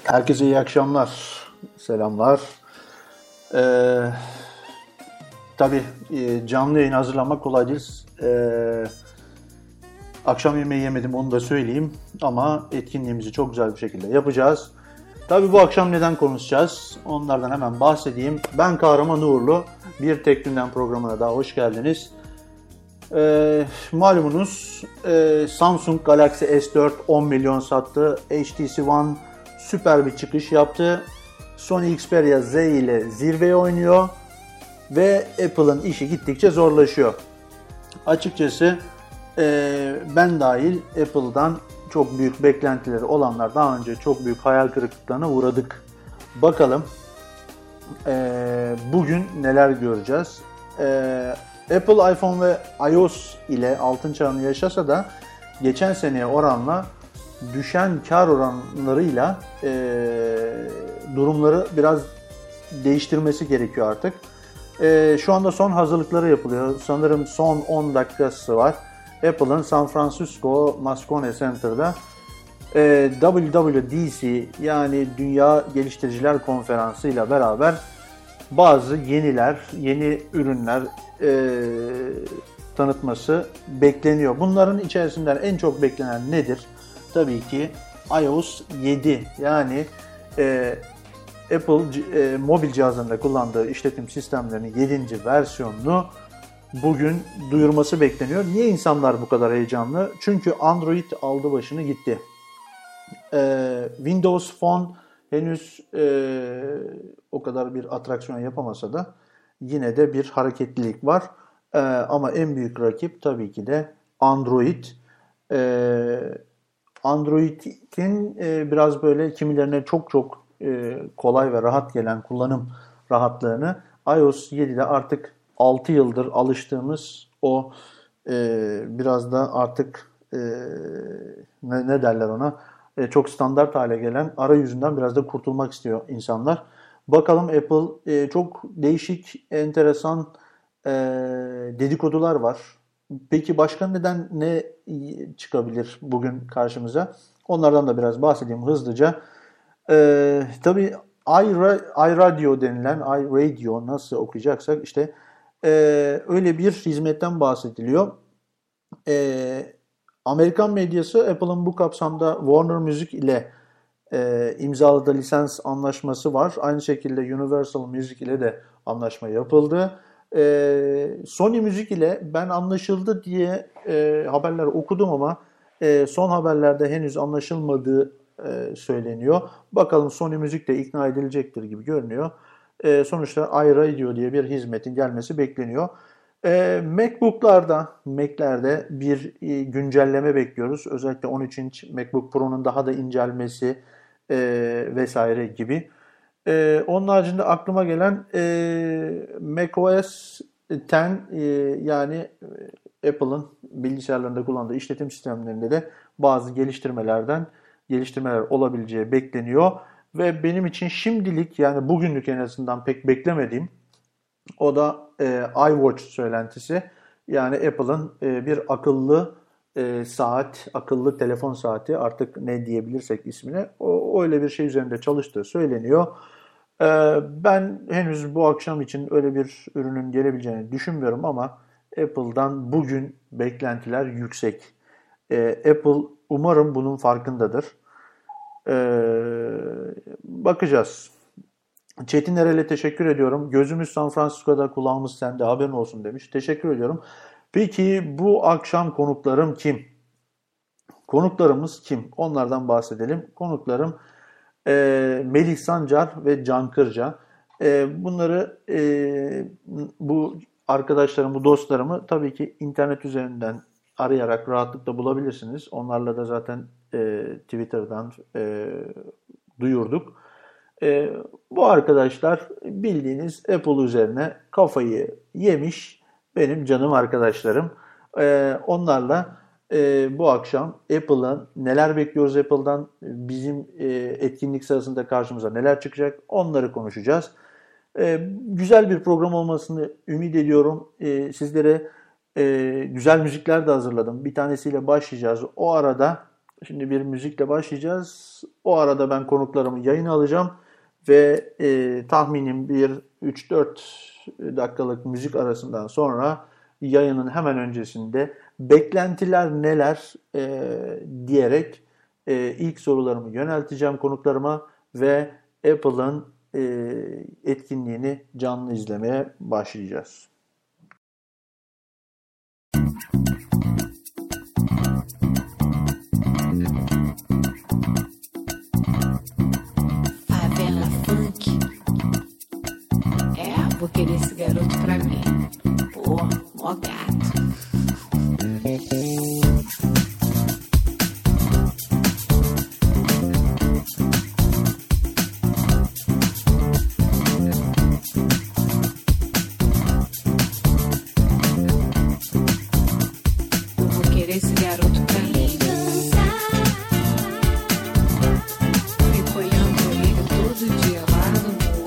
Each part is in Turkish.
Herkese iyi akşamlar, selamlar. Ee, tabii canlı yayın hazırlamak kolay değil. Akşam yemeği yemedim, onu da söyleyeyim. Ama etkinliğimizi çok güzel bir şekilde yapacağız. Tabii bu akşam neden konuşacağız? Onlardan hemen bahsedeyim. Ben Kahraman Uğurlu, Bir Tek Gündem programına daha hoş geldiniz. Malumunuz Samsung Galaxy S4 10 milyon sattı. HTC One süper bir çıkış yaptı. Sony Xperia Z ile zirveye oynuyor. Ve Apple'ın işi gittikçe zorlaşıyor. Açıkçası ben dahil Apple'dan çok büyük beklentileri olanlar daha önce çok büyük hayal kırıklıklarına uğradık. Bakalım bugün neler göreceğiz. Apple iPhone ve iOS ile altın çağını yaşasa da geçen seneye oranla düşen kar oranlarıyla durumları biraz değiştirmesi gerekiyor artık. Şu anda son hazırlıkları yapılıyor. Sanırım son 10 dakikası var. Apple'ın San Francisco Moscone Center'da WWDC yani Dünya Geliştiriciler Konferansı ile beraber bazı yeni ürünler tanıtması bekleniyor. Bunların içerisinden en çok beklenen nedir? Tabii ki iOS 7 yani Apple mobil cihazlarında kullandığı işletim sistemlerinin 7. versiyonunu bugün duyurması bekleniyor. Niye insanlar bu kadar heyecanlı? Çünkü Android aldı başını gitti. Windows Phone henüz o kadar bir atraksiyon yapamasa da yine de bir hareketlilik var. Ama en büyük rakip tabii ki de Android. Android'in biraz böyle kimilerine çok kolay ve rahat gelen kullanım rahatlığını iOS 7'de artık 6 yıldır alıştığımız o biraz da artık ne derler ona çok standart hale gelen arayüzünden biraz da kurtulmak istiyor insanlar. Bakalım Apple çok değişik, enteresan dedikodular var. Peki başka ne çıkabilir bugün karşımıza? Onlardan da biraz bahsedeyim hızlıca. Tabii iRadio denilen, iRadio nasıl okuyacaksak işte öyle bir hizmetten bahsediliyor. Amerikan medyası Apple'ın bu kapsamda Warner Music ile imzaladığı lisans anlaşması var. Aynı şekilde Universal Music ile de anlaşma yapıldı. Sony Music ile ben anlaşıldı diye haberler okudum ama son haberlerde henüz anlaşılmadığı söyleniyor. Bakalım Sony Music de ikna edilecektir gibi görünüyor. Sonuçta iRadio diye bir hizmetin gelmesi bekleniyor. Mac'lerde bir güncelleme bekliyoruz. Özellikle 13 inç MacBook Pro'nun daha da incelmesi vesaire gibi. Onun haricinde aklıma gelen macOS X yani Apple'ın bilgisayarlarında kullandığı işletim sistemlerinde de bazı geliştirmeler olabileceği bekleniyor. Ve benim için şimdilik yani bugünlük en azından pek beklemediğim o da iWatch söylentisi. Yani Apple'ın bir akıllı saat, akıllı telefon saati artık ne diyebilirsek ismine öyle bir şey üzerinde çalıştığı söyleniyor. Ben henüz bu akşam için öyle bir ürünün gelebileceğini düşünmüyorum ama Apple'dan bugün beklentiler yüksek. Apple umarım bunun farkındadır. Bakacağız. Çetin Erel'e teşekkür ediyorum. Gözümüz San Francisco'da, kulağımız sende, haberin olsun demiş. Teşekkür ediyorum. Peki bu akşam konuklarım kim? Konuklarımız kim? Onlardan bahsedelim. Konuklarım Melih Sancar ve Can Kırca. Bunları bu arkadaşlarım, bu dostlarımı tabii ki internet üzerinden arayarak rahatlıkla bulabilirsiniz. Onlarla da zaten Twitter'dan duyurduk. Bu arkadaşlar bildiğiniz Apple üzerine kafayı yemiş benim canım arkadaşlarım. Onlarla bu akşam Apple'ın neler bekliyoruz Apple'dan, bizim etkinlik sırasında karşımıza neler çıkacak onları konuşacağız. Güzel bir program olmasını ümit ediyorum. Sizlere güzel müzikler de hazırladım. Bir tanesiyle başlayacağız. O arada Şimdi bir müzikle başlayacağız. O arada ben konuklarımı yayına alacağım ve tahminim bir 3-4 dakikalık müzik arasından sonra yayının hemen öncesinde beklentiler neler diyerek ilk sorularımı yönelteceğim konuklarıma ve Apple'ın etkinliğini canlı izlemeye başlayacağız. Vou querer esse garoto pra mim. Pô, mó gato. Eu vou querer esse garoto pra mim. Fico olhando ele todo dia lá no morro.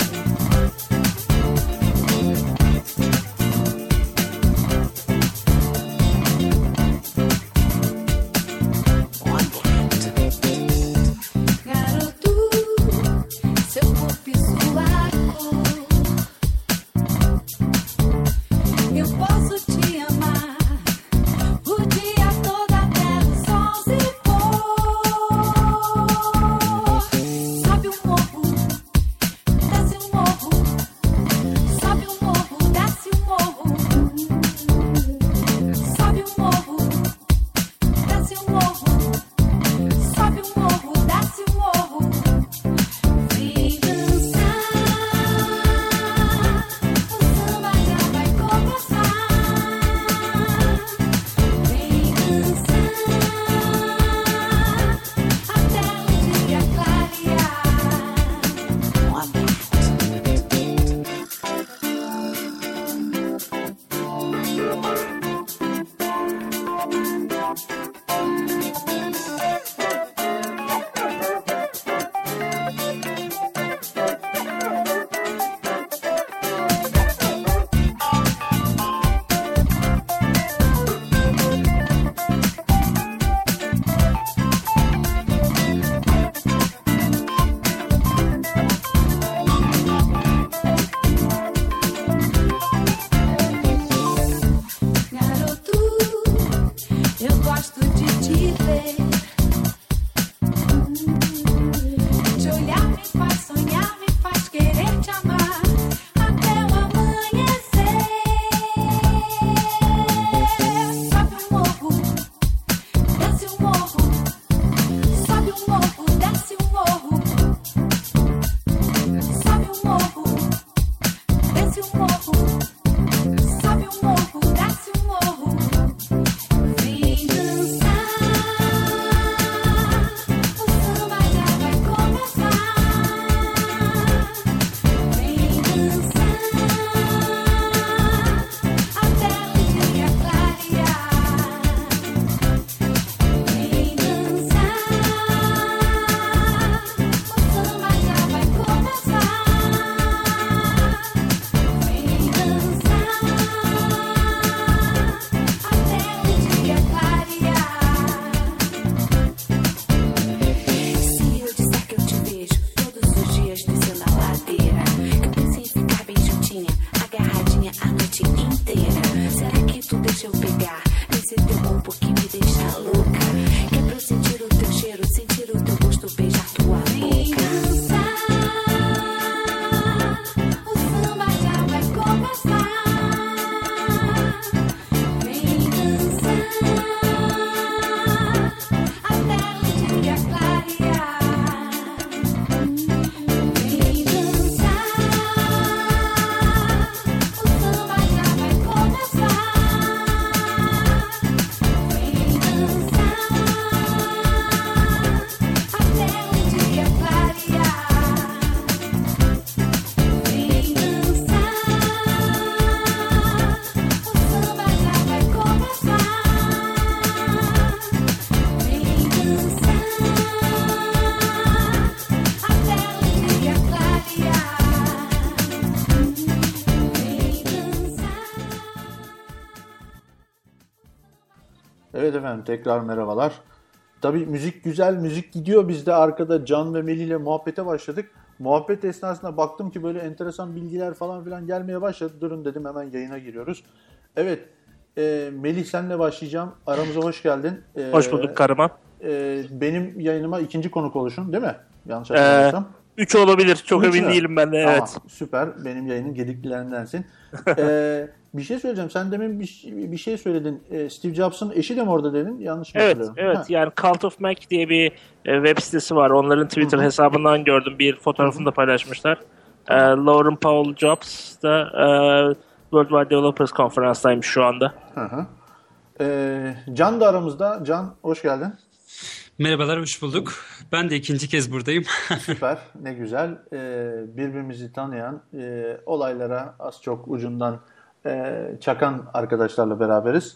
Evet efendim, tekrar merhabalar. Tabii müzik güzel, müzik gidiyor. Biz de arkada Can ve Melih ile muhabbete başladık. Muhabbet esnasında baktım ki böyle enteresan bilgiler falan filan gelmeye başladı. Durun dedim, hemen yayına giriyoruz. Evet, Melih senle başlayacağım. Aramıza hoş geldin. Hoş bulduk Karaman. Benim yayınıma ikinci konuk oluşun değil mi? Yanlış Ee, hatırlamıyorsam. 3 olabilir. Çok Üç emin mü? değilim ben de. Tamam, Evet. süper. Benim yayının gediklilerindensin. Bir şey söyleyeceğim. Sen demin bir şey söyledin. Steve Jobs'ın eşi de mi orada dedin? Yanlış mı Evet, hatırlıyorum? evet. Ha. Yani Cult of Mac diye bir web sitesi var. Onların Twitter hesabından gördüm. Bir fotoğrafını da paylaşmışlar. Lauren Powell Jobs da World Wide Developers Conference'daymış şu anda. Hı hı. Can da aramızda. Can, hoş geldin. Merhabalar, hoş bulduk. Ben de ikinci kez buradayım. Süper, ne güzel. Birbirimizi tanıyan, olaylara az çok ucundan çakan arkadaşlarla beraberiz.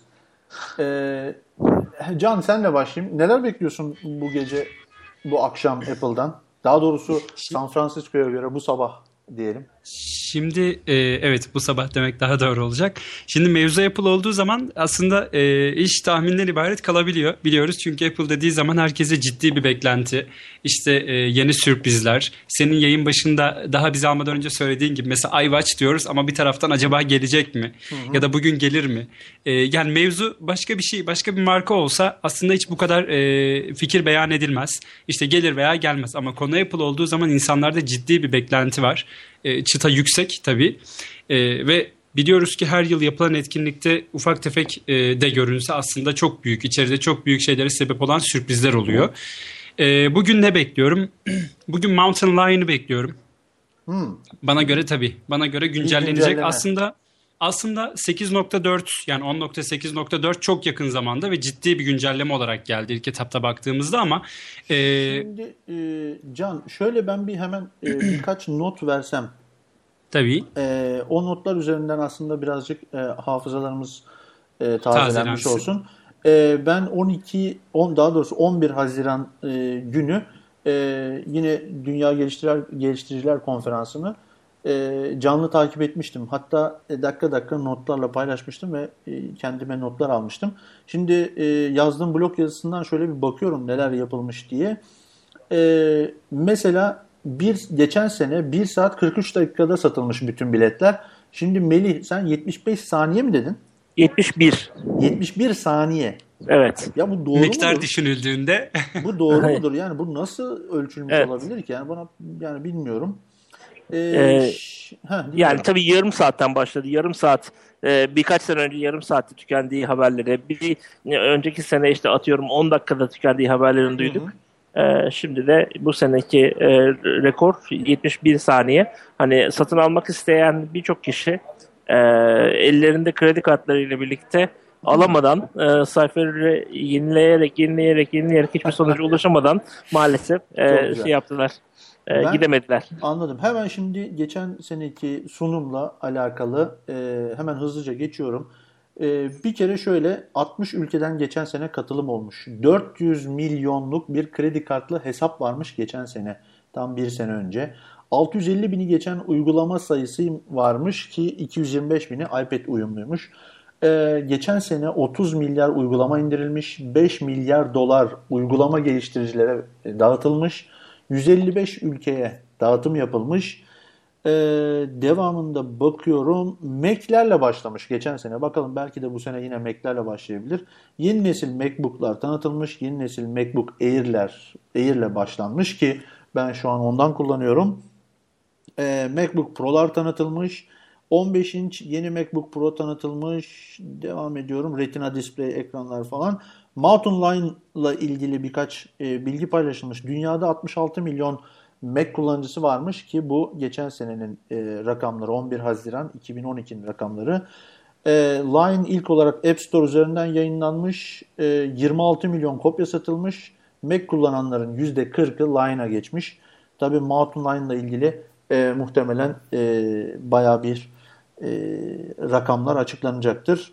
Can, senle başlayayım. Neler bekliyorsun bu gece, bu akşam Apple'dan? Daha doğrusu San Francisco'ya göre bu sabah diyelim. Şimdi evet, bu sabah demek daha doğru olacak. Şimdi mevzu Apple olduğu zaman aslında iş tahminden ibaret kalabiliyor. Biliyoruz, çünkü Apple dediği zaman herkese ciddi bir beklenti. İşte yeni sürprizler. Senin yayın başında daha bizi almadan önce söylediğin gibi mesela iWatch diyoruz ama bir taraftan acaba gelecek mi? Ya da bugün gelir mi? Yani mevzu başka bir şey, başka bir marka olsa aslında hiç bu kadar fikir beyan edilmez. İşte gelir veya gelmez, ama konu Apple olduğu zaman insanlarda ciddi bir beklenti var. Çıta yüksek tabii, ve biliyoruz ki her yıl yapılan etkinlikte ufak tefek de görünse aslında çok büyük, içeride çok büyük şeylere sebep olan sürprizler oluyor. Bugün ne bekliyorum? Bugün Mountain Lion'ı bekliyorum. Bana göre tabii, bana göre güncellenecek. Güncelleme. Aslında 8.4, yani 10.8.4 çok yakın zamanda ve ciddi bir güncelleme olarak geldi ilk etapta baktığımızda, ama Şimdi Can, şöyle ben hemen birkaç not versem. tabii O notlar üzerinden aslında birazcık hafızalarımız tazelenmiş tazelensin. olsun. Ben daha doğrusu 11 Haziran günü yine Dünya Geliştiriciler Konferansı'nı canlı takip etmiştim. Hatta dakika dakika notlarla paylaşmıştım ve kendime notlar almıştım. Şimdi yazdığım blog yazısından şöyle bir bakıyorum neler yapılmış diye. Mesela geçen sene 1 saat 43 dakikada satılmış bütün biletler. Şimdi Melih, sen 75 saniye mi dedin? 71. 71 saniye. Evet. Ya bu doğru Miktar mudur? düşünüldüğünde Bu doğru mudur? Yani bu nasıl ölçülmüş Evet. olabilir ki? Yani bilmiyorum. Ee, Dinliyorum. Yani tabii yarım saatten başladı. Yarım saat, birkaç sene önce yarım saatte tükendiği haberleri, bir önceki sene işte atıyorum 10 dakikada tükendiği haberlerini duyduk. Şimdi de bu seneki rekor 71 saniye. Hani satın almak isteyen birçok kişi ellerinde kredi kartlarıyla birlikte alamadan, sayfaları yenileyerek hiçbir sonuca ulaşamadan maalesef güzel. şey yaptılar. Ben- Gidemediler. Anladım. Hemen şimdi geçen seneki sunumla alakalı hemen hızlıca geçiyorum. Bir kere şöyle 60 ülkeden geçen sene katılım olmuş. 400 milyonluk bir kredi kartlı hesap varmış geçen sene. Tam bir sene önce. 650 bini geçen uygulama sayısı varmış ki 225 bini iPad uyumluymuş. Geçen sene 30 milyar uygulama indirilmiş. 5 milyar dolar uygulama geliştiricilere dağıtılmış. 155 ülkeye dağıtım yapılmış. Devamında bakıyorum, Mac'lerle başlamış geçen sene. Bakalım, belki de bu sene yine Mac'lerle başlayabilir. Yeni nesil MacBook'lar tanıtılmış. Yeni nesil MacBook Air'le başlanmış ki ben şu an ondan kullanıyorum. MacBook Pro'lar tanıtılmış. 15 inç yeni MacBook Pro tanıtılmış. Devam ediyorum. Retina display ekranlar falan. Mountain Lion'la ilgili birkaç bilgi paylaşılmış. Dünyada 66 milyon Mac kullanıcısı varmış ki bu geçen senenin rakamları, 11 Haziran 2012'nin rakamları. Lion ilk olarak App Store üzerinden yayınlanmış. 26 milyon kopya satılmış. Mac kullananların %40'ı Lion'a geçmiş. Tabii Mountain Lion'la ilgili muhtemelen bayağı bir rakamlar açıklanacaktır.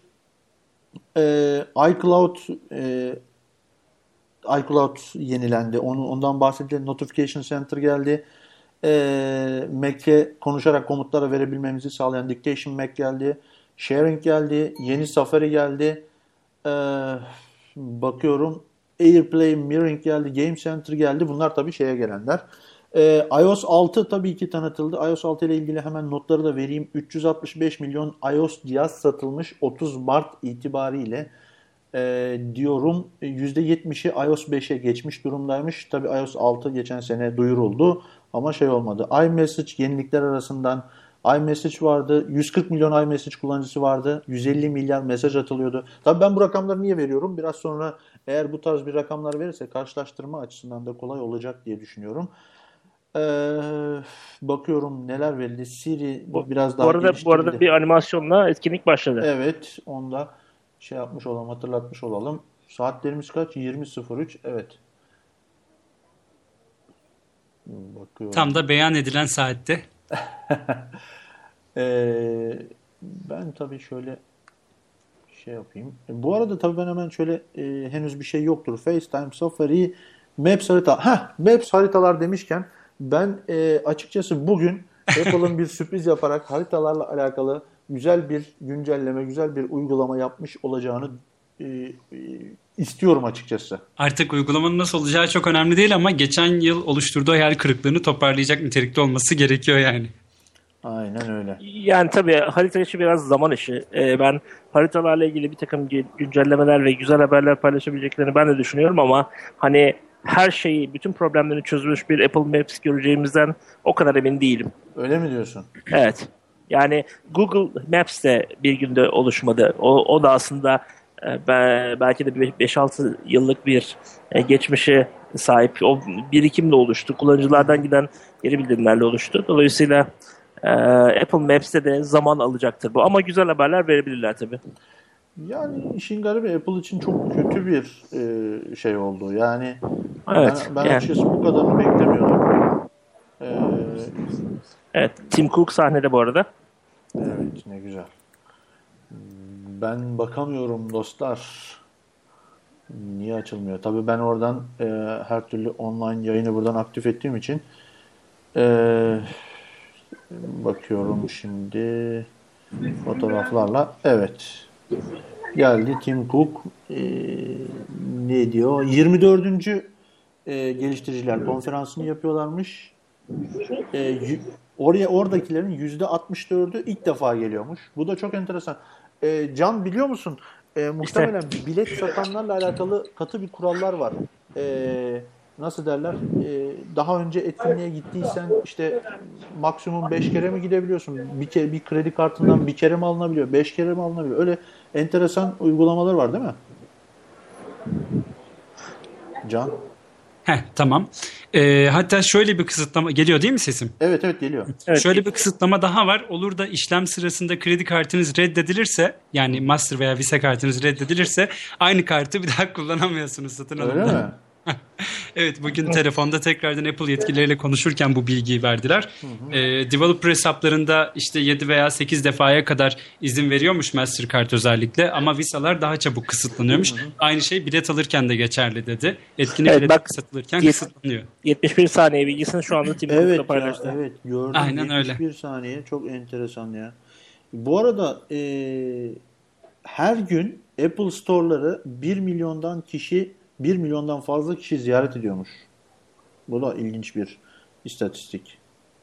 iCloud yenilendi. Ondan bahsedelim. Notification Center geldi. Mac'e konuşarak komutlara verebilmemizi sağlayan Dictation Mac geldi. Sharing geldi. Yeni Safari geldi. Bakıyorum. AirPlay, Mirroring geldi, Game Center geldi. Bunlar tabii şeye gelenler. iOS 6 tabii ki tanıtıldı. iOS 6 ile ilgili hemen notları da vereyim. 365 milyon iOS cihaz satılmış 30 Mart itibariyle. Diyorum %70'i iOS 5'e geçmiş durumdaymış. Tabii iOS 6 geçen sene duyuruldu ama şey olmadı. iMessage yenilikler arasından iMessage vardı. 140 milyon iMessage kullanıcısı vardı. 150 milyar mesaj atılıyordu. Tabii ben bu rakamları niye veriyorum? Biraz sonra eğer bu tarz bir rakamlar verirse karşılaştırma açısından da kolay olacak diye düşünüyorum. Bakıyorum neler verildi. Siri biraz daha Bu arada bir animasyonla etkinlik başladı. Evet, onda şey yapmış olalım, hatırlatmış olalım. Saatlerimiz kaç? 20.03. Evet. Bakıyorum. Tam da beyan edilen saatte. Ben tabii şöyle şey yapayım. Bu arada tabii ben hemen şöyle henüz bir şey yoktur. FaceTime, Safari, Maps harita. Maps haritalar demişken ben açıkçası bugün Apple'ın bir sürpriz yaparak haritalarla alakalı güzel bir güncelleme, güzel bir uygulama yapmış olacağını istiyorum açıkçası. Artık uygulamanın nasıl olacağı çok önemli değil ama geçen yıl oluşturduğu hayal kırıklığını toparlayacak nitelikte olması gerekiyor yani. Aynen öyle. Yani tabii harita işi biraz zaman işi. Ben haritalarla ilgili bir takım güncellemeler ve güzel haberler paylaşabileceklerini ben de düşünüyorum ama hani her şeyi, bütün problemlerini çözmüş bir Apple Maps göreceğimizden o kadar emin değilim. Öyle mi diyorsun? Evet. Yani Google Maps de bir günde oluşmadı. O da aslında belki de 5-6 yıllık bir geçmişe sahip. O birikimle oluştu. Kullanıcılardan giden geri bildirimlerle oluştu. Dolayısıyla Apple Maps'te de zaman alacaktır bu. Ama güzel haberler verebilirler tabii. Yani işin garibi Apple için çok kötü bir şey oldu. Yani Evet, ben yani. açıkçası bu kadarını beklemiyordum. Evet, Tim Cook sahnede bu arada. Evet, ne güzel. Ben bakamıyorum dostlar. Niye açılmıyor? Tabii ben oradan her türlü online yayını buradan aktif ettiğim için bakıyorum şimdi fotoğraflarla. Evet. Geldi Tim Cook. Ne diyor? 24. Geliştiriciler konferansını yapıyorlarmış. Oradakilerin %64'ü ilk defa geliyormuş. Bu da çok enteresan. Can biliyor musun? Muhtemelen bilet satanlarla alakalı katı bir kurallar var. Nasıl derler? Daha önce etkinliğe gittiysen işte maksimum 5 kere mi gidebiliyorsun? Bir kredi kartından bir kere mi alınabiliyor? 5 kere mi alınabiliyor? Öyle enteresan uygulamalar var değil mi? Can? Tamam. Hatta şöyle bir kısıtlama geliyor değil mi sesim? Evet geliyor. Evet. Şöyle bir kısıtlama daha var. Olur da işlem sırasında kredi kartınız reddedilirse, yani Master veya Visa kartınız reddedilirse aynı kartı bir daha kullanamıyorsunuz satın alımda. Öyle mi? Evet, bugün telefonda tekrardan Apple yetkilileriyle konuşurken bu bilgiyi verdiler. Developer hesaplarında işte 7 veya 8 defaya kadar izin veriyormuş Mastercard özellikle ama Visa'lar daha çabuk kısıtlanıyormuş. Aynı şey bilet alırken de geçerli dedi. Etkinlik Evet, bilet bak, satılırken kısıtlanıyor. 71 saniye bilgisini şu anda Tim Cook'la Evet paylaştı. ya, evet gördüm. Aynen öyle. 71 saniye çok enteresan ya. Bu arada her gün Apple Store'ları 1 milyondan fazla kişi ziyaret ediyormuş. Bu da ilginç bir istatistik.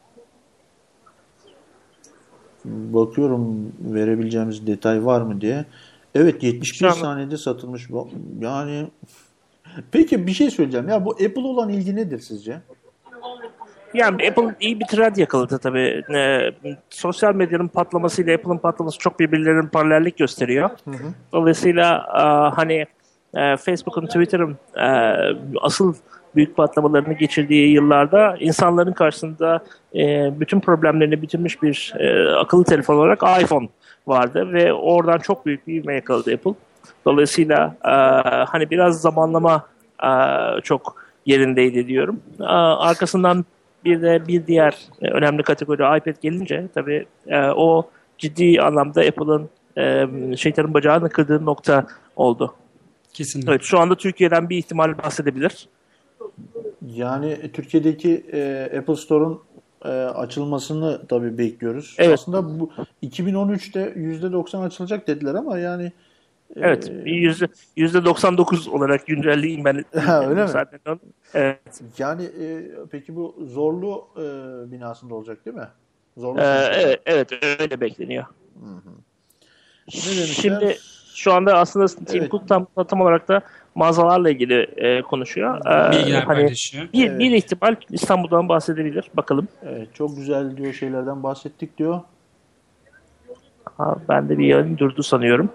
Bakıyorum verebileceğimiz detay var mı diye. Evet 71 saniyede satılmış. Yani peki bir şey söyleyeceğim. Ya bu Apple olan ilgi nedir sizce? Yani Apple iyi bir trend yakaladı tabii. Sosyal medyanın patlamasıyla Apple'ın patlaması çok birbirlerinin paralellik gösteriyor. Dolayısıyla hani Facebook'un, Twitter'ın asıl büyük patlamalarını geçirdiği yıllarda insanların karşısında bütün problemlerini bitirmiş bir akıllı telefon olarak iPhone vardı ve oradan çok büyük bir ivme yakaladı Apple. Dolayısıyla hani biraz zamanlama çok yerindeydi diyorum. Arkasından bir diğer önemli kategori iPad gelince tabii o ciddi anlamda Apple'ın şeytanın bacağını kırdığı nokta oldu. Kesinlikle. Evet, şu anda Türkiye'den bir ihtimal bahsedebilir. Yani Türkiye'deki Apple Store'un açılmasını tabii bekliyoruz. Evet. Aslında bu 2013'te %90 açılacak dediler ama yani Evet, %99 olarak güncelleyeyim ben. Öyle mi? Zaten onu. Evet. Yani peki bu Zorlu binasında olacak değil mi? Zorlu Evet, öyle bekleniyor. Ne demişler? Şimdi şu anda aslında Tim Evet. Cook tam olarak da mağazalarla ilgili konuşuyor. Bilgiler Hani paylaşıyor. bir ihtimal İstanbul'dan bahsedebilir. Bakalım. Evet, çok güzel diyor, şeylerden bahsettik diyor. Ben de bir yayın durdu sanıyorum.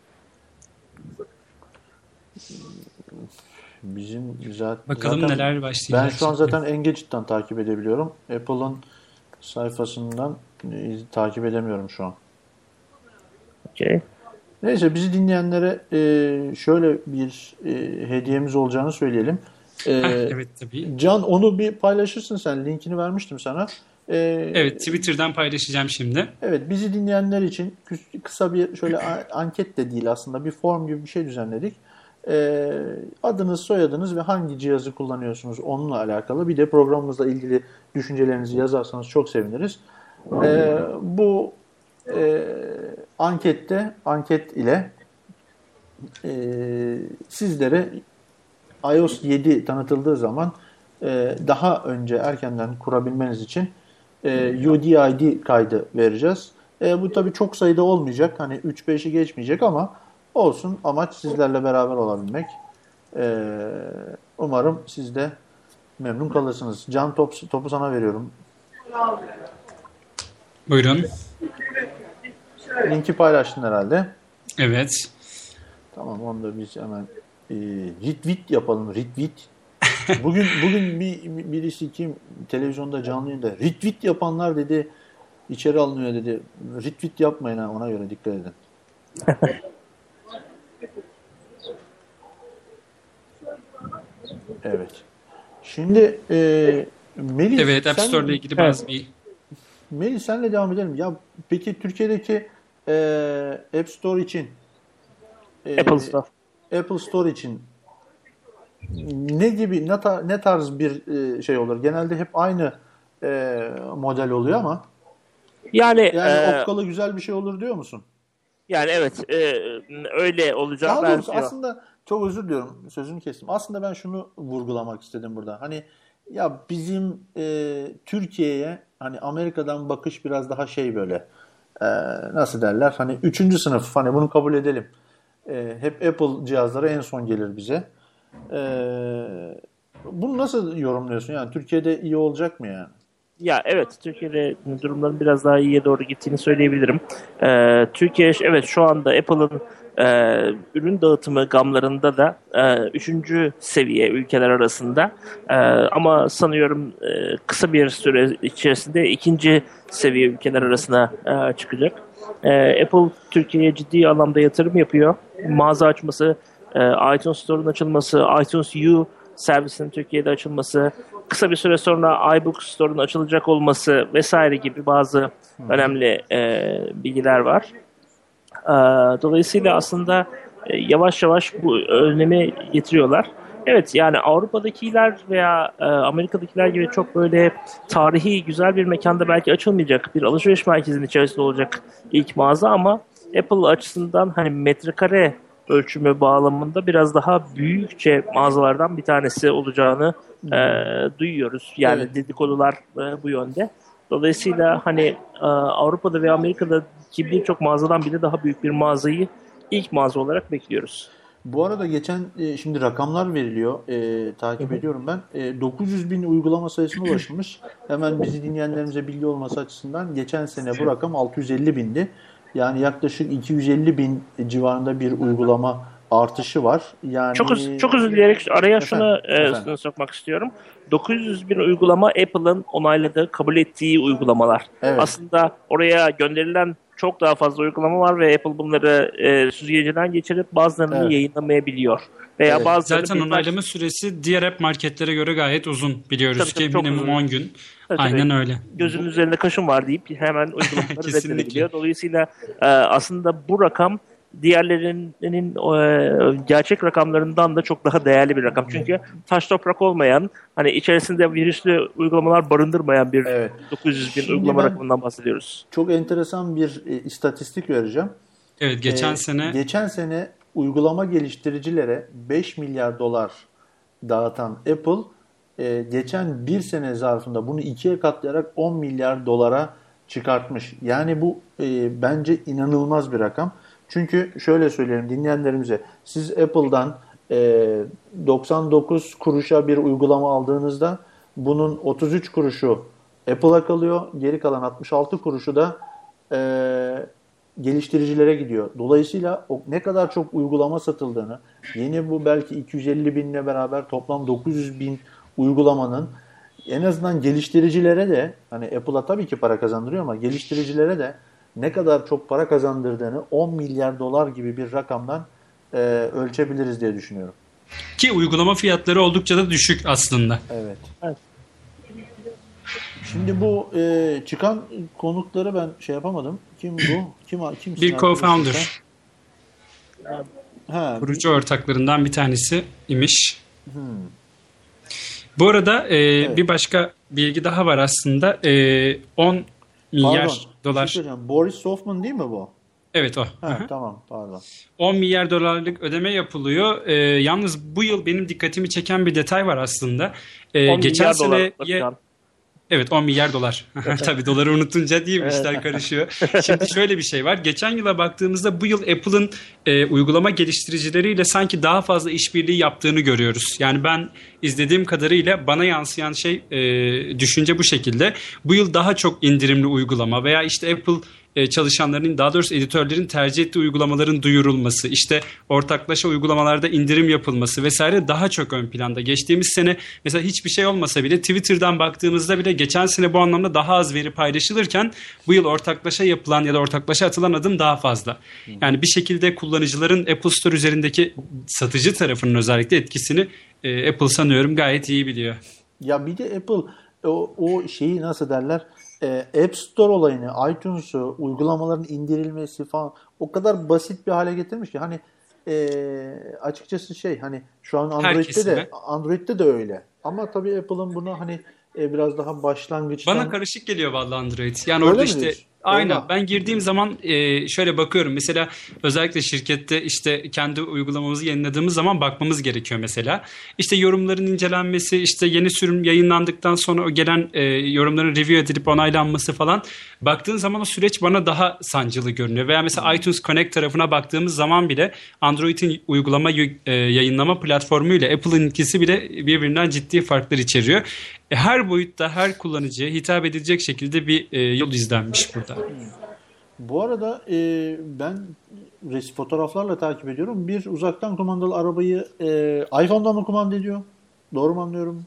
Bizim zaten Bakalım neler başlayacak. Ben şu an zaten Engadget'ten takip edebiliyorum. Apple'ın sayfasından takip edemiyorum şu an. Okay. Neyse, bizi dinleyenlere şöyle bir hediyemiz olacağını söyleyelim. Evet tabii. Can, onu bir paylaşırsın sen. Linkini vermiştim sana. Evet, Twitter'dan paylaşacağım şimdi. Evet, bizi dinleyenler için kısa bir şöyle anket de değil aslında, bir form gibi bir şey düzenledik. Adınız, soyadınız ve hangi cihazı kullanıyorsunuz onunla alakalı. Bir de programımızla ilgili düşüncelerinizi yazarsanız çok seviniriz. Bu anket ile sizlere iOS 7 tanıtıldığı zaman daha önce erkenden kurabilmeniz için UDID kaydı vereceğiz. Bu tabii çok sayıda olmayacak. Hani 3-5'i geçmeyecek ama olsun. Amaç sizlerle beraber olabilmek. Umarım siz de memnun kalırsınız. Can, topu sana veriyorum. Buyurun. Linki paylaştın herhalde. Evet. Tamam, onu da biz hemen retweet yapalım. Retweet. Bugün birisi kim televizyonda canlı yayında retweet yapanlar dedi içeri alınıyor dedi. Retweet yapmayın ha, ona göre dikkat edin. Evet. Şimdi Melih, Evet, App Store ile ilgili bazı bir... Melih, senle devam edelim. Ya peki Türkiye'deki App Store için Apple Store için ne gibi ne tarz bir şey olur? Genelde hep aynı model oluyor ama yani okkalı güzel bir şey olur diyor musun? Yani evet, öyle olacağı Daha doğrusu benziyor. aslında çok özür diliyorum, sözünü kestim. Aslında ben şunu vurgulamak istedim burada. Hani ya bizim Türkiye'ye hani Amerika'dan bakış biraz daha şey böyle nasıl derler? Hani 3. sınıf, hani bunu kabul edelim. Hep Apple cihazları en son gelir bize. Bunu nasıl yorumluyorsun? Yani Türkiye'de iyi olacak mı yani? Ya evet, Türkiye'de durumların biraz daha iyiye doğru gittiğini söyleyebilirim. Türkiye evet şu anda Apple'ın ürün dağıtımı gamlarında da 3. seviye ülkeler arasında. Ama sanıyorum kısa bir süre içerisinde 2. seviye ülkeler arasına çıkacak. Apple Türkiye'ye ciddi anlamda yatırım yapıyor. Mağaza açması, iTunes Store'un açılması, iTunes U servisinin Türkiye'de açılması, kısa bir süre sonra iBook Store'un açılacak olması vesaire gibi bazı önemli bilgiler var. Dolayısıyla aslında yavaş yavaş bu önlemi getiriyorlar. Evet, yani Avrupa'dakiler veya Amerika'dakiler gibi çok böyle tarihi güzel bir mekanda belki açılmayacak, bir alışveriş merkezinin içerisinde olacak ilk mağaza ama Apple açısından hani metrekare ölçümü bağlamında biraz daha büyükçe mağazalardan bir tanesi olacağını duyuyoruz. Yani evet, dedikodular bu yönde. Dolayısıyla hani Avrupa'da ve Amerika'daki birçok mağazadan bile daha büyük bir mağazayı ilk mağaza olarak bekliyoruz. Bu arada geçen şimdi rakamlar veriliyor. Takip ediyorum ben. 900 bin uygulama sayısına ulaşılmış. Hemen bizi dinleyenlerimize bilgi olması açısından geçen sene bu rakam 650 bindi. Yani yaklaşık 250 bin civarında bir uygulama artışı var. Yani çok özür dileyerek araya şunu sokmak istiyorum. 900 bin uygulama Apple'ın onayladığı, kabul ettiği uygulamalar. Evet. Aslında oraya gönderilen çok daha fazla uygulama var ve Apple bunları süzgeciden geçirip bazılarını yayınlamayabiliyor. Veya bazılarını zaten onaylama süresi diğer app marketlere göre gayet uzun, biliyoruz ki minimum 10 gün. Aynen öyle. Gözünün üzerinde kaşın var deyip hemen uygulamaları reddedebiliyor. Dolayısıyla aslında bu rakam diğerlerinin gerçek rakamlarından da çok daha değerli bir rakam. Çünkü taş toprak olmayan, hani içerisinde virüslü uygulamalar barındırmayan bir 900 bin uygulama rakamından bahsediyoruz. Çok enteresan bir istatistik vereceğim. Evet, geçen sene uygulama geliştiricilere 5 milyar dolar dağıtan Apple geçen bir sene zarfında bunu ikiye katlayarak 10 milyar dolara çıkartmış. Yani bu bence inanılmaz bir rakam. Çünkü şöyle söyleyelim dinleyenlerimize. Siz Apple'dan 99 kuruşa bir uygulama aldığınızda bunun 33 kuruşu Apple'a kalıyor. Geri kalan 66 kuruşu da geliştiricilere gidiyor. Dolayısıyla ne kadar çok uygulama satıldığını, yeni bu belki 250 binle beraber toplam 900 bin uygulamanın en azından geliştiricilere de, hani Apple'a tabii ki para kazandırıyor ama geliştiricilere de ne kadar çok para kazandırdığını 10 milyar dolar gibi bir rakamdan ölçebiliriz diye düşünüyorum. Ki uygulama fiyatları oldukça da düşük aslında. Evet. Evet. Şimdi bu çıkan konukları ben şey yapamadım. Kim bu? Kim? Bir co-founder. Ha, Kurucu ortaklarından bir tanesi imiş. Bu arada bir başka bilgi daha var aslında. 10 milyar dolar. Bir şey Boris Hoffman değil mi bu? Evet o. Ha, tamam pardon. 10 milyar dolarlık ödeme yapılıyor. Yalnız bu yıl benim dikkatimi çeken bir detay var aslında. 10 Geçen milyar sene dolar. Evet 10 milyar dolar. Tabii doları unutunca değil mi işler karışıyor. Şimdi şöyle bir şey var. Geçen yıla baktığımızda bu yıl Apple'ın uygulama geliştiricileriyle sanki daha fazla işbirliği yaptığını görüyoruz. Yani ben izlediğim kadarıyla bana yansıyan şey düşünce bu şekilde. Bu yıl daha çok indirimli uygulama veya işte Apple çalışanların, daha doğrusu editörlerin tercih ettiği uygulamaların duyurulması, işte ortaklaşa uygulamalarda indirim yapılması vesaire daha çok ön planda. Geçtiğimiz sene mesela hiçbir şey olmasa bile Twitter'dan baktığımızda bile geçen sene bu anlamda daha az veri paylaşılırken bu yıl ortaklaşa yapılan ya da ortaklaşa atılan adım daha fazla. Yani bir şekilde kullanıcıların Apple Store üzerindeki satıcı tarafının özellikle etkisini Apple sanıyorum gayet iyi biliyor. Ya bir de Apple o şeyi nasıl derler? App Store olayını, iTunes'u, uygulamaların indirilmesi falan o kadar basit bir hale getirmiş ki hani açıkçası hani şu an Android'de de öyle. Ama tabii Apple'ın buna hani biraz daha başlangıçtan... Bana karışık geliyor vallahi Android. Yani öyle orada işte diyorsun? aynen. Öyle. Ben girdiğim zaman şöyle bakıyorum. Mesela özellikle şirkette işte kendi uygulamamızı yayınladığımız zaman bakmamız gerekiyor mesela. İşte yorumların incelenmesi, işte yeni sürüm yayınlandıktan sonra o gelen yorumların review edilip onaylanması falan. Baktığın zaman o süreç bana daha sancılı görünüyor. Veya mesela iTunes Connect tarafına baktığımız zaman bile Android'in uygulama yayınlama platformu ile Apple'ın ikisi bile birbirinden ciddi farklar içeriyor. Her boyutta her kullanıcıya hitap edilecek şekilde bir yol izlenmiş burada. Bu arada ben fotoğraflarla takip ediyorum. Bir uzaktan kumandalı arabayı iPhone'dan mı kumanda ediyor? Doğru mu anlıyorum?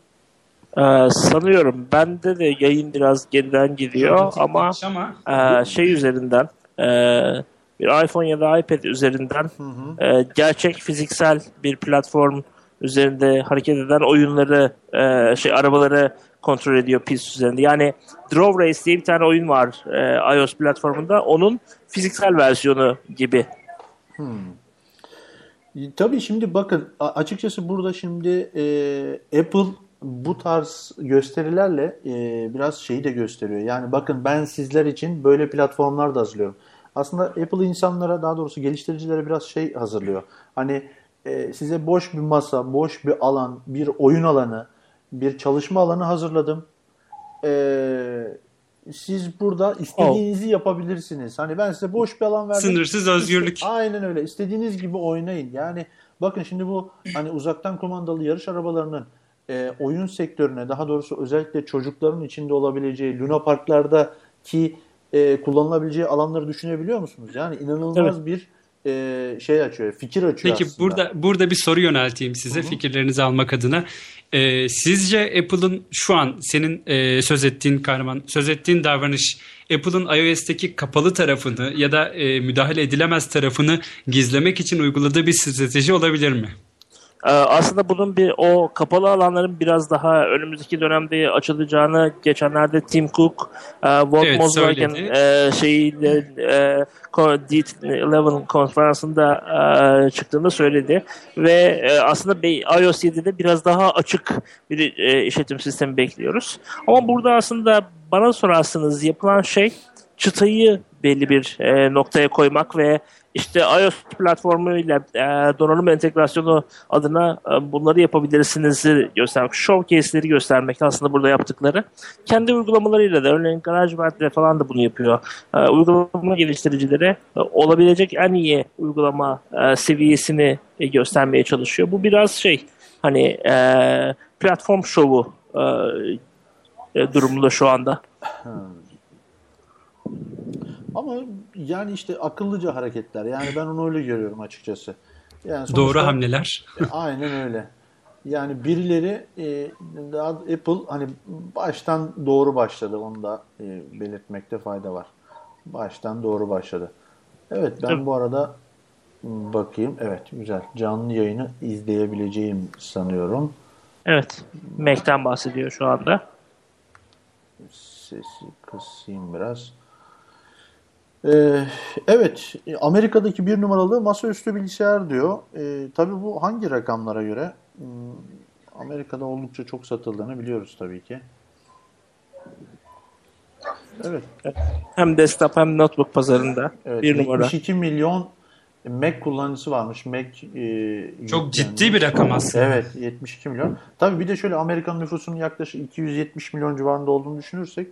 Sanıyorum. Bende de yayın biraz geriden gidiyor ama şey üzerinden bir iPhone ya da iPad üzerinden gerçek fiziksel bir platform üzerinde hareket eden oyunları arabaları kontrol ediyor pist üzerinde. Yani Drove Race diye bir tane oyun var iOS platformunda. Onun fiziksel versiyonu gibi. Tabii şimdi bakın açıkçası burada şimdi Apple bu tarz gösterilerle biraz şeyi de gösteriyor. Yani bakın ben sizler için böyle platformlar da hazırlıyorum. Aslında Apple insanlara, daha doğrusu geliştiricilere biraz şey hazırlıyor. Hani size boş bir masa, boş bir alan, bir oyun alanı, bir çalışma alanı hazırladım. Siz burada istediğinizi yapabilirsiniz. Hani ben size boş bir alan verdim. Sınırsız özgürlük. Aynen öyle. İstediğiniz gibi oynayın. Yani bakın şimdi bu hani uzaktan kumandalı yarış arabalarının oyun sektörüne, daha doğrusu özellikle çocukların içinde olabileceği Luna Parklardaki kullanılabileceği alanları düşünebiliyor musunuz? Yani inanılmaz bir şey açıyor, fikir açıyor. Peki aslında. burada bir soru yönelteyim size fikirlerinizi almak adına. Sizce Apple'ın şu an senin söz ettiğin davranış Apple'ın iOS'teki kapalı tarafını ya da müdahale edilemez tarafını gizlemek için uyguladığı bir strateji olabilir mi? Aslında bunun o kapalı alanların biraz daha önümüzdeki dönemde açılacağını geçenlerde Tim Cook, Volkswagen D11 konferansında çıktığında söyledi ve aslında iOS 7'de biraz daha açık bir işletim sistemi bekliyoruz. Ama burada aslında bana sorarsanız yapılan şey çıtayı belli bir noktaya koymak ve işte iOS platformuyla donanım entegrasyonu adına bunları yapabilirsiniz göstermek. Showcase'leri göstermek aslında burada yaptıkları. Kendi uygulamalarıyla da örneğin GarageBand'le falan da bunu yapıyor. Uygulama geliştiricilere olabilecek en iyi uygulama seviyesini göstermeye çalışıyor. Bu biraz hani platform şovu durumunda şu anda. Ama yani işte akıllıca hareketler. Yani ben onu öyle görüyorum açıkçası. Yani sonuçta, Doğru hamleler. aynen öyle. Yani birileri daha Apple hani baştan doğru başladı. Onu da belirtmekte fayda var. Baştan doğru başladı. Evet, ben Tabii. bu arada bakayım. Evet, güzel. Canlı yayını izleyebileceğim sanıyorum. Evet. Mac'ten bahsediyor şu anda. Sesi kısayım biraz. Evet, Amerika'daki bir numaralı masaüstü bilgisayar diyor. Tabii bu hangi rakamlara göre? Amerika'da oldukça çok satıldığını biliyoruz tabii ki. Evet, Hem desktop hem notebook pazarında evet. bir numara. 72 milyon Mac kullanıcısı varmış. Mac Çok ciddi bir rakam aslında. Evet, 72 milyon. Tabii bir de şöyle Amerikan nüfusunun yaklaşık 270 milyon civarında olduğunu düşünürsek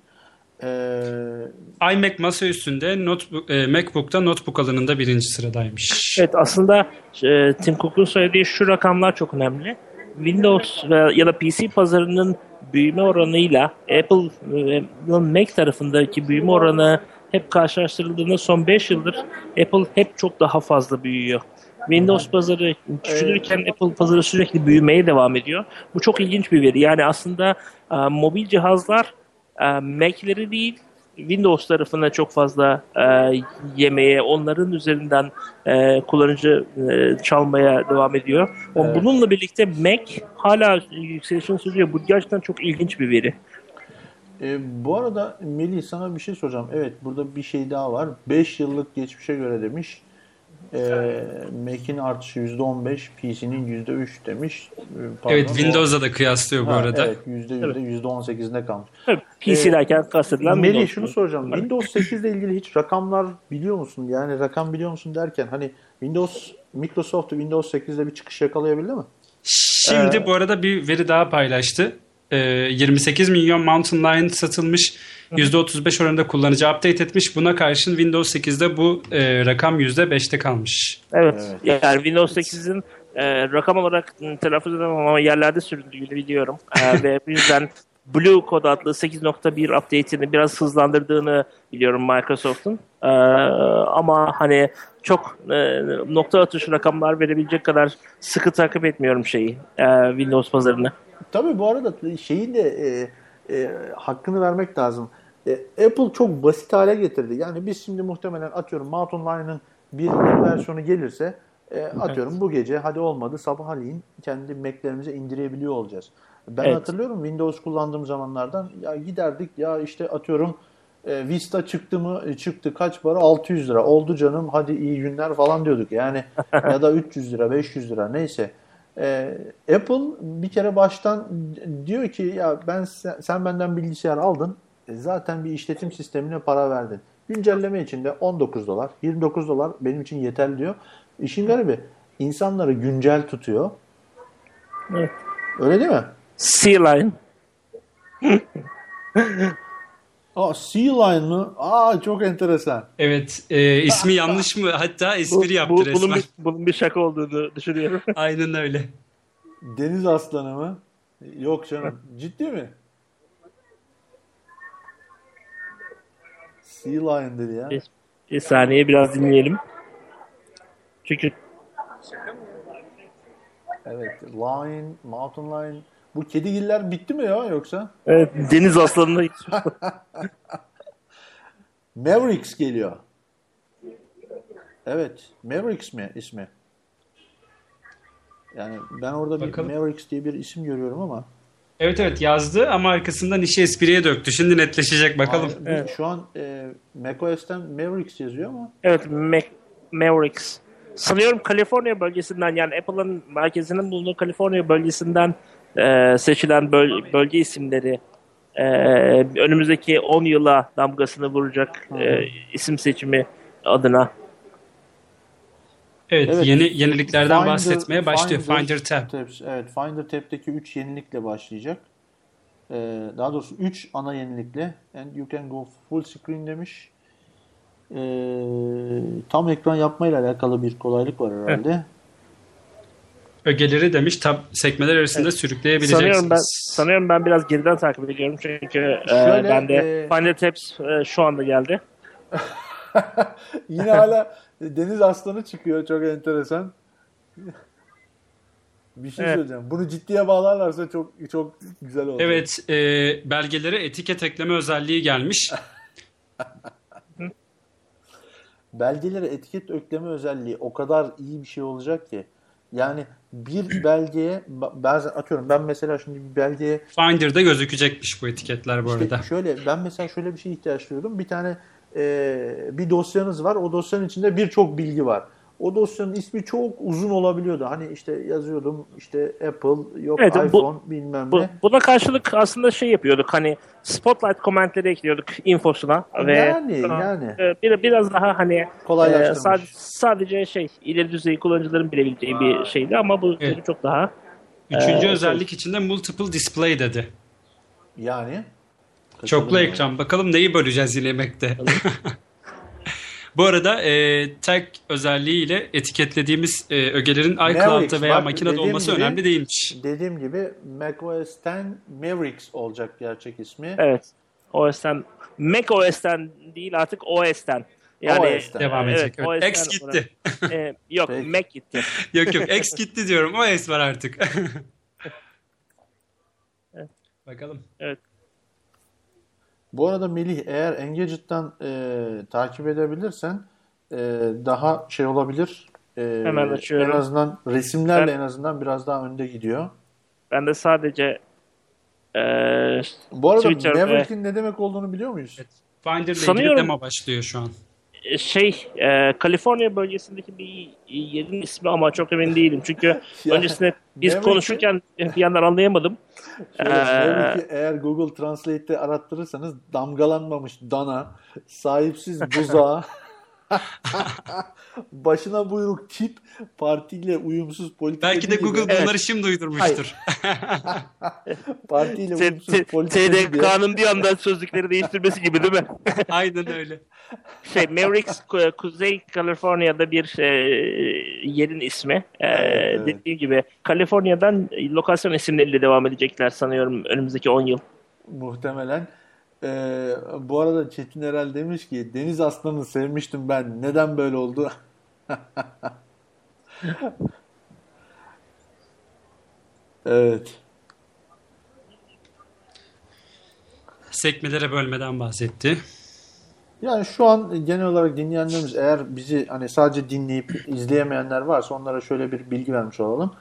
iMac masa üstünde, MacBook'ta notebook alanında birinci sıradaymış. Evet, aslında Tim Cook'un söylediği şu rakamlar çok önemli. Windows ya da PC pazarının büyüme oranıyla Apple'ın Mac tarafındaki büyüme oranı hep karşılaştırıldığında son 5 yıldır Apple hep çok daha fazla büyüyor. Windows pazarı küçülürken Apple pazarı sürekli büyümeye devam ediyor. Bu çok ilginç bir veri. Yani aslında mobil cihazlar Mac'leri değil, Windows tarafına çok fazla yemeye, onların üzerinden kullanıcı çalmaya devam ediyor. Bununla birlikte Mac hala yükselişini sürdürüyor. Bu gerçekten çok ilginç bir veri. Bu arada Melih, sana bir şey soracağım. Evet, burada bir şey daha var. 5 yıllık geçmişe göre demiş. Mac'in artışı %15, PC'nin %3 demiş. Pardon, Evet, Windows'la da kıyaslıyor bu arada. Evet, %100'de %18'inde kalmış. PC derken kastedilen Melih, Windows. şunu soracağım. Windows 8 ile ilgili hiç rakamlar biliyor musun? Yani rakam biliyor musun derken hani Microsoft Windows 8'de bir çıkış yakalayabildi mi? Şimdi bu arada bir veri daha paylaştı. 28 milyon Mountain Lion satılmış. %35 oranında kullanıcı update etmiş. Buna karşın Windows 8'de bu rakam %5'te kalmış. Evet. Yani Windows 8'in rakam olarak telaffuz edemem ama yerlerde sürüldüğünü biliyorum. Ve bu yüzden Blue Code adlı 8.1 update'ini biraz hızlandırdığını biliyorum Microsoft'un. Ama hani çok nokta atışı rakamlar verebilecek kadar sıkı takip etmiyorum Windows pazarını. Tabii bu arada şeyin de hakkını vermek lazım. Apple çok basit hale getirdi. Yani biz şimdi muhtemelen atıyorum Mountain Lion'ın bir versiyonu gelirse atıyorum bu gece hadi olmadı sabahleyin kendi Mac'lerimize indirebiliyor olacağız. Ben hatırlıyorum Windows kullandığım zamanlardan ya giderdik ya işte atıyorum Vista çıktı mı? Çıktı. Kaç para? 600 lira. Oldu canım. Hadi iyi günler falan diyorduk. Yani ya da 300 lira, 500 lira neyse. Apple bir kere baştan diyor ki ya sen benden bilgisayar aldın. Zaten bir işletim sistemine para verdin. Güncelleme için de 19 dolar, 29 dolar benim için yeterli diyor. İşin garibi insanları güncel tutuyor. Evet. Öyle değil mi? C-Line. C-Line mı? Çok enteresan. Evet, ismi yanlış mı? Hatta espri yaptı resmen. Bunun bir şaka olduğunu düşünüyorum. Aynen öyle. Deniz aslanı mı? Yok canım. Ciddi mi? C-Lion dedi ya. Bir saniye biraz dinleyelim. Çünkü Evet. Lion, Mountain Lion. Bu kedigiller bitti mi ya yoksa? evet, deniz aslanına Mavericks geliyor. Evet. Mavericks mi ismi? Yani ben orada Bakalım. bir Mavericks diye bir isim görüyorum ama. Evet yazdı ama arkasından işi espriye döktü. Şimdi netleşecek bakalım. Evet. Şu an macOS'ten Mavericks yazıyor ama. Evet, Mavericks. Sanıyorum Kaliforniya bölgesinden, yani Apple'ın merkezinin bulunduğu Kaliforniya bölgesinden seçilen bölge isimleri önümüzdeki 10 yıla damgasını vuracak isim seçimi adına. Evet, Evet, yeniliklerden bahsetmeye başlıyor Finder Tab. Evet, Finder Tab'deki 3 yenilikle başlayacak. Daha doğrusu 3 ana yenilikle. And you can go full screen demiş. Tam ekran yapmayla alakalı bir kolaylık var herhalde. Evet. Ögeleri demiş tab sekmeler arasında sürükleyebileceksiniz. Sanıyorum ben biraz geriden takip ediyorum çünkü ben de Finder Tabs şu anda geldi. Yine hala deniz aslanı çıkıyor. Çok enteresan. Bir şey söyleyeceğim. Bunu ciddiye bağlarlarsa çok çok güzel olur. Evet, belgelere etiket ekleme özelliği gelmiş. Belgelere etiket ekleme özelliği o kadar iyi bir şey olacak ki. Yani bir belgeye bazen atıyorum ben mesela şimdi bir belgeye Finder'da gözükecekmiş bu etiketler bu arada. Ben mesela şöyle bir şey ihtiyaç duyuyordum. Bir tane bir dosyanız var. O dosyanın içinde birçok bilgi var. O dosyanın ismi çok uzun olabiliyordu. Hani işte yazıyordum işte Apple, yok evet, iPhone bilmem ne. Buna karşılık aslında şey yapıyorduk. Hani Spotlight komentleri ekliyorduk infosuna ve biraz daha hani sadece ileri düzey kullanıcıların bilebileceği bir şeydi ama bu çok daha üçüncü özellik içinde multiple display dedi. Yani çoklu ekran. Bakalım neyi böleceğiz yine Mac'te. Bu arada tag özelliğiyle etiketlediğimiz ögelerin iCloud'da veya makinede olması önemli değilmiş. Dediğim gibi macOS'ten Mavericks olacak gerçek ismi. Evet. OS'ten macOS'ten değil artık OS'ten. Yani OS'ten. Devam edecek. Evet. X gitti. Yok peki. Mac gitti. yok X gitti diyorum. OS var artık. Evet. Bakalım. Evet. Bu arada Melih eğer Engadget'tan takip edebilirsen daha şey olabilir. Hemen açıyorum. En azından resimlerle en azından biraz daha önde gidiyor. Ben de sadece bu arada Maverick'in ne demek olduğunu biliyor muyuz? Evet. Finder'la ilgili demo başlıyor şu an. Kaliforniya bölgesindeki bir yerin ismi ama çok emin değilim. Çünkü öncesinde biz konuşurken bir yandan anlayamadım. Maverick'i eğer Google Translate'te arattırırsanız damgalanmamış dana, sahipsiz buzağı, başına buyruk tip, partiyle uyumsuz politika. Belki de Google bunları şimdi uydurmuştur. Partiyle uyumsuz politika. TDK'nın bir anda sözlükleri değiştirmesi gibi değil mi? Aynen öyle. Mavericks Kuzey Kaliforniya'da bir yerin ismi. Evet. Dediğim gibi Kaliforniya'dan lokasyon isimleriyle devam edecekler sanıyorum önümüzdeki 10 yıl. Muhtemelen. Bu arada Çetin Erel demiş ki deniz aslanını sevmiştim ben. Neden böyle oldu? Evet. Sekmelere bölmeden bahsetti. Yani şu an genel olarak dinleyenlerimiz eğer bizi hani sadece dinleyip izleyemeyenler varsa onlara şöyle bir bilgi vermiş olalım.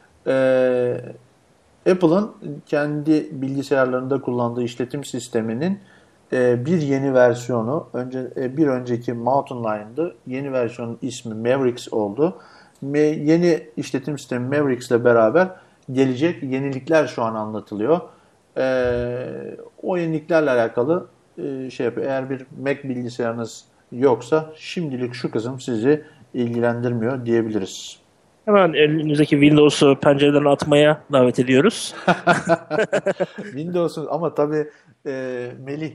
Apple'ın kendi bilgisayarlarında kullandığı işletim sisteminin bir yeni versiyonu bir önceki Mountain Lion'dı. Yeni versiyonun ismi Mavericks oldu. Yeni işletim sistemi Mavericks ile beraber gelecek yenilikler şu an anlatılıyor. O yeniliklerle alakalı şey yapıyor. Eğer bir Mac bilgisayarınız yoksa şimdilik şu kısım sizi ilgilendirmiyor diyebiliriz. Hemen elinizdeki Windows'u pencereden atmaya davet ediyoruz. Windows'un ama tabii Melih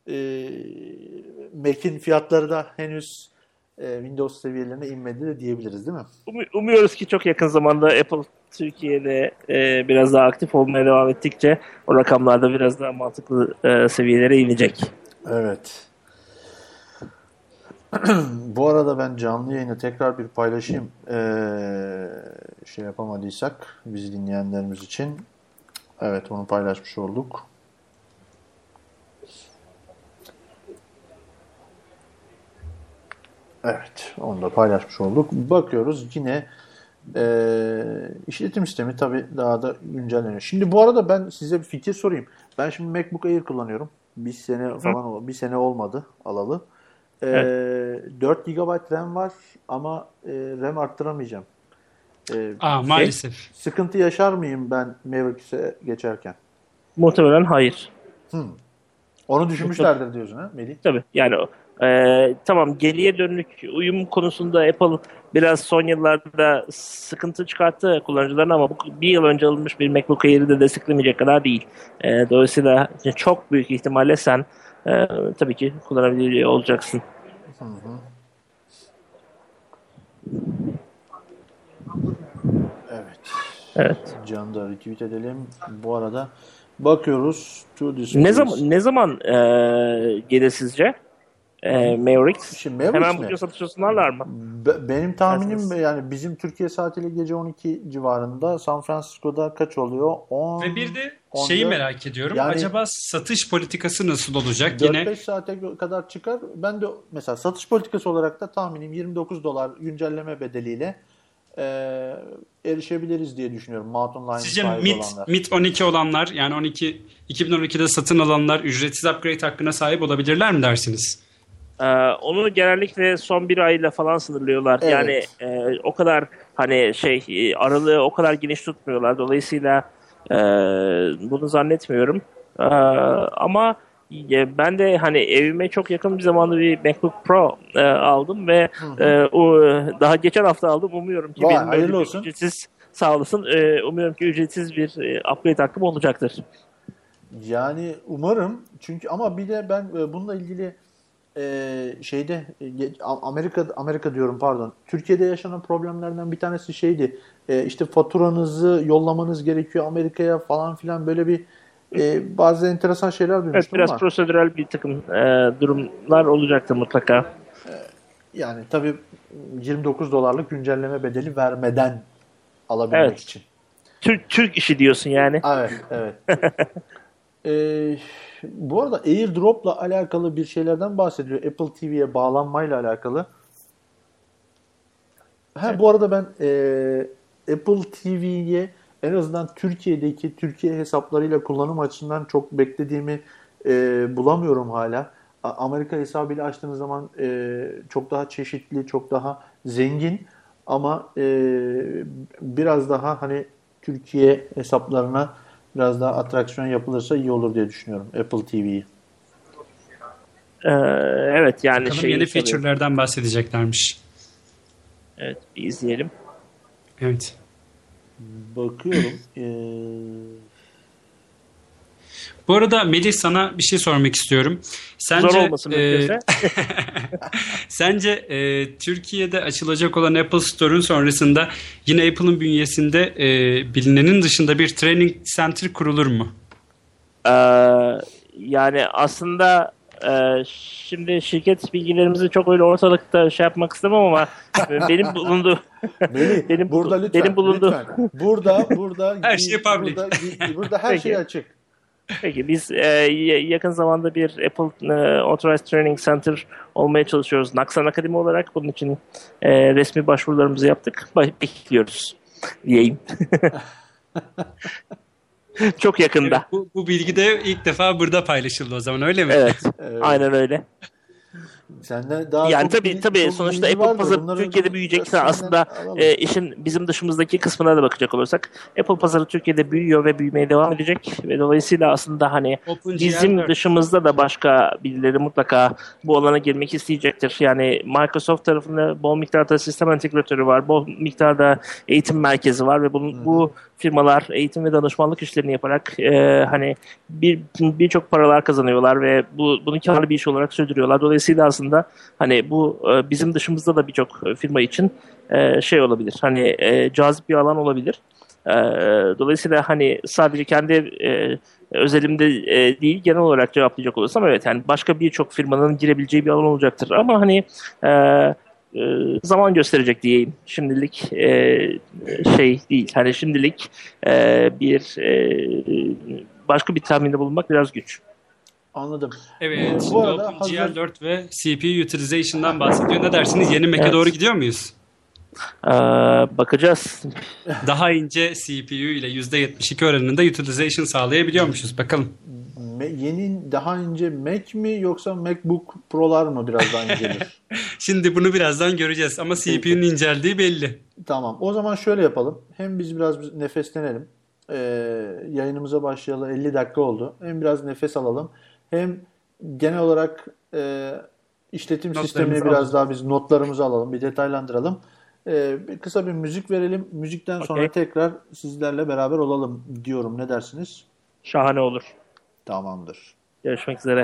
Mac'in fiyatları da henüz Windows seviyelerine inmedi de diyebiliriz değil mi? Umuyoruz ki çok yakın zamanda Apple Türkiye'de biraz daha aktif olmaya devam ettikçe o rakamlarda biraz daha mantıklı seviyelere inecek. Evet. Bu arada ben canlı yayını tekrar bir paylaşayım. Şey yapamadıysak bizi dinleyenlerimiz için. Evet, onu paylaşmış olduk. Evet, onu da paylaşmış olduk. Bakıyoruz yine işletim sistemi tabii daha da güncelleniyor. Şimdi bu arada ben size bir fikir sorayım. Ben şimdi MacBook Air kullanıyorum. Bir sene falan oldu. Bir sene olmadı alalı. Evet. 4 GB RAM var ama RAM arttıramayacağım. Maalesef. Sıkıntı yaşar mıyım ben Mavericks'e geçerken? Muhtemelen hayır. Onu düşünmüşlerdir diyorsun ha Melih? Tabii yani tamam, geriye dönük uyum konusunda Apple biraz son yıllarda sıkıntı çıkarttı kullanıcılarına ama bu bir yıl önce alınmış bir MacBook Air'i de desteklemeyecek kadar değil. Dolayısıyla çok büyük ihtimalle sen tabii ki kullanabilir olacaksın. Evet. Evet. Can'ı da retweet edelim. Bu arada bakıyoruz. Ne zaman gelir sizce? Mavericks. Şimdi Mavericks Hemen mi? bugün satışa sunarlar mı? Benim tahminim Dersiniz. yani bizim Türkiye saatiyle gece 12 civarında, San Francisco'da kaç oluyor? 10, Ve bir de 14, şeyi merak ediyorum. yani Acaba satış politikası nasıl olacak? 4-5 Yine saate kadar çıkar. Ben de mesela satış politikası olarak da tahminim $29 güncelleme bedeliyle erişebiliriz diye düşünüyorum. Mountain Lion sizce sahibi olanlar. Mid 12 olanlar, yani 2012'de satın alanlar ücretsiz upgrade hakkına sahip olabilirler mi dersiniz? Onu genellikle son bir ayla falan sınırlıyorlar. Evet. Yani o kadar hani aralığı o kadar geniş tutmuyorlar. Dolayısıyla bunu zannetmiyorum. Ama ben de hani evime çok yakın bir zamanda bir MacBook Pro aldım ve daha geçen hafta aldım. Umuyorum ki Vay, benim hayırlı böyle bir olsun. ücretsiz, sağ olasın. Umuyorum ki ücretsiz bir upgrade hakkım olacaktır. Yani umarım, çünkü ama bir de ben bununla ilgili Amerika diyorum, pardon. Türkiye'de yaşanan problemlerden bir tanesi şeydi. İşte faturanızı yollamanız gerekiyor Amerika'ya falan filan, böyle bir bazı enteresan şeyler Evet, duymuştum biraz ama prosedürel bir takım durumlar olacaktır mutlaka. yani tabii $29 güncelleme bedeli vermeden alabilmek Evet. için. Türk işi diyorsun yani. Evet, evet. Bu arada AirDrop'la alakalı bir şeylerden bahsediyor. Apple TV'ye bağlanmayla alakalı. Bu arada ben Apple TV'ye en azından Türkiye hesaplarıyla kullanım açısından çok beklediğimi bulamıyorum hala. Amerika hesabıyla açtığınız zaman çok daha çeşitli, çok daha zengin ama biraz daha hani Türkiye hesaplarına biraz daha atraksiyon yapılırsa iyi olur diye düşünüyorum Apple TV'yi. Evet yani Bakalım yeni tabii. feature'lerden bahsedeceklermiş. Evet, bir izleyelim. Evet. Bakıyorum. Bu arada Melih, sana bir şey sormak istiyorum. Sence, Zor olmasın mümkünse. Sence Türkiye'de açılacak olan Apple Store'un sonrasında yine Apple'ın bünyesinde bilinenin dışında bir training center kurulur mu? Yani aslında şimdi şirket bilgilerimizi çok öyle ortalıkta yapmak istemem ama benim bulunduğum Melih, burada lütfen. benim bulunduğum Lütfen. Burada Her şey public. Burada her Peki. şey açık. Peki biz yakın zamanda bir Apple Authorized Training Center olmaya çalışıyoruz. Naksan Akademi olarak bunun için resmi başvurularımızı yaptık. Bekliyoruz diyeyim. Çok yakında. Evet, bu bilgi de ilk defa burada paylaşıldı o zaman, öyle mi? Evet. Evet. Aynen öyle. Senden daha Yani çok tabii çok sonuçta bilgi Apple vardır. pazarı Bunları Türkiye'de büyüyecekse senden aslında alalım. işin bizim dışımızdaki kısmına da bakacak olursak Apple pazarı Türkiye'de büyüyor ve büyümeye devam edecek ve dolayısıyla aslında hani OpenGL bizim 4. dışımızda da başka birileri mutlaka bu alana girmek isteyecektir. Yani Microsoft tarafında bol miktarda sistem entegratörü var, bol miktarda eğitim merkezi var ve bu firmalar eğitim ve danışmanlık işlerini yaparak hani birçok paralar kazanıyorlar ve bunu karlı bir iş olarak sürdürüyorlar. Dolayısıyla aslında hani bu bizim dışımızda da birçok firma için olabilir. Hani cazip bir alan olabilir. Dolayısıyla hani sadece kendi özelimde değil, genel olarak cevaplayacak olursam evet, yani başka birçok firmanın girebileceği bir alan olacaktır. Ama hani zaman gösterecek diyeyim. Şimdilik değil. Hani şimdilik başka bir tahminde bulunmak biraz güç. Anladım. Evet, Bu şimdi arada OpenGL 4 ve CPU utilization'dan bahsediyor. Ne dersiniz? Yeni Mac'e Evet. doğru gidiyor muyuz? Bakacağız. Daha ince CPU ile %72 oranında utilization sağlayabiliyormuşuz. Bakalım. Yeni daha ince Mac mi yoksa MacBook Pro'lar mı biraz daha incelir? Şimdi bunu birazdan göreceğiz ama CPU'nun inceldiği belli. Tamam. O zaman şöyle yapalım. Hem biz biraz nefeslenelim. Yayınımıza başlayalı 50 dakika oldu. Hem biraz nefes alalım hem genel olarak işletim sistemini biraz daha biz notlarımızı alalım, bir detaylandıralım. Kısa bir müzik verelim. Müzikten sonra tekrar sizlerle beraber olalım diyorum. Ne dersiniz? Şahane olur. Tamamdır. Görüşmek üzere.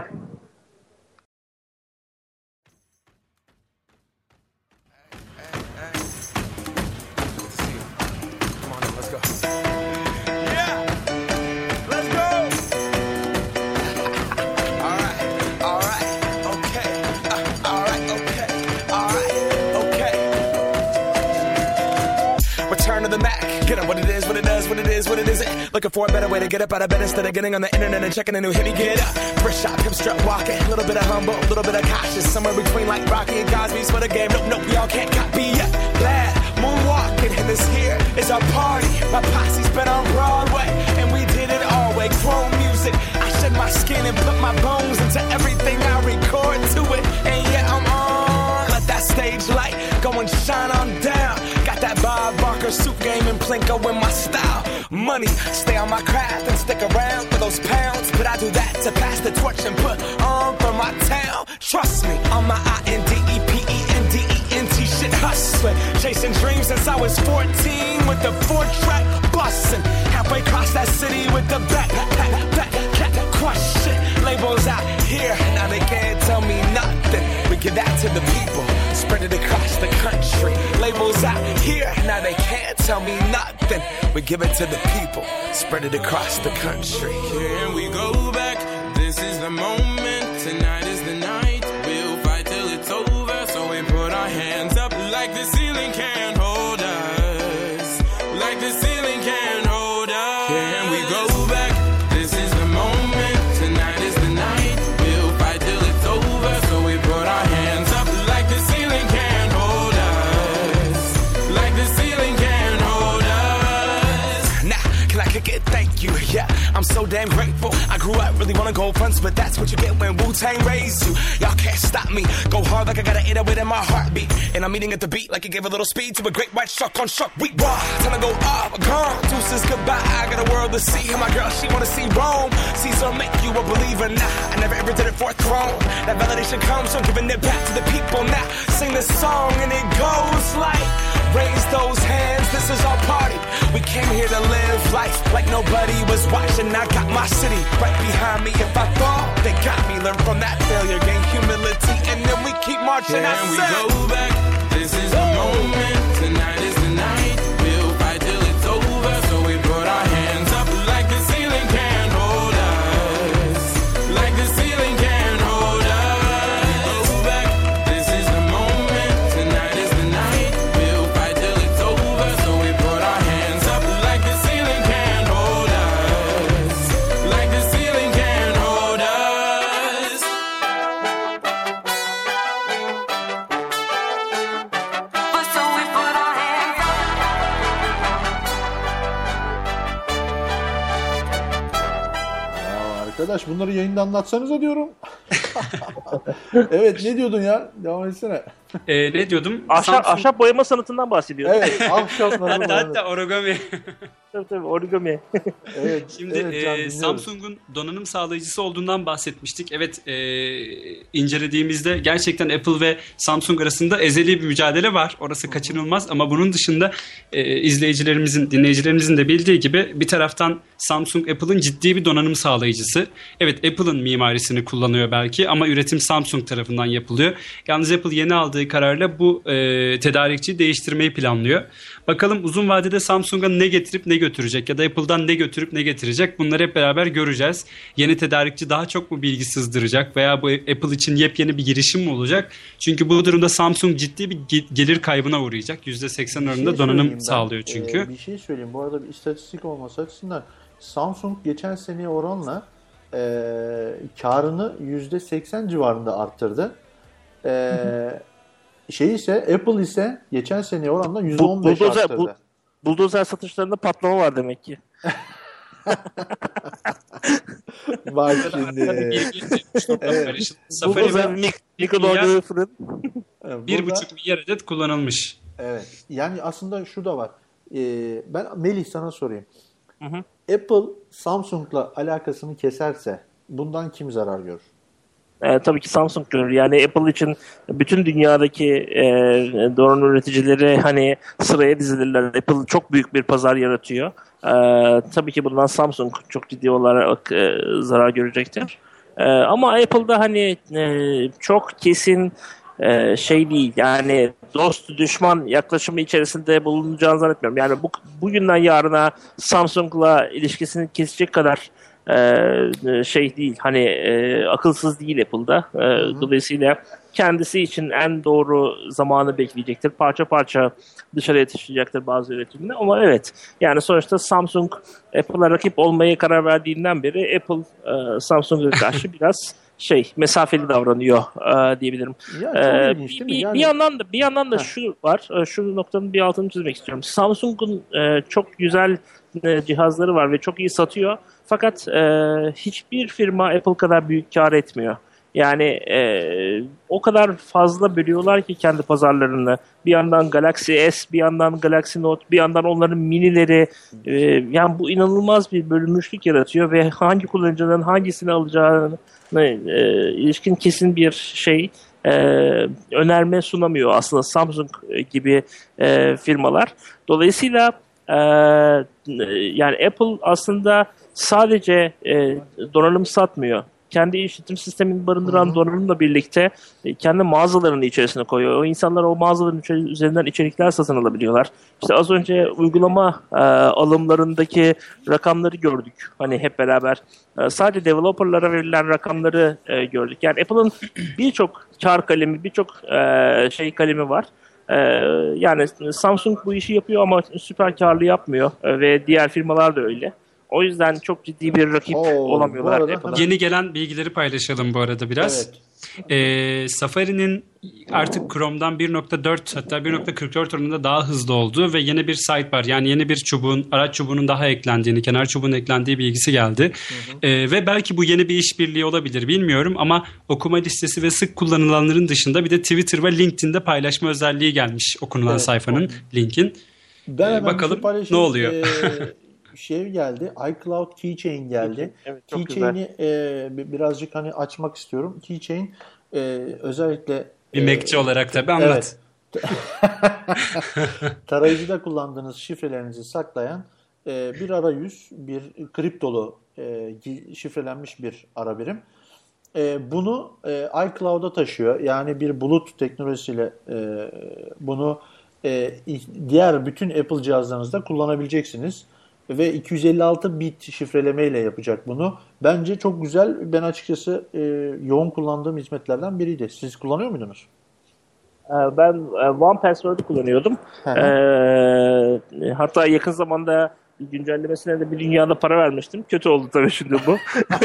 Get up, what it is, what it does, what it is, what it isn't. Looking for a better way to get up out of bed instead of getting on the internet and checking a new hit. Me get up, fresh shot, hip strut walking. A little bit of humble, a little bit of cautious. Somewhere between like Rocky and Cosby's for the game. Nope, y'all can't copy yet. Glad moonwalking, and this here is our party. My posse's been on Broadway, and we did it all way. Chrome music, I shed my skin and put my bones into everything I record to it. And yeah, I'm on. Let that stage light go and shine on down. Got that Bob Barker suit game and Plinko in my style. Money, stay on my craft and stick around for those pounds. But I do that to pass the torch and put on for my town. Trust me, on my INDEPENDENT shit hustling. Chasing dreams since I was 14 with the 4-track bustin'. Halfway across that city with the back crush shit. Labels out here, now they can't tell me nothing. We give that to the people, spread it across the country. Labels out here, now they can't tell me nothing. We give it to the people, spread it across the country. Here we go back, this is the moment, tonight is the night. We'll fight till it's over, so we put our hands up like the ceiling can't hold us. Like the ceiling can't hold us. Here we go back, this is the moment, tonight is the night. We'll fight till it's over, so we put our hands up like the ceiling can't hold us. Like the ceiling can't hold us. Now, can I kick it? Thank you, yeah. I'm so damn grateful. I grew up really wanna go fronts, but that's what you get when Wu-Tang raised you. Y'all can't stop me. Go hard like I got an 808 in my heartbeat. And I'm eating at the beat like it gave a little speed to a great white shark on shark week. Raw, time to go off, gone. Deuces goodbye. I got a world to see. And my girl, she wanna see Rome. Caesar make you a believer. Nah, I never ever did it for a throne. That validation comes from giving it back to the people. Now, sing this song and it goes like, raise those hands, this is our party. We came here to live life like nobody was watching. I got my city right behind me. If I fall, they got me. Learn from that failure, gain humility, and then we keep marching. Can we go back? This is the moment. Tonight is the night. We'll fight till it's over. So we put our hands up like the ceiling can't hold us. Like the ceiling can't hold us. Go back. This is the moment. Tonight is the night. We'll fight till it's over. So we put our hands up like the ceiling can't hold us. Like the ceiling can't hold us. So we put our hands up. Ya arkadaş bunları yayında anlatsanıza diyorum. Evet ne diyordun ya? Devam etsene. Ne diyordum? Ahşap boyama sanatından bahsediyoruz. Evet, ahşapları Hatta origami. Tabii origami. Evet, Şimdi evet, Can, dinliyoruz. Samsung'un donanım sağlayıcısı olduğundan bahsetmiştik. Evet, incelediğimizde gerçekten Apple ve Samsung arasında ezeli bir mücadele var. Orası kaçınılmaz ama bunun dışında izleyicilerimizin, dinleyicilerimizin de bildiği gibi bir taraftan Samsung Apple'ın ciddi bir donanım sağlayıcısı. Evet, Apple'ın mimarisini kullanıyor belki ama üretim Samsung tarafından yapılıyor. Yalnız Apple yeni aldığı kararla bu tedarikçiyi değiştirmeyi planlıyor. Bakalım uzun vadede Samsung'a ne getirip ne götürecek ya da Apple'dan ne götürüp ne getirecek, bunları hep beraber göreceğiz. Yeni tedarikçi daha çok mu bilgi sızdıracak veya bu Apple için yepyeni bir girişim mi olacak? Çünkü bu durumda Samsung ciddi bir gelir kaybına uğrayacak. %80 oranında donanım sağlıyor çünkü. Bir şey söyleyeyim. Bu arada bir istatistik olması açısından Samsung geçen seneye oranla karını %80 civarında arttırdı. Apple ise geçen seneye oranla %15 arttırdı. Buldozer satışlarında patlama var demek ki. Bak şimdi. Evet. Buldozer mikrodalgalı fırın. 1,5 milyar adet kullanılmış. Evet. Yani aslında şu da var. Ben Melih sana sorayım. Apple Samsung'la alakasını keserse bundan kim zarar görür? Tabii ki Samsung görür. Yani Apple için bütün dünyadaki drone üreticileri hani sıraya dizilirler. Apple çok büyük bir pazar yaratıyor. Tabii ki bundan Samsung çok ciddi olarak zarar görecektir. Ama Apple'da hani çok kesin şey değil. Yani dost düşman yaklaşımı içerisinde bulunacağını zannetmiyorum. Yani bugünden yarına Samsung'la ilişkisini kesecek kadar şey değil. Hani akılsız değil Apple'da. Dolayısıyla kendisi için en doğru zamanı bekleyecektir. Parça parça dışarıya taşıyacaktır bazı üretimini. Ama evet, yani sonuçta Samsung Apple'a rakip olmaya karar verdiğinden beri Apple Samsung'a karşı biraz mesafeli davranıyor diyebilirim. Ya, çok ilginç değil mi? Yani... Bir yandan da şu var. Şu noktanın bir altını çizmek istiyorum. Samsung'un çok güzel cihazları var ve çok iyi satıyor. Fakat hiçbir firma Apple kadar büyük kar etmiyor. Yani o kadar fazla bölüyorlar ki kendi pazarlarını. Bir yandan Galaxy S, bir yandan Galaxy Note, bir yandan onların minileri. Yani bu inanılmaz bir bölünmüşlük yaratıyor ve hangi kullanıcıların hangisini alacağını ilişkin kesin bir önerme sunamıyor aslında Samsung gibi firmalar. Dolayısıyla yani Apple aslında sadece donanım satmıyor. Kendi işletim sistemini barındıran donanımla birlikte kendi mağazalarının içerisine koyuyor. O insanlar o mağazaların üzerinden içerikler satın alabiliyorlar. İşte az önce uygulama alımlarındaki rakamları gördük. Hani hep beraber sadece developerlara verilen rakamları gördük. Yani Apple'ın birçok kar kalemi, birçok kalemi var. Yani Samsung bu işi yapıyor ama süper karlı yapmıyor ve diğer firmalar da öyle. O yüzden çok ciddi bir rakip olamıyorlar. Yeni gelen bilgileri paylaşalım bu arada biraz. Evet. Safari'nin artık Chrome'dan 1.4 hatta 1.44 oranında daha hızlı olduğu ve yeni bir sidebar, yani yeni bir araç çubuğunun daha eklendiğini, kenar çubuğun eklendiği bilgisi geldi. Ve belki bu yeni bir işbirliği olabilir, bilmiyorum, ama okuma listesi ve sık kullanılanların dışında bir de Twitter ve LinkedIn'de paylaşma özelliği gelmiş okunulan sayfanın, linkin. Bakalım ne oluyor. Geldi. iCloud Keychain geldi. Evet, Keychain'i birazcık hani açmak istiyorum. Keychain özellikle bir Mac'ci olarak tabii anlat. Evet. Tarayıcıda kullandığınız şifrelerinizi saklayan bir arayüz, bir kriptolu şifrelenmiş bir ara birim. Bunu iCloud'a taşıyor. Yani bir bulut teknolojisiyle bunu diğer bütün Apple cihazlarınızda kullanabileceksiniz. Ve 256 bit şifrelemeyle yapacak bunu. Bence çok güzel. Ben açıkçası yoğun kullandığım hizmetlerden biriydi. Siz kullanıyor muydunuz? Ben One Password'u kullanıyordum. Hatta yakın zamanda güncellemesine de bir dünyada para vermiştim. Kötü oldu tabii şimdi bu.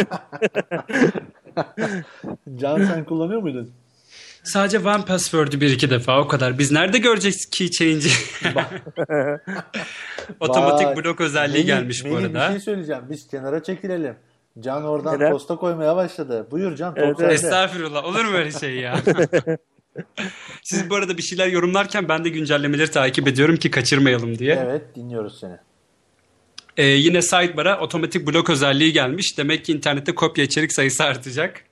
Can, sen kullanıyor muydun? Sadece One Password'ü 1-2 defa, o kadar. Biz nerede göreceğiz Keychain'i? Otomatik blok özelliği gelmiş bu arada. Bir şey söyleyeceğim. Biz kenara çekilelim. Can oradan posta koymaya başladı. Buyur Can. Evet. Estağfurullah. Olur mu öyle şey ya? Siz bu arada bir şeyler yorumlarken ben de güncellemeleri takip ediyorum ki kaçırmayalım diye. Evet, dinliyoruz seni. Yine sidebar'a otomatik blok özelliği gelmiş. Demek ki internette kopya içerik sayısı artacak.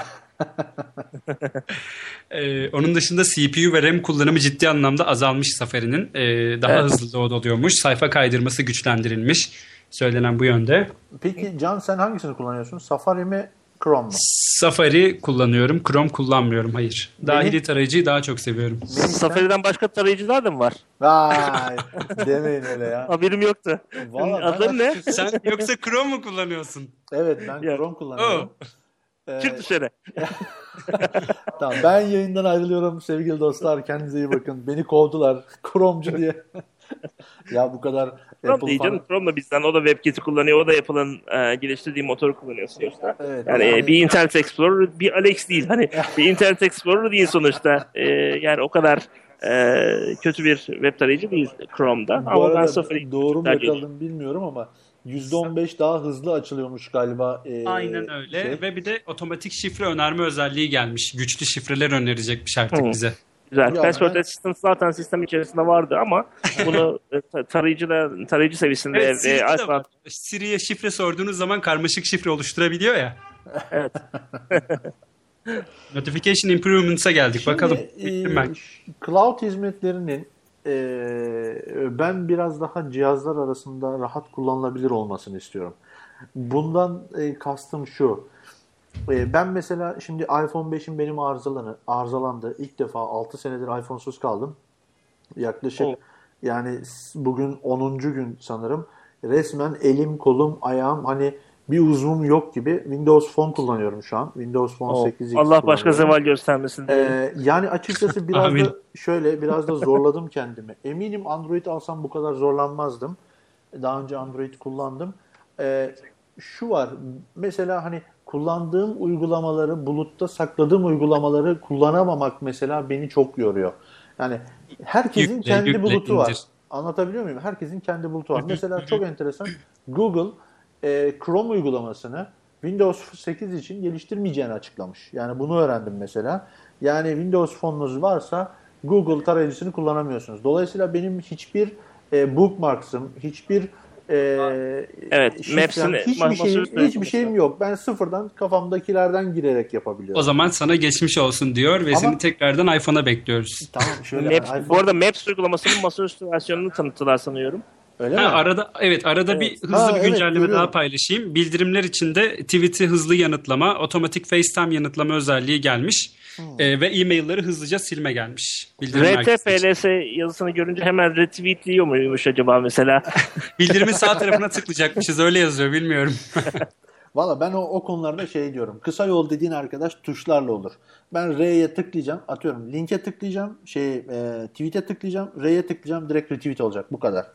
Onun dışında CPU ve RAM kullanımı ciddi anlamda azalmış Safari'nin. Daha hızlı load oluyormuş. Sayfa kaydırması güçlendirilmiş. Söylenen bu yönde. Peki Can, sen hangisini kullanıyorsun? Safari mi, Chrome mu? Safari kullanıyorum. Chrome kullanmıyorum. Hayır. Dahili tarayıcıyı daha çok seviyorum. Safari'den başka tarayıcılar da mı var? Vay, demeyin öyle ya. Haberim yoktu. Adın ne? Sen yoksa Chrome mu kullanıyorsun? Evet, ben Chrome kullanıyorum. Çık dışarı. Tamam, ben yayından ayrılıyorum sevgili dostlar. Kendinize iyi bakın. Beni kovdular Chrome'cu diye. Ya bu kadar Chrome değil canım. Chrome da bizden. O da WebKit'i kullanıyor. O da Apple'ın geliştirdiği motoru kullanıyor sonuçta. Evet, yani bir Internet Explorer, bir Alex değil. Hani bir Internet Explorer değil sonuçta. Yani o kadar kötü bir web tarayıcı değil Chrome'da. Bu ama arada ben Safari doğru mu yakaladım bilmiyorum ama %15 daha hızlı açılıyormuş galiba. Aynen öyle. Ve bir de otomatik şifre önerme özelliği gelmiş. Güçlü şifreler önerecekmiş artık bize. Güzel. Ya Password ben- Assistant zaten sistem içerisinde vardı ama bunu tarayıcı seviyesinde Evet, ve Siri'de de iPhone. var. Siri'ye şifre sorduğunuz zaman karmaşık şifre oluşturabiliyor ya. Evet. Notification Improvements'a geldik. Şimdi, Bakalım. Bittim ben. Cloud hizmetlerinin ben biraz daha cihazlar arasında rahat kullanılabilir olmasını istiyorum. Bundan kastım şu. Ben mesela şimdi iPhone 5'im benim arızalandı. İlk defa 6 senedir iPhone'suz kaldım. Yaklaşık Oh. yani bugün 10. gün sanırım. Resmen elim, kolum, ayağım hani bir uzvum yok gibi. Windows Phone kullanıyorum şu an. Windows Phone 8X Allah başka kullanıyorum. zeval göstermesin diye. Yani açıkçası biraz Amin. da biraz da zorladım kendimi. Eminim Android alsam bu kadar zorlanmazdım. Daha önce Android kullandım. Şu var. Mesela hani kullandığım uygulamaları, bulutta sakladığım uygulamaları kullanamamak mesela beni çok yoruyor. Yani herkesin Yükle, kendi yükle, bulutu var. indir. Anlatabiliyor muyum? Herkesin kendi bulutu var. Mesela çok enteresan. Google Chrome uygulamasını Windows 8 için geliştirmeyeceğini açıklamış. Yani bunu öğrendim mesela. Yani Windows Phone'unuz varsa Google tarayıcısını kullanamıyorsunuz. Dolayısıyla benim hiçbir bookmarks'ım, hiçbir Evet, şifrem, Maps'in hiçbir şeyim yok. Ben sıfırdan kafamdakilerden girerek yapabiliyorum. O zaman sana geçmiş olsun diyor ve Ama- seni tekrardan iPhone'a bekliyoruz. Tamam şöyle Maps, iPhone- bu arada Maps uygulamasının masaüstü versiyonunu tanıttılar sanıyorum. öyle Ha, mi? arada bir hızlı Ha, bir evet, güncelleme görüyorum. daha paylaşayım. Bildirimler içinde tweet'i hızlı yanıtlama, otomatik FaceTime yanıtlama özelliği gelmiş. Ve e-mailleri hızlıca silme gelmiş. Bildirim merkezi için. RTFLS yazısını görünce hemen retweetliyor muymuş acaba mesela? Bildirimin sağ tarafına tıklayacakmışız, öyle yazıyor, bilmiyorum. Valla ben o konularda şey diyorum. Kısa yol dediğin arkadaş tuşlarla olur. Ben R'ye tıklayacağım. Atıyorum linke tıklayacağım. Tweet'e tıklayacağım. R'ye tıklayacağım. Direkt retweet olacak. Bu kadar.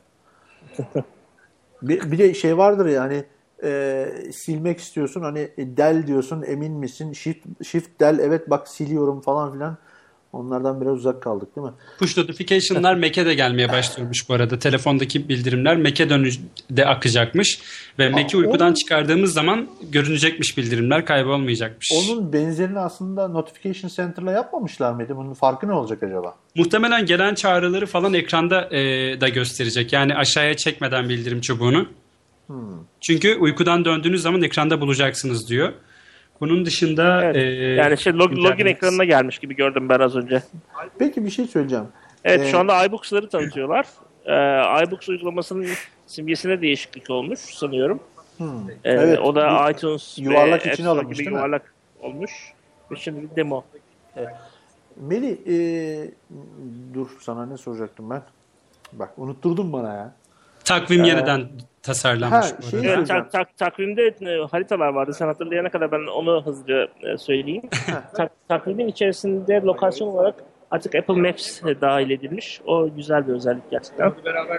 Bir de şey vardır ya hani silmek istiyorsun. Hani del diyorsun. Emin misin? Shift del. Evet bak siliyorum falan filan. Onlardan biraz uzak kaldık değil mi? Push notification'lar Mac'e de gelmeye başlıyormuş bu arada. Telefondaki bildirimler Mac'e de akacakmış. Ve Mac'i uykudan çıkardığımız zaman görünecekmiş bildirimler, kaybolmayacakmış. Onun benzerini aslında Notification Center'la yapmamışlar mıydı? Bunun farkı ne olacak acaba? Muhtemelen gelen çağrıları falan ekranda da gösterecek. Yani aşağıya çekmeden bildirim çubuğunu. Çünkü uykudan döndüğünüz zaman ekranda bulacaksınız diyor. Bunun dışında Evet. Yani login ekranına gelmiş gibi gördüm ben az önce. Peki bir şey söyleyeceğim. Evet, şu anda iBooks'ları tanıtıyorlar. iBooks uygulamasının simgesine değişiklik olmuş sanıyorum. Evet, o da bir iTunes yuvarlak ve içine App Store alınmış, gibi değil mi? yuvarlak olmuş. Ve şimdi bir demo. Melih, dur sana ne soracaktım ben? Bak unutturdun bana ya. takvim yeniden tasarlanmış. Ha, bu arada. şey- Evet, söyleyeceğim. takvimde haritalar vardı. Sen hatırlayana kadar ben onu hızlıca söyleyeyim. Takvimin içerisinde lokasyon olarak artık Apple Maps dahil edilmiş. O güzel bir özellik gerçekten.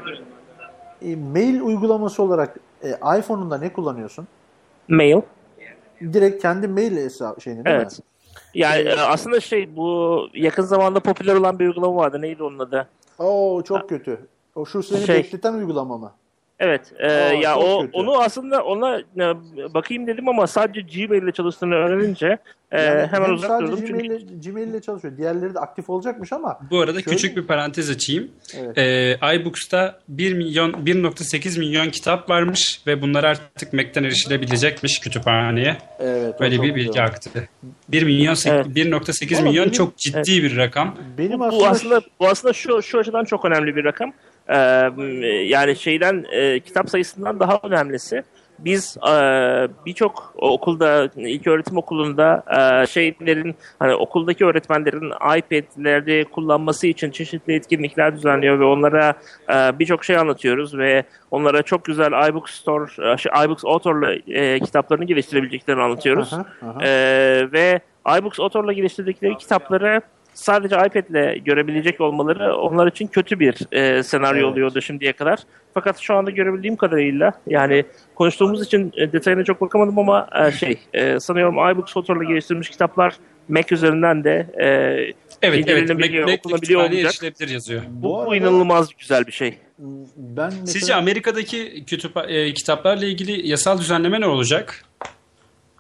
Mail uygulaması olarak iPhone'unda ne kullanıyorsun? Mail. Direkt kendi mail şeyini değil Evet. Yani aslında bu yakın zamanda popüler olan bir uygulama vardı. Neydi onun adı? mi? Oo çok kötü. O şu seni Şey- bekleten uygulama mı? Evet. Ya çok kötü. onu aslında ona bakayım dedim ama sadece Gmail ile çalıştığını öğrenince Yani hemen hem uzak sadece durdum. Çünkü Gmail ile çalışıyor. Diğerleri de aktif olacakmış ama. Bu arada Şöyle- küçük bir parantez açayım. Evet. iBooks'ta 1.8 milyon kitap varmış ve bunlar artık Mac'ten erişilebilecekmiş kütüphaneye. Evet. o Böyle çok bir bilgi güzel. aktı. 1.8 Valla milyon benim- çok ciddi bir rakam. Benim bu aslında şu açıdan çok önemli bir rakam. Yani kitap sayısından daha önemlisi. Biz birçok okulda, ilköğretim okulunda hani okuldaki öğretmenlerin iPad'leri kullanması için çeşitli etkinlikler düzenliyor ve onlara birçok şey anlatıyoruz ve onlara çok güzel iBooks Author'la kitaplarını geliştirebileceklerini anlatıyoruz. Aha. Ve iBooks Author'la geliştirdikleri kitapları sadece iPad'le görebilecek olmaları onlar için kötü bir senaryo Evet. oluyordu şimdiye kadar. Fakat şu anda görebildiğim kadarıyla yani konuştuğumuz için detayına çok bakamadım ama sanıyorum iBooks Author'la geliştirilmiş kitaplar Mac üzerinden de Evet, indirilebiliyor, Mac okunabiliyor kütüphaneye olacak. erişilebilir yazıyor. Bu Bu arada- inanılmaz güzel bir şey. Ben mesela, Sizce Amerika'daki kitaplarla ilgili yasal düzenleme ne olacak?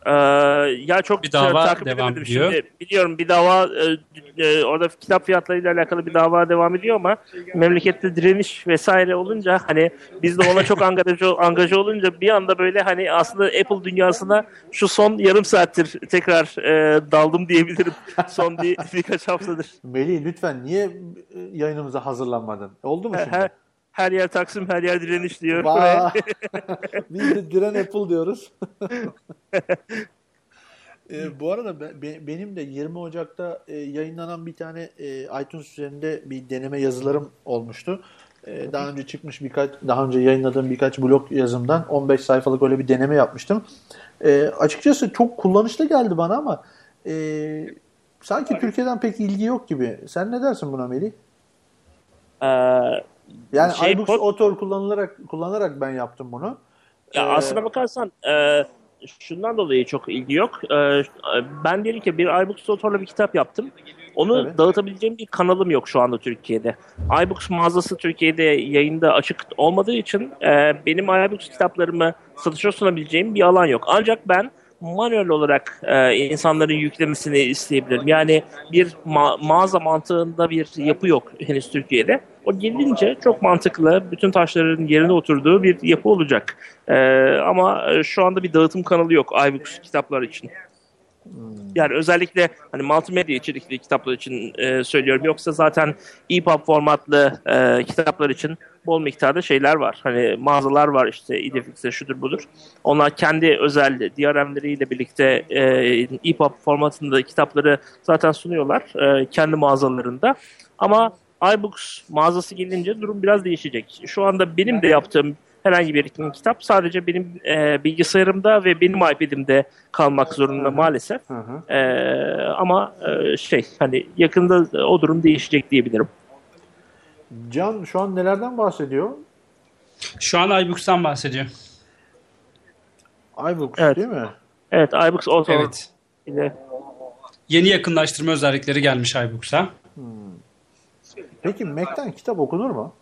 Ya çok Bir dava takip devam edemedim ediyor. şimdi. Biliyorum bir dava orada kitap fiyatlarıyla alakalı bir dava devam ediyor ama memlekette direniş vesaire olunca hani biz de ona çok angaja olunca bir anda böyle hani aslında Apple dünyasına şu son yarım saattir tekrar daldım diyebilirim. Son birkaç haftadır. Melih lütfen niye yayınımıza hazırlanmadın? Oldu mu şimdi? Her yer Taksim, her yer direniş diyor. Vay. Biz de diren Apple diyoruz. Bu arada benim de 20 Ocak'ta yayınlanan bir tane iTunes üzerinde bir deneme yazılarım olmuştu. Daha önce yayınladığım birkaç blog yazımdan 15 sayfalık öyle bir deneme yapmıştım. Açıkçası çok kullanışlı geldi bana ama sanki Türkiye'den pek ilgi yok gibi. Sen ne dersin buna Melih? Yani iBooks Author kullanarak ben yaptım bunu. Ya aslına bakarsan şundan dolayı çok ilgi yok. Ben diyelim ki bir iBooks Author'la bir kitap yaptım. Onu dağıtabileceğim bir kanalım yok şu anda Türkiye'de. iBooks mağazası Türkiye'de yayında açık olmadığı için benim iBooks kitaplarımı satışa sunabileceğim bir alan yok. Ancak ben manuel olarak insanların yüklemesini isteyebilirim. Yani bir mağaza mantığında bir yapı yok henüz Türkiye'de. O gelince çok mantıklı, bütün taşların yerine oturduğu bir yapı olacak. Ama şu anda bir dağıtım kanalı yok iBooks kitaplar için. Yani özellikle hani multimedya içerikli kitaplar için söylüyorum. Yoksa zaten EPUB formatlı kitaplar için bol miktarda şeyler var. Hani mağazalar var işte Idefix'te şudur budur. Onlar kendi özel DRM'leriyle birlikte EPUB formatında kitapları zaten sunuyorlar kendi mağazalarında. Ama iBooks mağazası gelince durum biraz değişecek. Şu anda benim de yaptığım herhangi bir kitap sadece benim bilgisayarımda ve benim iPad'imde kalmak zorunda maalesef. Ama hani yakında o durum değişecek diyebilirim. Can şu an nelerden bahsediyor? Şu an iBooks'tan bahsediyor. iBooks Evet. Değil mi? Evet, iBooks Author Evet. ile. Yeni yakınlaştırma özellikleri gelmiş iBooks'a. Peki Mac'ten kitap okunur mu?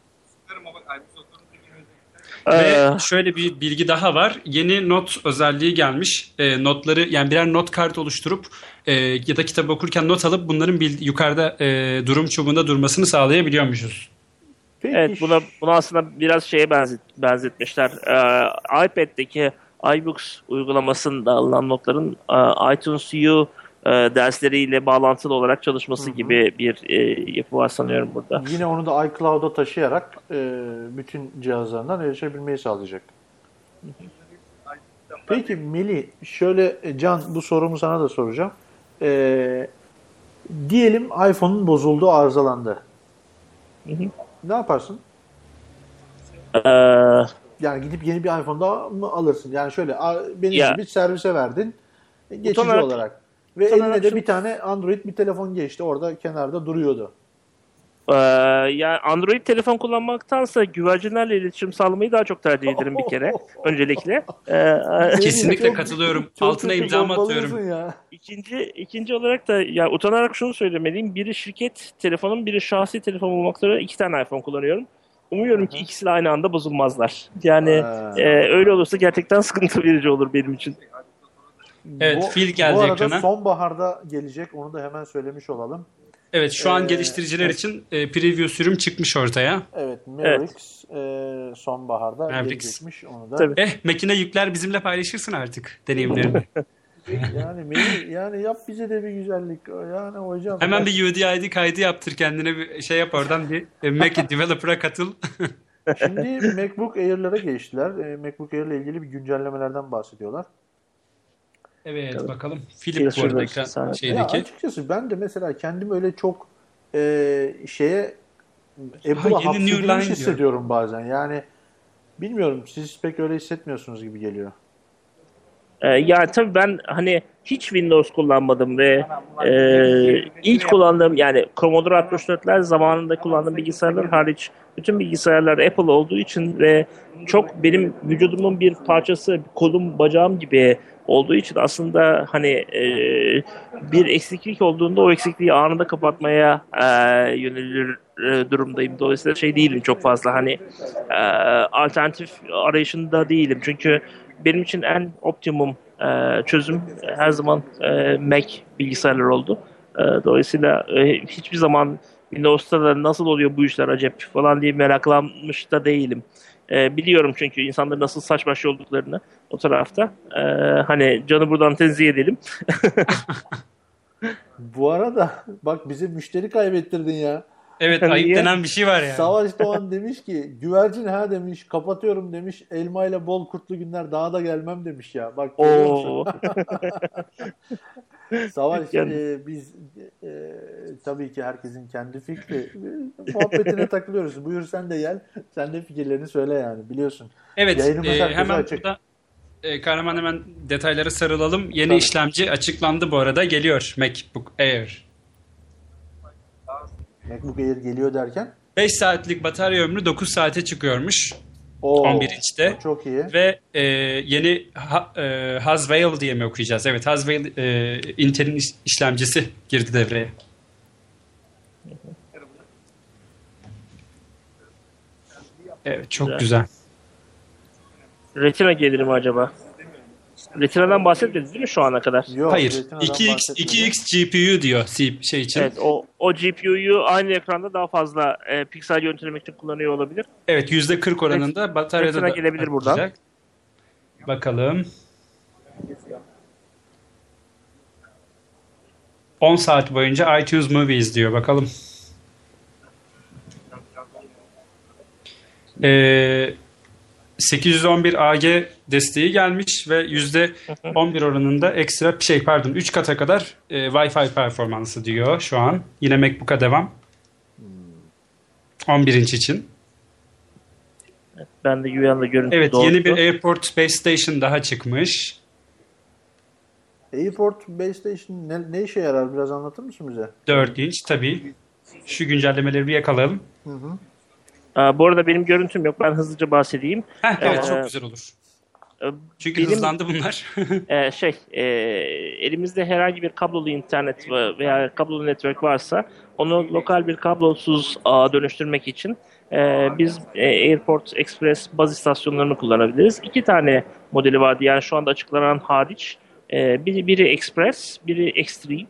Ve şöyle bir bilgi daha var. Yeni not özelliği gelmiş. Notları yani birer not kart oluşturup ya da kitap okurken not alıp bunların yukarıda durum çubuğunda durmasını sağlayabiliyormuşuz. Peki. Evet, buna aslında biraz şeye benzetmişler. iPad'deki iBooks uygulamasında alınan notların iTunes U dersleriyle bağlantılı olarak çalışması gibi bir yapı var sanıyorum burada. Yine onu da iCloud'a taşıyarak bütün cihazlarından erişebilmeyi sağlayacak. Peki Melih, şöyle Can bu sorumu sana da soracağım. Diyelim iPhone'un bozuldu, arızalandı. Ne yaparsın? Yani gidip yeni bir iPhone daha mı alırsın? Yani şöyle benim gibi servise verdin geçici olarak. Ve eline de bir tane Android bir telefon geçti. Orada kenarda duruyordu. Yani Android telefon kullanmaktansa güvercinlerle iletişim sağlamayı daha çok tercih ederim bir kere. Öncelikle. Kesinlikle katılıyorum. Altına imzamı atıyorum. Ya. İkinci olarak da ya utanarak şunu söylemeliyim. Biri şirket telefonum, biri şahsi telefon olmak üzere 2 tane iPhone kullanıyorum. Umuyorum ki ikisi de aynı anda bozulmazlar. Yani öyle olursa gerçekten sıkıntı verici olur benim için. Evet, Phil geldi bu arada ekrana. Sonbaharda gelecek. Onu da hemen söylemiş olalım. Evet, şu an geliştiriciler için preview sürüm çıkmış ortaya. Evet, Mavericks sonbaharda gelecekmiş. Onu da. Makine yükler bizimle paylaşırsın artık deneyimlerini. Yani yap bize de bir güzellik. Yani hocam. Hemen bir UDID kaydı yaptır kendine, bir şey yap oradan, bir Mac Developer'a katıl. Şimdi MacBook Air'lara geçtiler. MacBook Air ile ilgili bir güncellemelerden bahsediyorlar. Evet, bakalım. Philip bu arada ekran şeydeki. Ya açıkçası ben de mesela kendim öyle çok Apple'a hapsedilmiş hissediyorum bazen. Yani bilmiyorum, siz pek öyle hissetmiyorsunuz gibi geliyor. Ya tabii ben hani hiç Windows kullanmadım ve ilk kullandığım yani Commodore 64'ler zamanında kullandığım bilgisayarlar hariç bütün bilgisayarlar Apple olduğu için ve çok benim vücudumun bir parçası, kolum, bacağım gibi olduğu için aslında hani bir eksiklik olduğunda o eksikliği anında kapatmaya yönelir durumdayım. Dolayısıyla değilim çok fazla hani alternatif arayışında değilim. Çünkü benim için en optimum çözüm her zaman Mac bilgisayarlar oldu. Dolayısıyla hiçbir zaman Windows'ta da nasıl oluyor bu işler acep falan diye meraklanmış da değilim. Biliyorum çünkü insanların nasıl saç baş olduklarını o tarafta. Hani canı buradan tenzih edelim. Bu arada bak bize müşteri kaybettirdin ya. Evet, Niye? ayıp denen bir şey var yani. Savaş Doğan demiş ki güvercin ha demiş, kapatıyorum demiş, elmayla bol kurtlu günler daha da gelmem demiş ya. Bak görüyor musun? Oo. Savaş Yani- biz tabii ki herkesin kendi fikri. Muhabbetine takılıyoruz. Buyur sen de gel. Sen de fikirlerini söyle yani biliyorsun. Evet, Yayınımız herkese hemen açık. burada Kahraman hemen detaylara sarılalım. Yeni Tabii. işlemci açıklandı bu arada. Geliyor MacBook Air. MacBook Air geliyor derken 5 saatlik batarya ömrü 9 saate çıkıyormuş. o 11 inçte. çok iyi. Ve yeni Haswell diye mi okuyacağız? Evet, Haswell Intel'in işlemcisi girdi devreye. Evet, çok güzel. Retina gelir mi acaba? Retina'dan bahsetmediniz değil mi şu ana kadar? Yok, Hayır. Retina'dan 2x bahsetmedim. GPU diyor şey için. Evet, o GPU'yu aynı ekranda daha fazla piksel görüntülemek için kullanıyor olabilir. Evet, %40 oranında bataryada Retina da gelebilir buradan. artacak. Bakalım. 10 saat boyunca iTunes Movie izliyor. Bakalım. 811 AG desteği gelmiş ve %11 oranında ekstra 3 kata kadar Wi-Fi performansı diyor şu an. Yine MacBook'a devam. 11 inç için. Ben de UN'da görüntü Evet, doğrultu. yeni bir Airport Base Station daha çıkmış. Airport Base Station ne işe yarar? Biraz anlatır mısın bize? 4 inç tabii. Şu güncellemeleri bir yakalayalım. Bu arada benim görüntüm yok. Ben hızlıca bahsedeyim. Evet, Ee, çok güzel olur. E, Çünkü benim- hızlandı bunlar. Elimizde herhangi bir kablolu internet veya kablolu network varsa onu lokal bir kablosuz ağa dönüştürmek için biz Airport Express baz istasyonlarını kullanabiliriz. 2 tane modeli vardı yani şu anda açıklanan hariç. Biri Express, biri Extreme.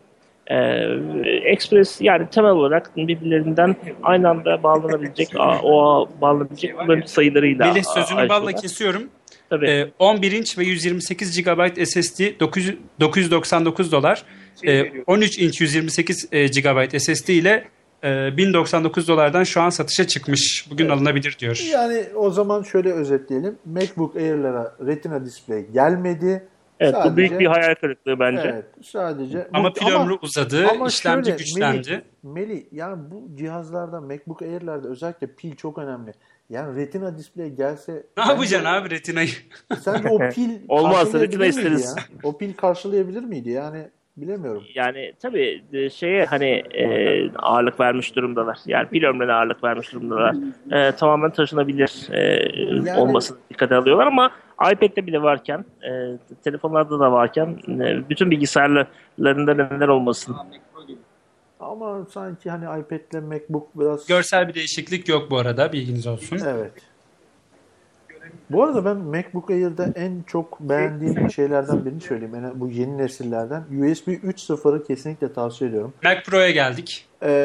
Express yani temel olarak birbirlerinden aynı anda bağlanabilecek, o ağa bağlanabilecek kullanıcı sayılarıyla Melih, sözünü balla ayrışıyorlar. kesiyorum. Tabii. 11 inç ve 128 GB SSD 999 dolar. 13 inç 128 GB SSD ile 1099 dolardan şu an satışa çıkmış. Bugün alınabilir diyor. Yani o zaman şöyle özetleyelim. MacBook Air'lara Retina display gelmedi. Evet, Sadece- bu büyük bir hayal kırıklığı bence. Evet, sadece. Ama pil ömrü uzadı, ama işlemci şöyle, güçlendi. Melih, yani bu cihazlarda MacBook Air'lerde özellikle pil çok önemli. Yani Retina display gelse Ne yapacaksın abi Retina'yı? sence o pil Olmaz, karşılayabilir Retina miydi isteriz. ya? O pil karşılayabilir miydi? Yani bilemiyorum. Yani tabii şeye hani ağırlık vermiş durumdalar. Yani pil ömrüne ağırlık vermiş durumdalar. Tamamen taşınabilir Yani- olmasını dikkate alıyorlar ama iPad'de bile varken, telefonlarda da varken bütün bilgisayarlarında neler olmasın. Ama sanki hani iPad'le MacBook biraz... Görsel bir değişiklik yok bu arada, bilginiz olsun. Evet. Bu arada ben MacBook Air'da en çok beğendiğim şeylerden birini söyleyeyim. Yani bu yeni nesillerden USB 3.0'ı kesinlikle tavsiye ediyorum. Mac Pro'ya geldik.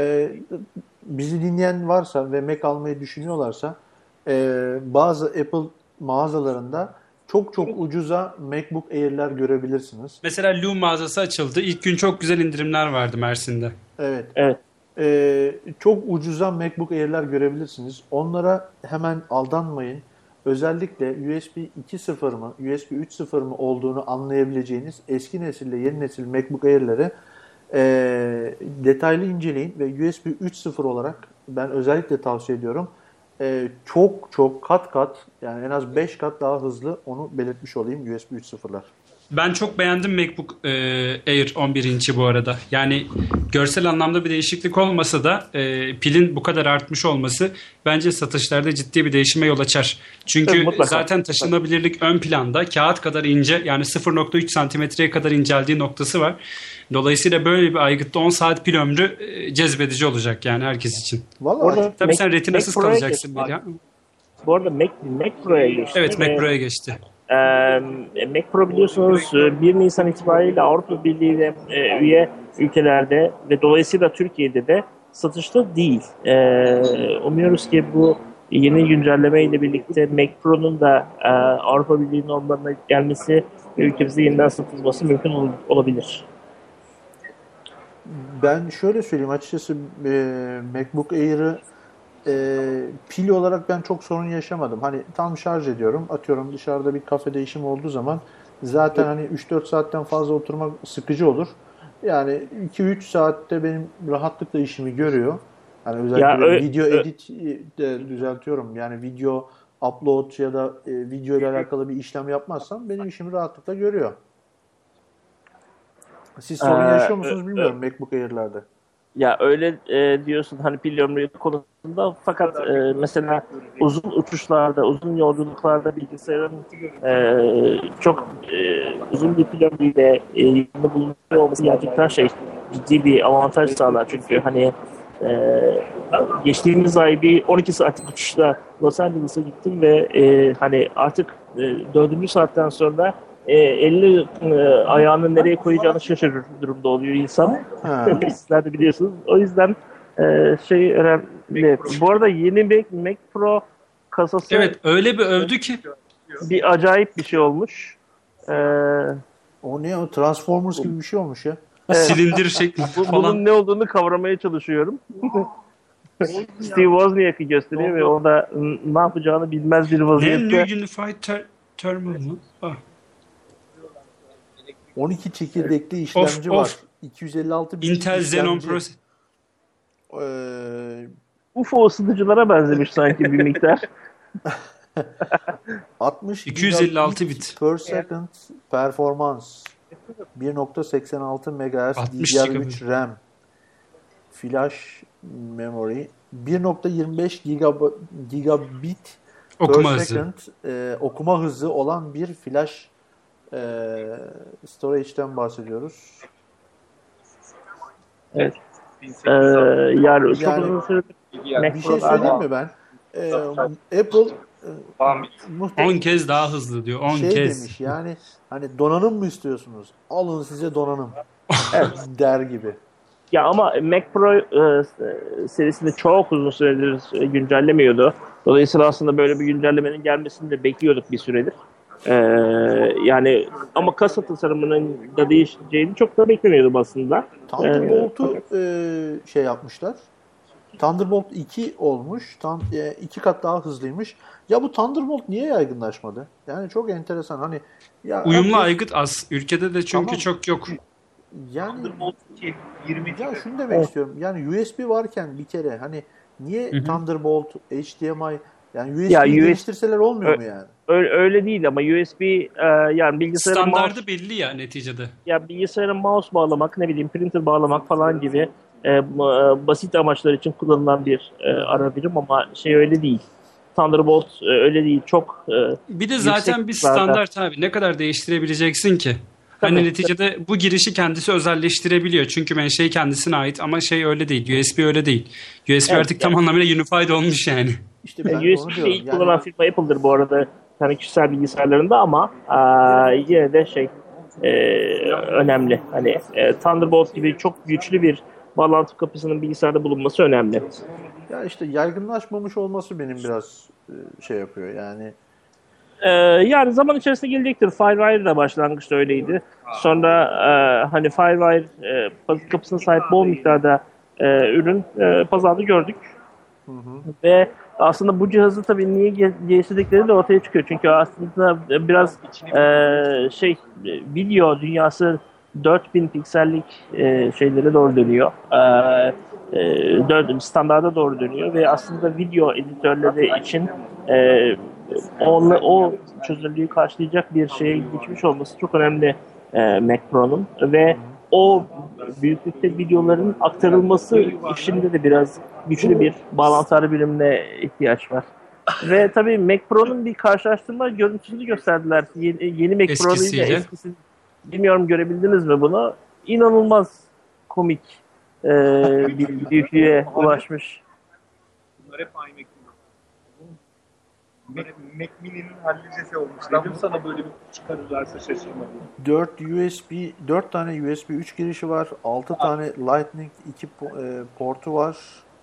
Bizi dinleyen varsa ve Mac almayı düşünüyorlarsa bazı Apple mağazalarında çok ucuza MacBook Air'ler görebilirsiniz. Mesela Loom mağazası açıldı. İlk gün çok güzel indirimler vardı Mersin'de. Evet. Evet. Çok ucuza MacBook Air'ler görebilirsiniz. Onlara hemen aldanmayın. Özellikle USB 2.0 mı, USB 3.0 mı olduğunu anlayabileceğiniz eski nesille yeni nesil MacBook Air'leri detaylı inceleyin ve USB 3.0 olarak ben özellikle tavsiye ediyorum. Çok kat yani en az 5 kat daha hızlı, onu belirtmiş olayım USB 3.0'lar. Ben çok beğendim MacBook Air 11 inç'i bu arada. Yani görsel anlamda bir değişiklik olmasa da pilin bu kadar artmış olması bence satışlarda ciddi bir değişime yol açar. Çünkü Tabii, mutlaka. zaten taşınabilirlik ön planda, kağıt kadar ince, yani 0.3 santimetreye kadar inceldiği noktası var. Dolayısıyla böyle bir aygıtta 10 saat pil ömrü cezbedici olacak yani herkes için. Vallahi Orada Tabii sen retinasız Mac Pro'ya kalacaksın geçti. Melih. Bu arada Mac Pro'ya geçti. Evet, ve Mac Pro'ya geçti. Mac Pro biliyorsunuz 1 Nisan itibariyle Avrupa Birliği ve üye ülkelerde ve dolayısıyla Türkiye'de de satışta değil. Umuyoruz ki bu yeni güncelleme ile birlikte Mac Pro'nun da Avrupa Birliği normlarına gelmesi ve ülkemizde yeniden satılması mümkün olabilir. Ben şöyle söyleyeyim açıkçası, MacBook Air'ı pil olarak ben çok sorun yaşamadım. Hani tam şarj ediyorum, atıyorum dışarıda bir kafede işim olduğu zaman zaten hani 3-4 saatten fazla oturmak sıkıcı olur. Yani 2-3 saatte benim rahatlıkla işimi görüyor. Hani özellikle video edit de düzeltiyorum. Yani video upload ya da video ile alakalı bir işlem yapmazsam benim işimi rahatlıkla görüyor. Siz sorun yaşıyor musunuz bilmiyorum MacBook Air'lerde. Ya öyle diyorsun hani pil ömrü konusunda, fakat mesela uzun uçuşlarda, uzun yolculuklarda bilgisayarın çok uzun bir pil ömrüyle yanında bulunuyor olması gerçekten ciddi bir avantaj sağlar. Çünkü hani geçtiğimiz ay bir 12 saatlik uçuşla Los Angeles'a gittim ve hani artık 4. saatten sonra elini ayağını nereye koyacağını şaşırır durumda oluyor insan. Sizler de biliyorsunuz. O yüzden önemli. Bu arada yeni Mac Pro kasası, evet, öyle bir övdü ki bir acayip bir şey olmuş. O ne o? Transformers gibi bir şey olmuş ya. silindir şekli falan. Bunun ne olduğunu kavramaya çalışıyorum. Steve Wozniak'ı gösteriyor ve o da ne yapacağını bilmez bir vaziyette. New Unified Terminal mı? 12 çekirdekli işlemci var. 256 bit Intel Xenon işlemci. Processor. UFO ısıtıcılara benzemiş sanki bir miktar. 60 256 bit per second performans. 1.86 MHz 60 DDR3 RAM. Flash memory. 1.25 gigabit okuma per hızı. second okuma hızı olan bir flash storage'den bahsediyoruz. Evet. Yani çok uzun süredir Bir şey söyleyeyim mi ben? Apple 10 kez daha hızlı diyor. 10 kez. demiş yani hani donanım mı istiyorsunuz? Alın size donanım der gibi. Ya ama Mac Pro serisinde çok uzun süredir güncellemiyordu. Dolayısıyla aslında böyle bir güncellemenin gelmesini de bekliyorduk bir süredir. Yani ama kasa tasarımının da değişeceğini çok da beklemiyordum aslında. Thunderbolt'u yapmışlar. Thunderbolt 2 olmuş. 2 kat daha hızlıymış. Ya bu Thunderbolt niye yaygınlaşmadı? Yani çok enteresan. Hani ya Uyumlu aygıt az. Ülkede de çünkü Tamam. çok yok. Yani ya şunu demek istiyorum. Yani USB varken bir kere hani niye Thunderbolt, HDMI yani USB'yi geliştirseler olmuyor mu yani? Öyle değil ama USB yani bilgisayarın standardı belli ya neticede. Ya bilgisayarın mouse bağlamak, ne bileyim printer bağlamak falan gibi basit amaçlar için kullanılan bir ara birim ama öyle değil. Thunderbolt öyle değil. Çok bir de zaten bir standart abi. Ne kadar değiştirebileceksin ki? Hani neticede bu girişi kendisi özelleştirebiliyor. Çünkü menşei kendisine ait ama öyle değil. USB öyle değil. USB artık tam anlamıyla unified olmuş yani. İşte ben USB'yi ilk kullanan firma Apple'dır bu arada. Yani kişisel bilgisayarlarında ama yine de önemli. Hani Thunderbolt gibi çok güçlü bir bağlantı kapısının bilgisayarda bulunması önemli. Ya işte yaygınlaşmamış olması benim biraz yapıyor yani. Yani zaman içerisinde gelecektir. FireWire da başlangıçta öyleydi. Sonra hani FireWire kapısına sahip bol miktarda ürün pazarda gördük. Ve aslında bu cihazı tabii niye geliştirdikleri de ortaya çıkıyor. Çünkü aslında biraz video dünyası 4000 piksellik şeylere doğru dönüyor. Standarda doğru dönüyor ve aslında video editörleri için o çözünürlüğü karşılayacak bir şeye geçmiş olması çok önemli Mac Pro'nun ve o büyüklükte videoların aktarılması işinde de biraz güçlü bir bağlantı ara birimine ihtiyaç var. Ve tabii Mac Pro'nun bir karşılaştırma görüntüsünü gösterdiler. Yeni Mac Pro'nun ile eskisi. Bilmiyorum görebildiniz mi bunu? İnanılmaz komik bir büyüklüğe ulaşmış. Bunlar hep aynı. Böyle Mac Mini'nin hallicesi olmuş. Dedim sana böyle bir çıkarırlarsa şaşırma diye. 4 tane USB 3 girişi var. 6 tane Lightning 2 portu var.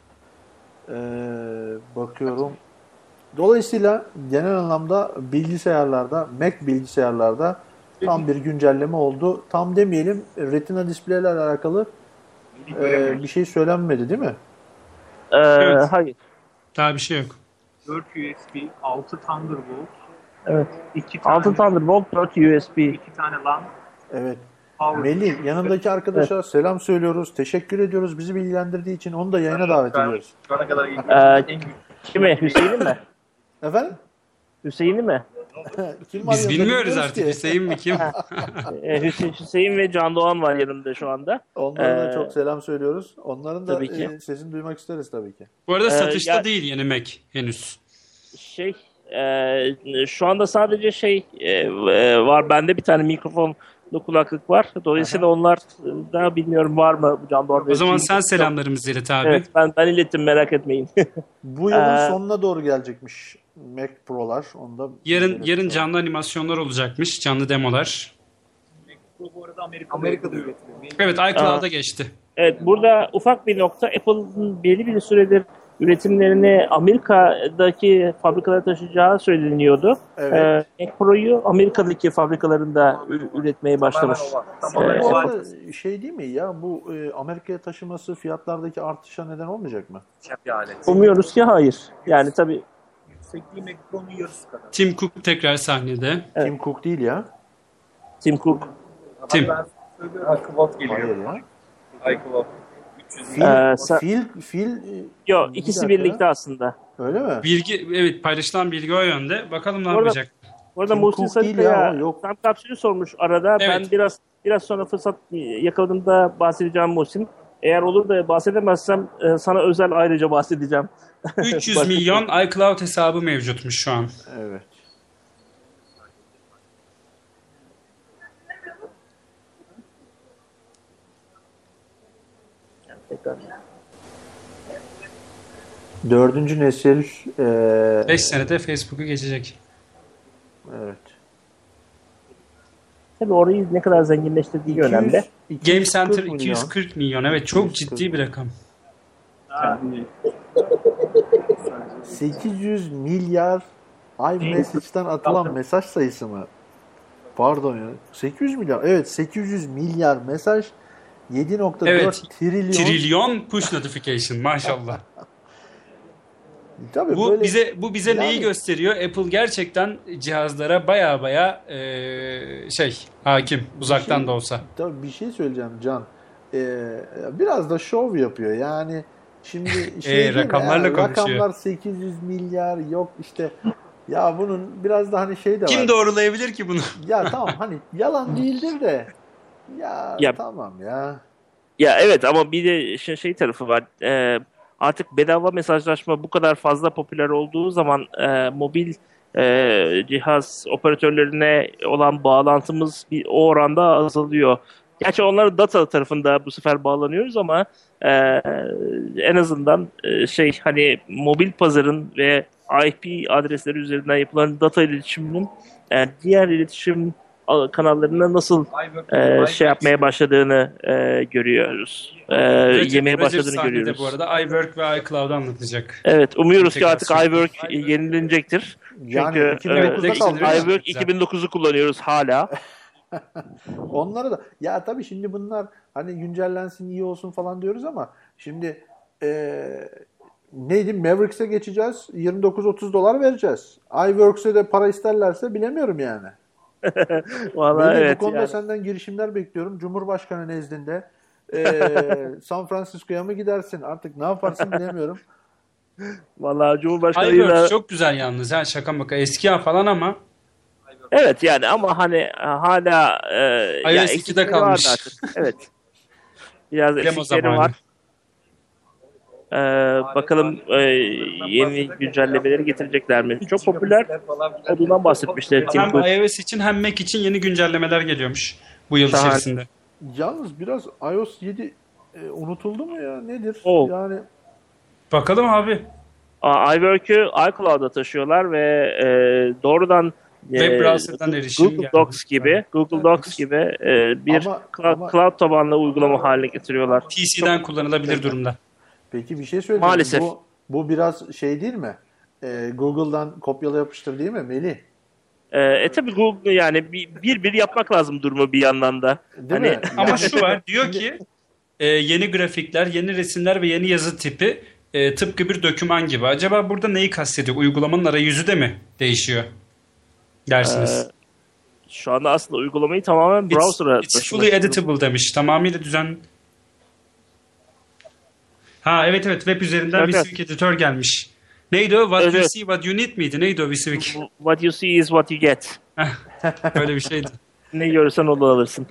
Bakıyorum. Dolayısıyla genel anlamda bilgisayarlarda, Mac bilgisayarlarda tam bir güncelleme oldu. Tam demeyelim, Retina display'lerle alakalı bir şey söylenmedi değil mi? Evet. Hayır. Daha bir şey yok. 4 USB, 6 Thunderbolt, Evet. 2 tane 6 Thunderbolt, 4 USB. 2 tane LAN, Evet. power. Melih, yanındaki arkadaşa selam söylüyoruz. Teşekkür ediyoruz. Bizi bilgilendirdiği için onu da yayına davet ediyoruz. Şu ana kadar ilk Ee, en büyük. Kimi? Hüseyin'i mi? Efendim? Hüseyin'i mi? Kim var Biz yanında bilmiyoruz artık. ki. Hüseyin mi kim? Hüseyin ve Can Doğan var yanımda şu anda. Onlara da çok selam söylüyoruz. Onların da Tabii ki. sesini duymak isteriz tabii ki. Bu arada satışta ya- değil yeni Mac henüz. Şu anda sadece var. Bende bir tane mikrofonlu kulaklık var. Dolayısıyla onlar da bilmiyorum var mı Can Doğan. O zaman sen selamlarımızı ilet abi. Evet, ben ilettim, merak etmeyin. Bu yılın Ee, sonuna doğru gelecekmiş Mac Pro'lar. Onu da Yarın canlı animasyonlar olacakmış. Canlı demolar. Bu arada Amerika'da üretiliyor. Evet iCloud'a geçti. Evet, burada ufak bir nokta. Apple'ın belli bir süredir üretimlerini Amerika'daki fabrikalara taşıyacağı söyleniyordu. Evet. Mac Pro'yu Amerika'daki fabrikalarında üretmeye başlamış. Tamamen Bu o. arada şey değil mi ya, bu Amerika'ya taşıması fiyatlardaki artışa neden olmayacak mı? Bir alet. Umuyoruz ki hayır. Yani tabii Yüksekliği Mac Pro'nun yarısı kadar. Tim Cook tekrar sahnede. Evet. Tim Cook değil ya. Tim Cook. Tim. Ben söylüyorum. iCloud geliyor. Hayır ya. iCloud. 300 Phil Yok, bir ikisi dakika. birlikte aslında. Öyle mi? Bilgi, evet paylaşılan bilgi o yönde. Bakalım ne arada- yapacak. Bu arada Tim Muhsin Cook değil Sarıkaya ya, o yok. tam kapsülü sormuş arada. Evet. Ben biraz sonra fırsat yakaladığımda bahsedeceğim Muhsin. Eğer olur da bahsedemezsem sana özel ayrıca bahsedeceğim. 300 Başka- milyon iCloud hesabı mevcutmuş şu an. Evet. Dördüncü nesil 5 senede Facebook'u geçecek. evet. Tabii orayı ne kadar zenginleştirdiği önemli. Game Center 240 240 milyon. Evet çok 240 ciddi bir rakam. 800 milyar iMessage'den atılan mesaj sayısı mı? Pardon ya. 800 milyar. Evet, 800 milyar mesaj, 7.4 Evet. trilyon. Trilyon push notification maşallah. Tabii Bu böyle, bize neyi yani- gösteriyor? Apple gerçekten cihazlara baya hakim uzaktan da olsa. Tabii bir şey söyleyeceğim Can. Biraz da şov yapıyor. Yani şimdi değil mi? rakamlarla Yani konuşuyor. Rakamlar 800 milyar yok işte. Ya bunun biraz da hani şey de var. Kim doğrulayabilir ki bunu? Ya tamam, hani yalan değildir de. Ya, Ya- tamam ya. Ya evet, ama bir de şey tarafı var. Artık bedava mesajlaşma bu kadar fazla popüler olduğu zaman mobil cihaz operatörlerine olan bağlantımız o oranda azalıyor. Gerçi onların data tarafında bu sefer bağlanıyoruz ama en azından hani mobil pazarın ve IP adresleri üzerinden yapılan data iletişiminin diğer iletişim kanallarına nasıl yapmaya başladığını görüyoruz. Yemeye Recep başladığını sahnede görüyoruz. Bu arada iWork ve iCloud'u anlatacak. Evet, umuyoruz ki artık Entegrasyon. iWork yenilenecektir. Yani Çünkü 2009'da evet, kaldı. evet. iWork 2009'u kullanıyoruz hala. Onları da ya tabii şimdi bunlar hani güncellensin, iyi olsun falan diyoruz ama şimdi neydi, Mavericks'e geçeceğiz, 29-30 dolar vereceğiz. iWorks'e de para isterlerse bilemiyorum yani. Vallahi Melih, evet bu konuda yani. senden girişimler bekliyorum. Cumhurbaşkanı nezdinde San Francisco'ya mı gidersin? Artık ne yaparsın bilemiyorum. Vallahi Cumhurbaşkanı'yla iWork çok güzel yalnız. Ha, şaka maka eski falan ama evet yani, ama hani hala iOS 2'de eksikleri kalmış. vardı artık. Evet. Biraz Demo eksikleri zamanı. var. Bakalım yeni güncellemeleri getirecekler mi? Çok popüler olduğundan bahsetmişler Tim hem Cook. iOS için hem Mac için yeni güncellemeler geliyormuş bu yıl Şahane. içerisinde. Yalnız biraz iOS 7 unutuldu mu ya? Nedir? Oh. Yani Bakalım abi. iWork'ü iCloud'a taşıyorlar ve doğrudan Web browser'dan erişim Google Docs gibi bir cloud tabanlı uygulama haline getiriyorlar. PC'den kullanılabilir durumda. Peki bir şey söyleyeyim. Maalesef. Bu biraz şey değil mi? Google'dan kopyala yapıştır değil mi Melih? Tabii Google yani bir yapmak lazım durumu bir yandan da. Değil Hani mi? Ama şu var, diyor ki yeni grafikler, yeni resimler ve yeni yazı tipi tıpkı bir doküman gibi. Acaba burada neyi kastediyor? Uygulamanın arayüzü de mi değişiyor dersiniz? şu anda aslında uygulamayı tamamen browser'a It's fully editable demiş. Tamamıyla Ha evet web üzerinden Evet. VSWIC editör gelmiş. Neydi o? What you Evet. see, what you need miydi? Neydi o VSWIC? What you see is what you get. Öyle bir şeydi. Ne görürsen onu alırsın.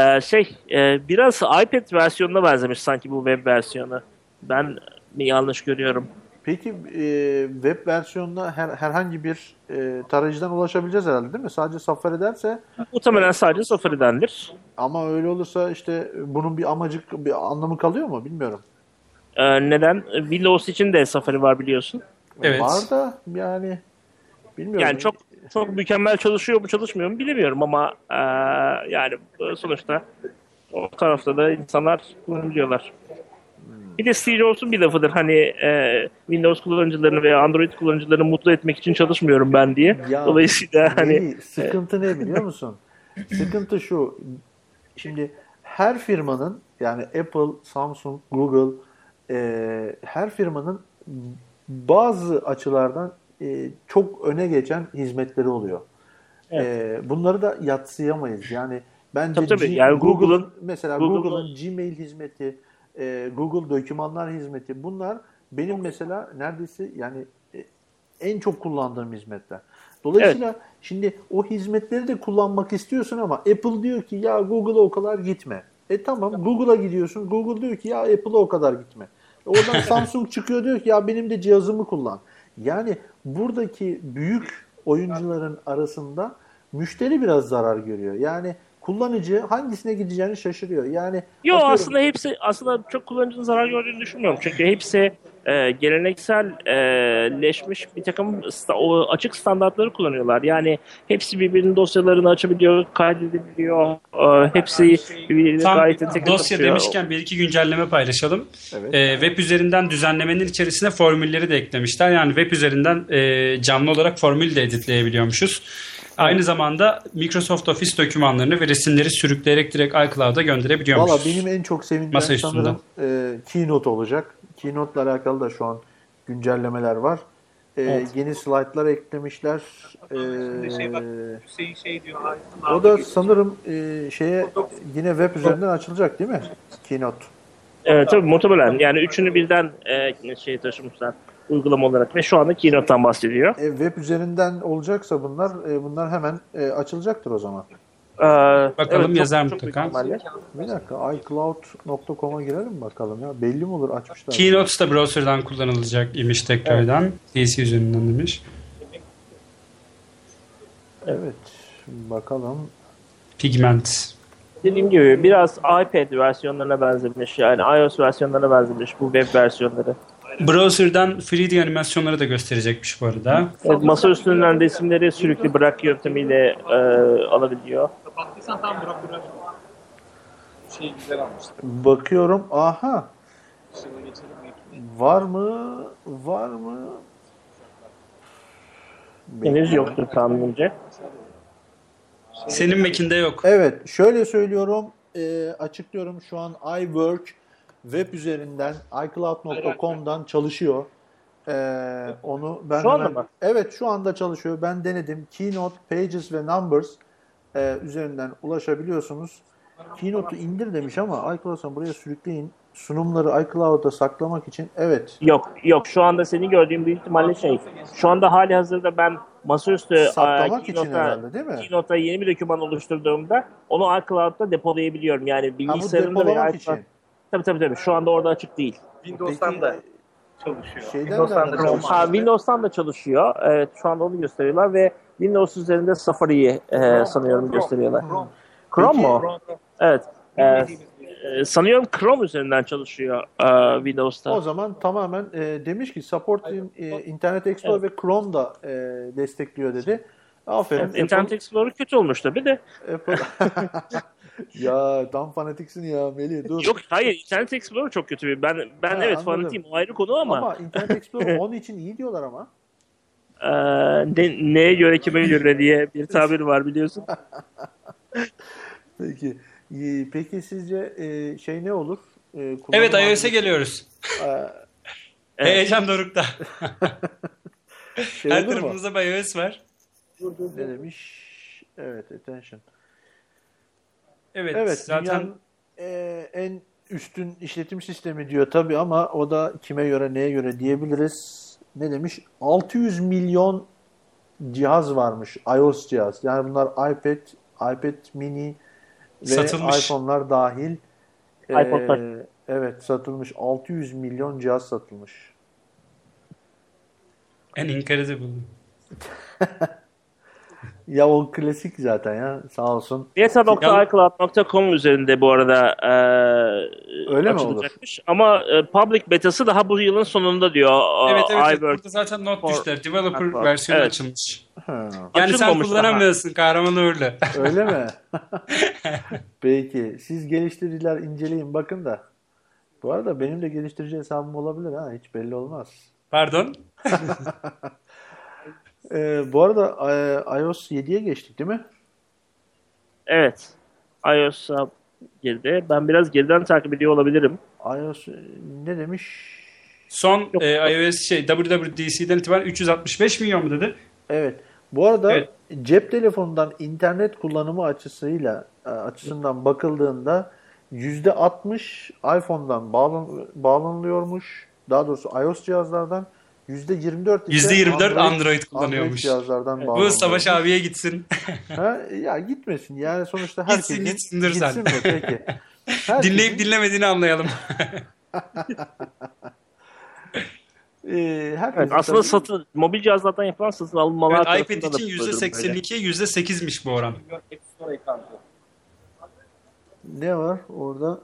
Biraz iPad versiyonuna benzemiş sanki bu web versiyonu. Ben mi yanlış görüyorum? Peki web versiyonuna herhangi bir tarayıcıdan ulaşabileceğiz herhalde değil mi? Sadece Safari derse Muhtemelen sadece Safari'dendir. ama öyle olursa işte bunun bir anlamı kalıyor mu bilmiyorum. Neden? Windows için de Safari var biliyorsun. Evet. Var da yani bilmiyorum. Yani çok mükemmel çalışıyor mu çalışmıyor mu bilemiyorum ama yani sonuçta o tarafta da insanlar kullanabiliyorlar. Bir de Steve Jobs'un bir lafıdır hani Windows kullanıcılarını veya Android kullanıcılarını mutlu etmek için çalışmıyorum ben diye. Ya, Dolayısıyla hani sıkıntı ne biliyor musun? Sıkıntı şu. Şimdi her firmanın yani Apple, Samsung, Google her firmanın bazı açılardan çok öne geçen hizmetleri oluyor. Bunları da yadsıyamayız. Yani bence Tabii. Yani Google'ın Gmail hizmeti, Google dokümanlar hizmeti bunlar benim mesela neredeyse yani en çok kullandığım hizmetler. Dolayısıyla şimdi o hizmetleri de kullanmak istiyorsun ama Apple diyor ki ya Google'a o kadar gitme. Tamam Google'a gidiyorsun. Google diyor ki ya Apple'a o kadar gitme. Oradan Samsung çıkıyor diyor ki ya benim de cihazımı kullan. Yani buradaki büyük oyuncuların arasında müşteri biraz zarar görüyor. Yani kullanıcı hangisine gideceğini şaşırıyor. Yani aslında çok kullanıcının zarar gördüğünü düşünmüyorum. Çünkü hepsi gelenekselleşmiş bir takım o açık standartları kullanıyorlar. Yani hepsi birbirinin dosyalarını açabiliyor, kaydedebiliyor. Hepsi birbirine gayet entegre Dosya çalışıyor. demişken bir iki güncelleme paylaşalım. Evet. Web üzerinden düzenlemenin içerisine formülleri de eklemişler. Yani web üzerinden canlı olarak formül de editleyebiliyormuşuz. Aynı zamanda Microsoft Office dokümanlarını ve resimleri sürükleyerek direkt iCloud'a gönderebiliyormuşuz. Valla benim en çok sevindiğim sanırım Keynote olacak. Keynote'la alakalı da şu an güncellemeler var. Yeni slaytlar eklemişler. Hüseyin diyor. O da sanırım yine web üzerinden açılacak değil mi? Keynote. Evet tabii muhtemelen. Yani üçünü birden taşımışlar uygulama olarak ve şu anda Keynote'dan bahsediyor. Web üzerinden olacaksa bunlar hemen açılacaktır o zaman. Bakalım yazar mutlaka. Bir dakika iCloud.com'a girelim bakalım ya. Belli mi olur açmışlar. Keynote da browser'dan kullanılacak imiş tekrardan. PC üzerinden demiş. Evet. Bakalım. Pigment. Dediğim gibi biraz iPad versiyonlarına benzemiş. Yani iOS versiyonlarına benzemiş bu web versiyonları. Browser'dan 3D animasyonları da gösterecekmiş bu arada. Evet, masa üstünden resimleri sürekli bırak yöntemiyle alabiliyor. Baktıysan tam bırak. Güzel almıştı. Bakıyorum. Aha. Şimdi geçelim. Var mı? Henüz yoktur tahminimce. Senin Mac'inde yok. Evet. Şöyle söylüyorum. Açıklıyorum. Şu an iWork web üzerinden iCloud.com'dan çalışıyor. Onu ben Şu anda mı? Evet şu anda çalışıyor. Ben denedim. Keynote, Pages ve Numbers üzerinden ulaşabiliyorsunuz. Keynote'u indir demiş ama iCloud'dan buraya sürükleyin. Sunumları iCloud'da saklamak için evet. Yok. Şu anda senin gördüğün büyük ihtimalle şu anda hali hazırda ben masaüstü Saklamak için herhalde değil mi? Keynote'da yeni bir doküman oluşturduğumda onu iCloud'da depolayabiliyorum. Yani bilgisayarımda veya için. Tabii. Şu anda orada açık değil. Windows'tan da çalışıyor. Windows'tan da çalışıyor. Evet, şu anda onu gösteriyorlar ve Windows üzerinde Safari'yi sanıyorum gösteriyorlar. Chrome mu? Evet. Sanıyorum Chrome üzerinden çalışıyor Windows'ta. O zaman tamamen demiş ki support Internet Explorer ve Chrome da destekliyor dedi. Aferin. Evet, Internet Explorer kötü olmuş tabii de. Apple... Ya tam fanatiksin ya Melih, dur. Yok hayır, Internet Explorer çok kötü. Ben evet anladım. fanatiyim, o ayrı konu ama. Ama Internet Explorer onun için iyi diyorlar ama. Neye göre kime göre diye bir tabir var biliyorsun. Peki. Peki sizce şey ne olur? Evet, iOS'e geliyoruz. Heyecan dorukta. Şey Her olur mu? tarafımızda bir iOS var. Ne demiş? Evet, attention. Evet, Evet, zaten dünyanın en üstün işletim sistemi diyor tabii ama o da kime göre neye göre diyebiliriz. Ne demiş? 600 milyon cihaz varmış. iOS cihaz. Yani bunlar iPad mini ve satılmış. iPhone'lar dahil. iPod'lar. Evet, satılmış. 600 milyon cihaz satılmış. En incredible. Ya o klasik zaten ya. Sağ olsun. Beta.iCloud.com üzerinde bu arada Öyle mi açılacakmış. Ama public betası daha bu yılın sonunda diyor. Evet. iWork. Burada zaten not for- düştüler. Developer iPod. versiyonu Evet. açılmış. Ha, Yani sen Açılmamış kullanamıyorsun kahraman uğurlu. öyle mi? Peki. Siz geliştiriciler inceleyin bakın da. Bu arada benim de geliştirici hesabım olabilir ha. Hiç belli olmaz. Pardon. Bu arada iOS 7'ye geçtik değil mi? Evet. iOS'a girdi. Ben biraz geriden takip ediyor olabilirim. iOS ne demiş? Son Yok. iOS WWDC'den itibaren 365 milyon mu dedi? Evet. Bu arada Evet. cep telefonundan internet kullanımı açısından bakıldığında %60 iPhone'dan bağlanılıyormuş. Daha doğrusu iOS cihazlardan %24 ise %24 Android kullanıyormuş. Android cihazlardan Bu bağlanılıyormuş. Savaş abiye gitsin. Ha, ya gitmesin. Yani sonuçta Gitsin, herkesin gitsin, dur sen. mi peki? Herkesin, Dinleyip dinlemediğini anlayalım. herkesin Evet, aslında tabii- mobil cihazlardan yapılan satın almalar Evet, tarafında iPad da için böyle. %82'ye %8'miş bu oran. Ne var orada?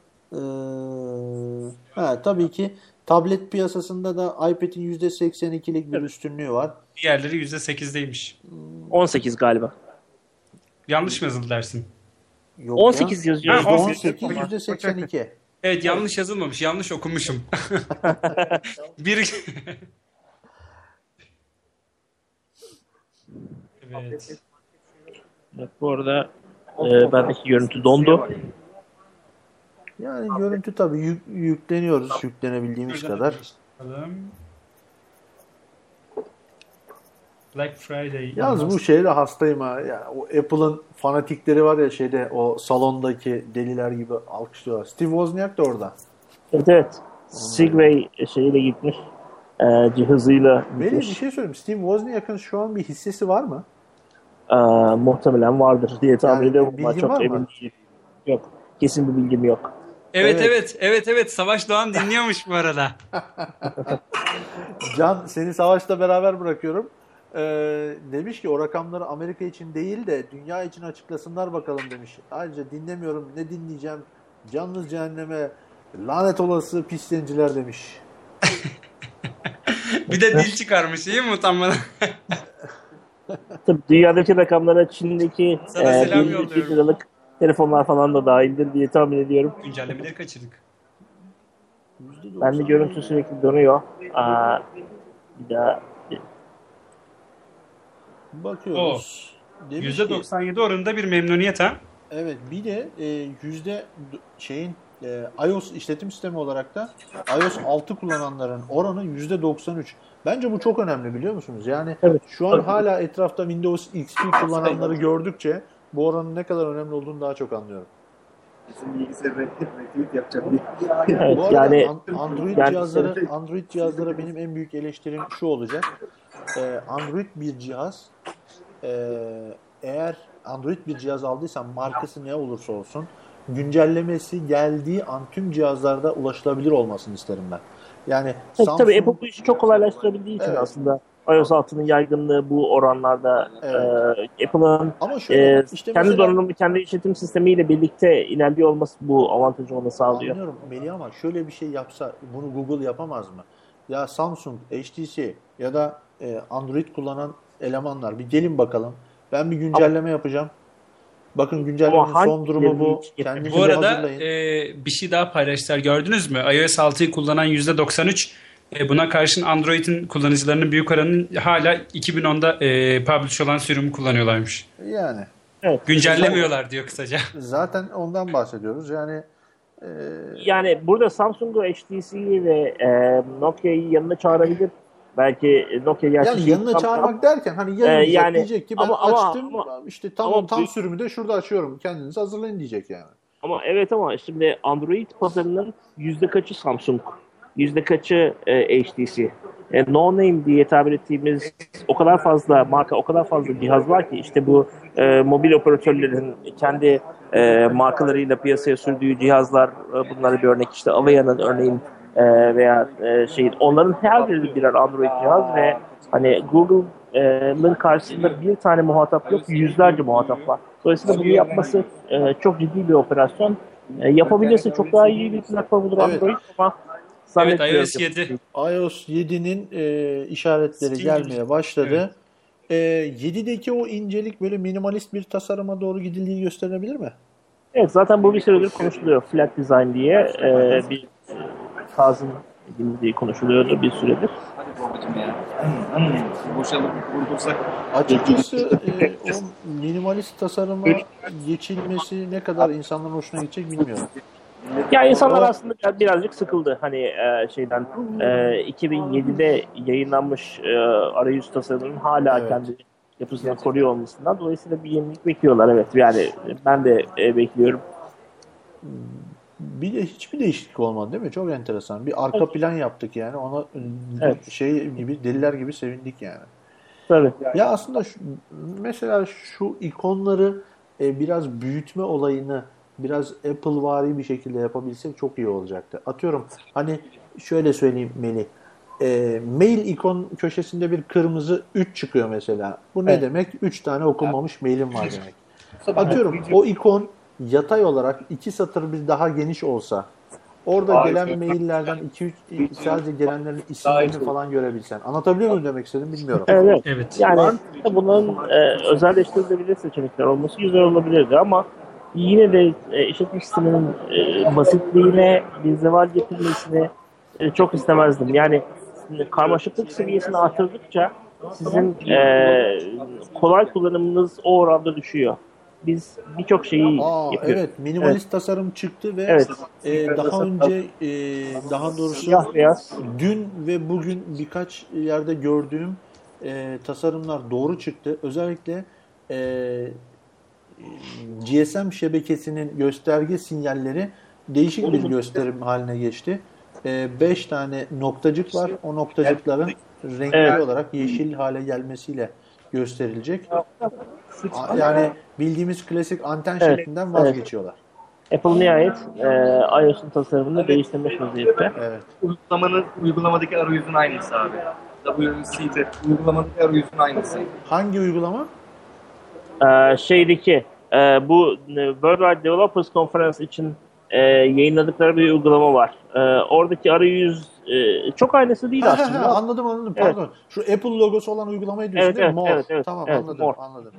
Tabii ki tablet piyasasında da iPad'in %82'lik bir üstünlüğü var. Diğerleri %8'deymiş. 18 galiba. Yanlış mı yazıldı dersin? Yok 18 ya. yazıyor. Ha, 18 %82. Evet, yanlış yazılmamış. Yanlış okumuşum. Bir... Evet. Evet, bu arada bendeki görüntü dondu. Yani görüntü tabii yükleniyoruz yüklenebildiğimiz kadar. Black Friday. Yalnız bu şeyde hastayım ha. Yani o Apple'ın fanatikleri var ya şeyde o salondaki deliler gibi alkışlıyorlar. Steve Wozniak da orada. Evet. Segway şeyiyle gitmiş. Cihazıyla Melih bir gitmiş. şey söyleyeyim. Steve Wozniak'ın şu an bir hissesi var mı? Muhtemelen vardır diye tahmin Yani ediyorum. bilgin Ama çok var mı? emin değilim. Yok. Kesin bir bilgim yok. Evet. Savaş Doğan dinliyormuş bu arada. Can, seni savaşla beraber bırakıyorum. Demiş ki o rakamları Amerika için değil de dünya için açıklasınlar bakalım demiş. Ayrıca dinlemiyorum, ne dinleyeceğim, canınız cehenneme, lanet olası pis zenciler demiş. Bir de dil çıkarmış, iyi mi utanmadan? Tabii dünyadaki rakamlara Çin'deki Sana selam 1 yolluyorum. liralık telefonlar falan da dahildir diye tahmin ediyorum. Güncellemeleri kaçırdık. Bende görüntü sürekli donuyor. Bir daha Bakıyoruz. Demiş ki, %97 oranında bir memnuniyet ha. evet, bir de iOS işletim sistemi olarak da iOS 6 kullananların oranı %93. Bence bu çok önemli, biliyor musunuz? Yani Evet. şu an hala etrafta Windows XP kullananları gördükçe bu oranın ne kadar önemli olduğunu daha çok anlıyorum. evet, Bu arada yani Android cihazlara benim en büyük eleştirim şu olacak. Android bir cihaz, eğer Android bir cihaz aldıysan markası ne olursa olsun güncellemesi geldiği an tüm cihazlarda ulaşılabilir olmasını isterim ben. Yani tabii Samsung, Apple bu işi çok kolaylaştırabildiği için Evet. aslında iOS 6'nın yaygınlığı bu oranlarda Apple'ın Ama şöyle işte kendi mesela donanımı, kendi işletim sistemiyle birlikte ilerliyor olması bu avantajı ona sağlıyor. anlıyorum Melih ama şöyle bir şey yapsa bunu Google yapamaz mı? Ya Samsung, HTC ya da Android kullanan elemanlar bir gelin bakalım. Ben bir güncelleme yapacağım. Bakın güncellemenin Ama son durumu bu. hangi- Kendinizi Bu arada hazırlayın. bir şey daha paylaştılar. Gördünüz mü? iOS 6'yı kullanan %93, buna karşın Android'in kullanıcılarının büyük oranının hala 2010'da publish olan sürümü kullanıyorlarmış. Yani Evet. Güncellemiyorlar diyor kısaca. zaten ondan bahsediyoruz. Yani Yani burada Samsung'u, HTC'yi ve Nokia'yı yanına çağırabilir. Belki Nokia yani gerçi yanına çağırmak derken hani yanılacak yani diyecek ki ben ama- açtım ama- işte ama tam büyük- sürümü de şurada açıyorum. Kendinizi hazırlayın diyecek yani. ama şimdi Android pazarının yüzde kaçı Samsung, yüzde kaçı HTC. No name diye tabir ettiğimiz o kadar fazla marka, o kadar fazla cihaz var ki işte bu mobil operatörlerin kendi markalarıyla piyasaya sürdüğü cihazlar, bunlara bir örnek işte Avea'nın örneğin veya onların her biri birer Android cihaz ve hani Google'ın karşısında bir tane muhatap yok, yüzlerce muhatap var. Dolayısıyla bunu yapması çok ciddi bir operasyon. Yapabilirse çok daha iyi bir platform olur Evet. Android ama Evet, zannetmiyorum. iOS 7. iOS 7'nin işaretleri Steam gelmeye gibi. başladı. 7'deki o incelik böyle minimalist bir tasarıma doğru gidildiği gösterilebilir mi? Evet, zaten bu bir süredir konuşuluyor. Flat design diye bir tarzın edildiği konuşuluyordu bir süredir. Açıkçası o minimalist tasarıma geçilmesi ne kadar insanların hoşuna gidecek bilmiyorum. Ya insanlar aslında birazcık sıkıldı. Hani 2007'de yayınlanmış arayüz tasarımının hala Evet. kendi yapısını koruyor olmasından dolayısıyla bir yenilik bekliyorlar. Evet, yani ben de bekliyorum. Bir de hiçbir değişiklik olmadı değil mi? Çok enteresan. Bir arka plan yaptık yani. Ona Evet. şey gibi deliler gibi sevindik yani. Tabii. Ya aslında mesela şu ikonları biraz büyütme olayını biraz Apple'vari bir şekilde yapabilsek çok iyi olacaktı. Atıyorum hani şöyle söyleyeyim Melih. Mail ikon köşesinde bir kırmızı 3 çıkıyor mesela. Bu ne Evet. demek? 3 tane okunmamış mailim var demek. Atıyorum o ikon yatay olarak 2 satır bir daha geniş olsa orada gelen maillerden 2-3 sadece gelenlerin isimlerini falan görebilsen. Anlatabiliyor muyum demek istedim bilmiyorum. Evet. Evet. Yani bunların özelleştirilebilir seçenekler olması güzel olabilirdi ama yine de işletim sisteminin basitliğine bir zeval getirmesini çok istemezdim. Yani karmaşıklık seviyesini artırdıkça sizin kolay kullanımınız o oranda düşüyor. Biz birçok şeyi yapıyoruz. Evet, minimalist tasarım çıktı ve Evet. daha önce daha doğrusu Siyah beyaz. dün ve bugün birkaç yerde gördüğüm tasarımlar doğru çıktı. Özellikle GSM şebekesinin gösterge sinyalleri değişik bir gösterim haline geçti. 5 tane noktacık var. O noktacıkların renkli Evet. olarak yeşil hale gelmesiyle gösterilecek. Yani bildiğimiz klasik anten Evet, şeklinden vazgeçiyorlar. Apple nihayet iOS'un tasarımını değiştirmiş vaziyette. Evet. Uygulamadaki arayüzün aynısı abi. WC'de uygulamadaki arayüzün aynısı. Hangi uygulama? Bu Worldwide Developers Conference için yayınladıkları bir uygulama var. Oradaki arayüz çok aynısı değil aslında. Anladım. Evet. Pardon. Şu Apple logosu olan uygulamayı diyorsun Evet, değil mi? evet, More. evet, Tamam evet, anladım. More.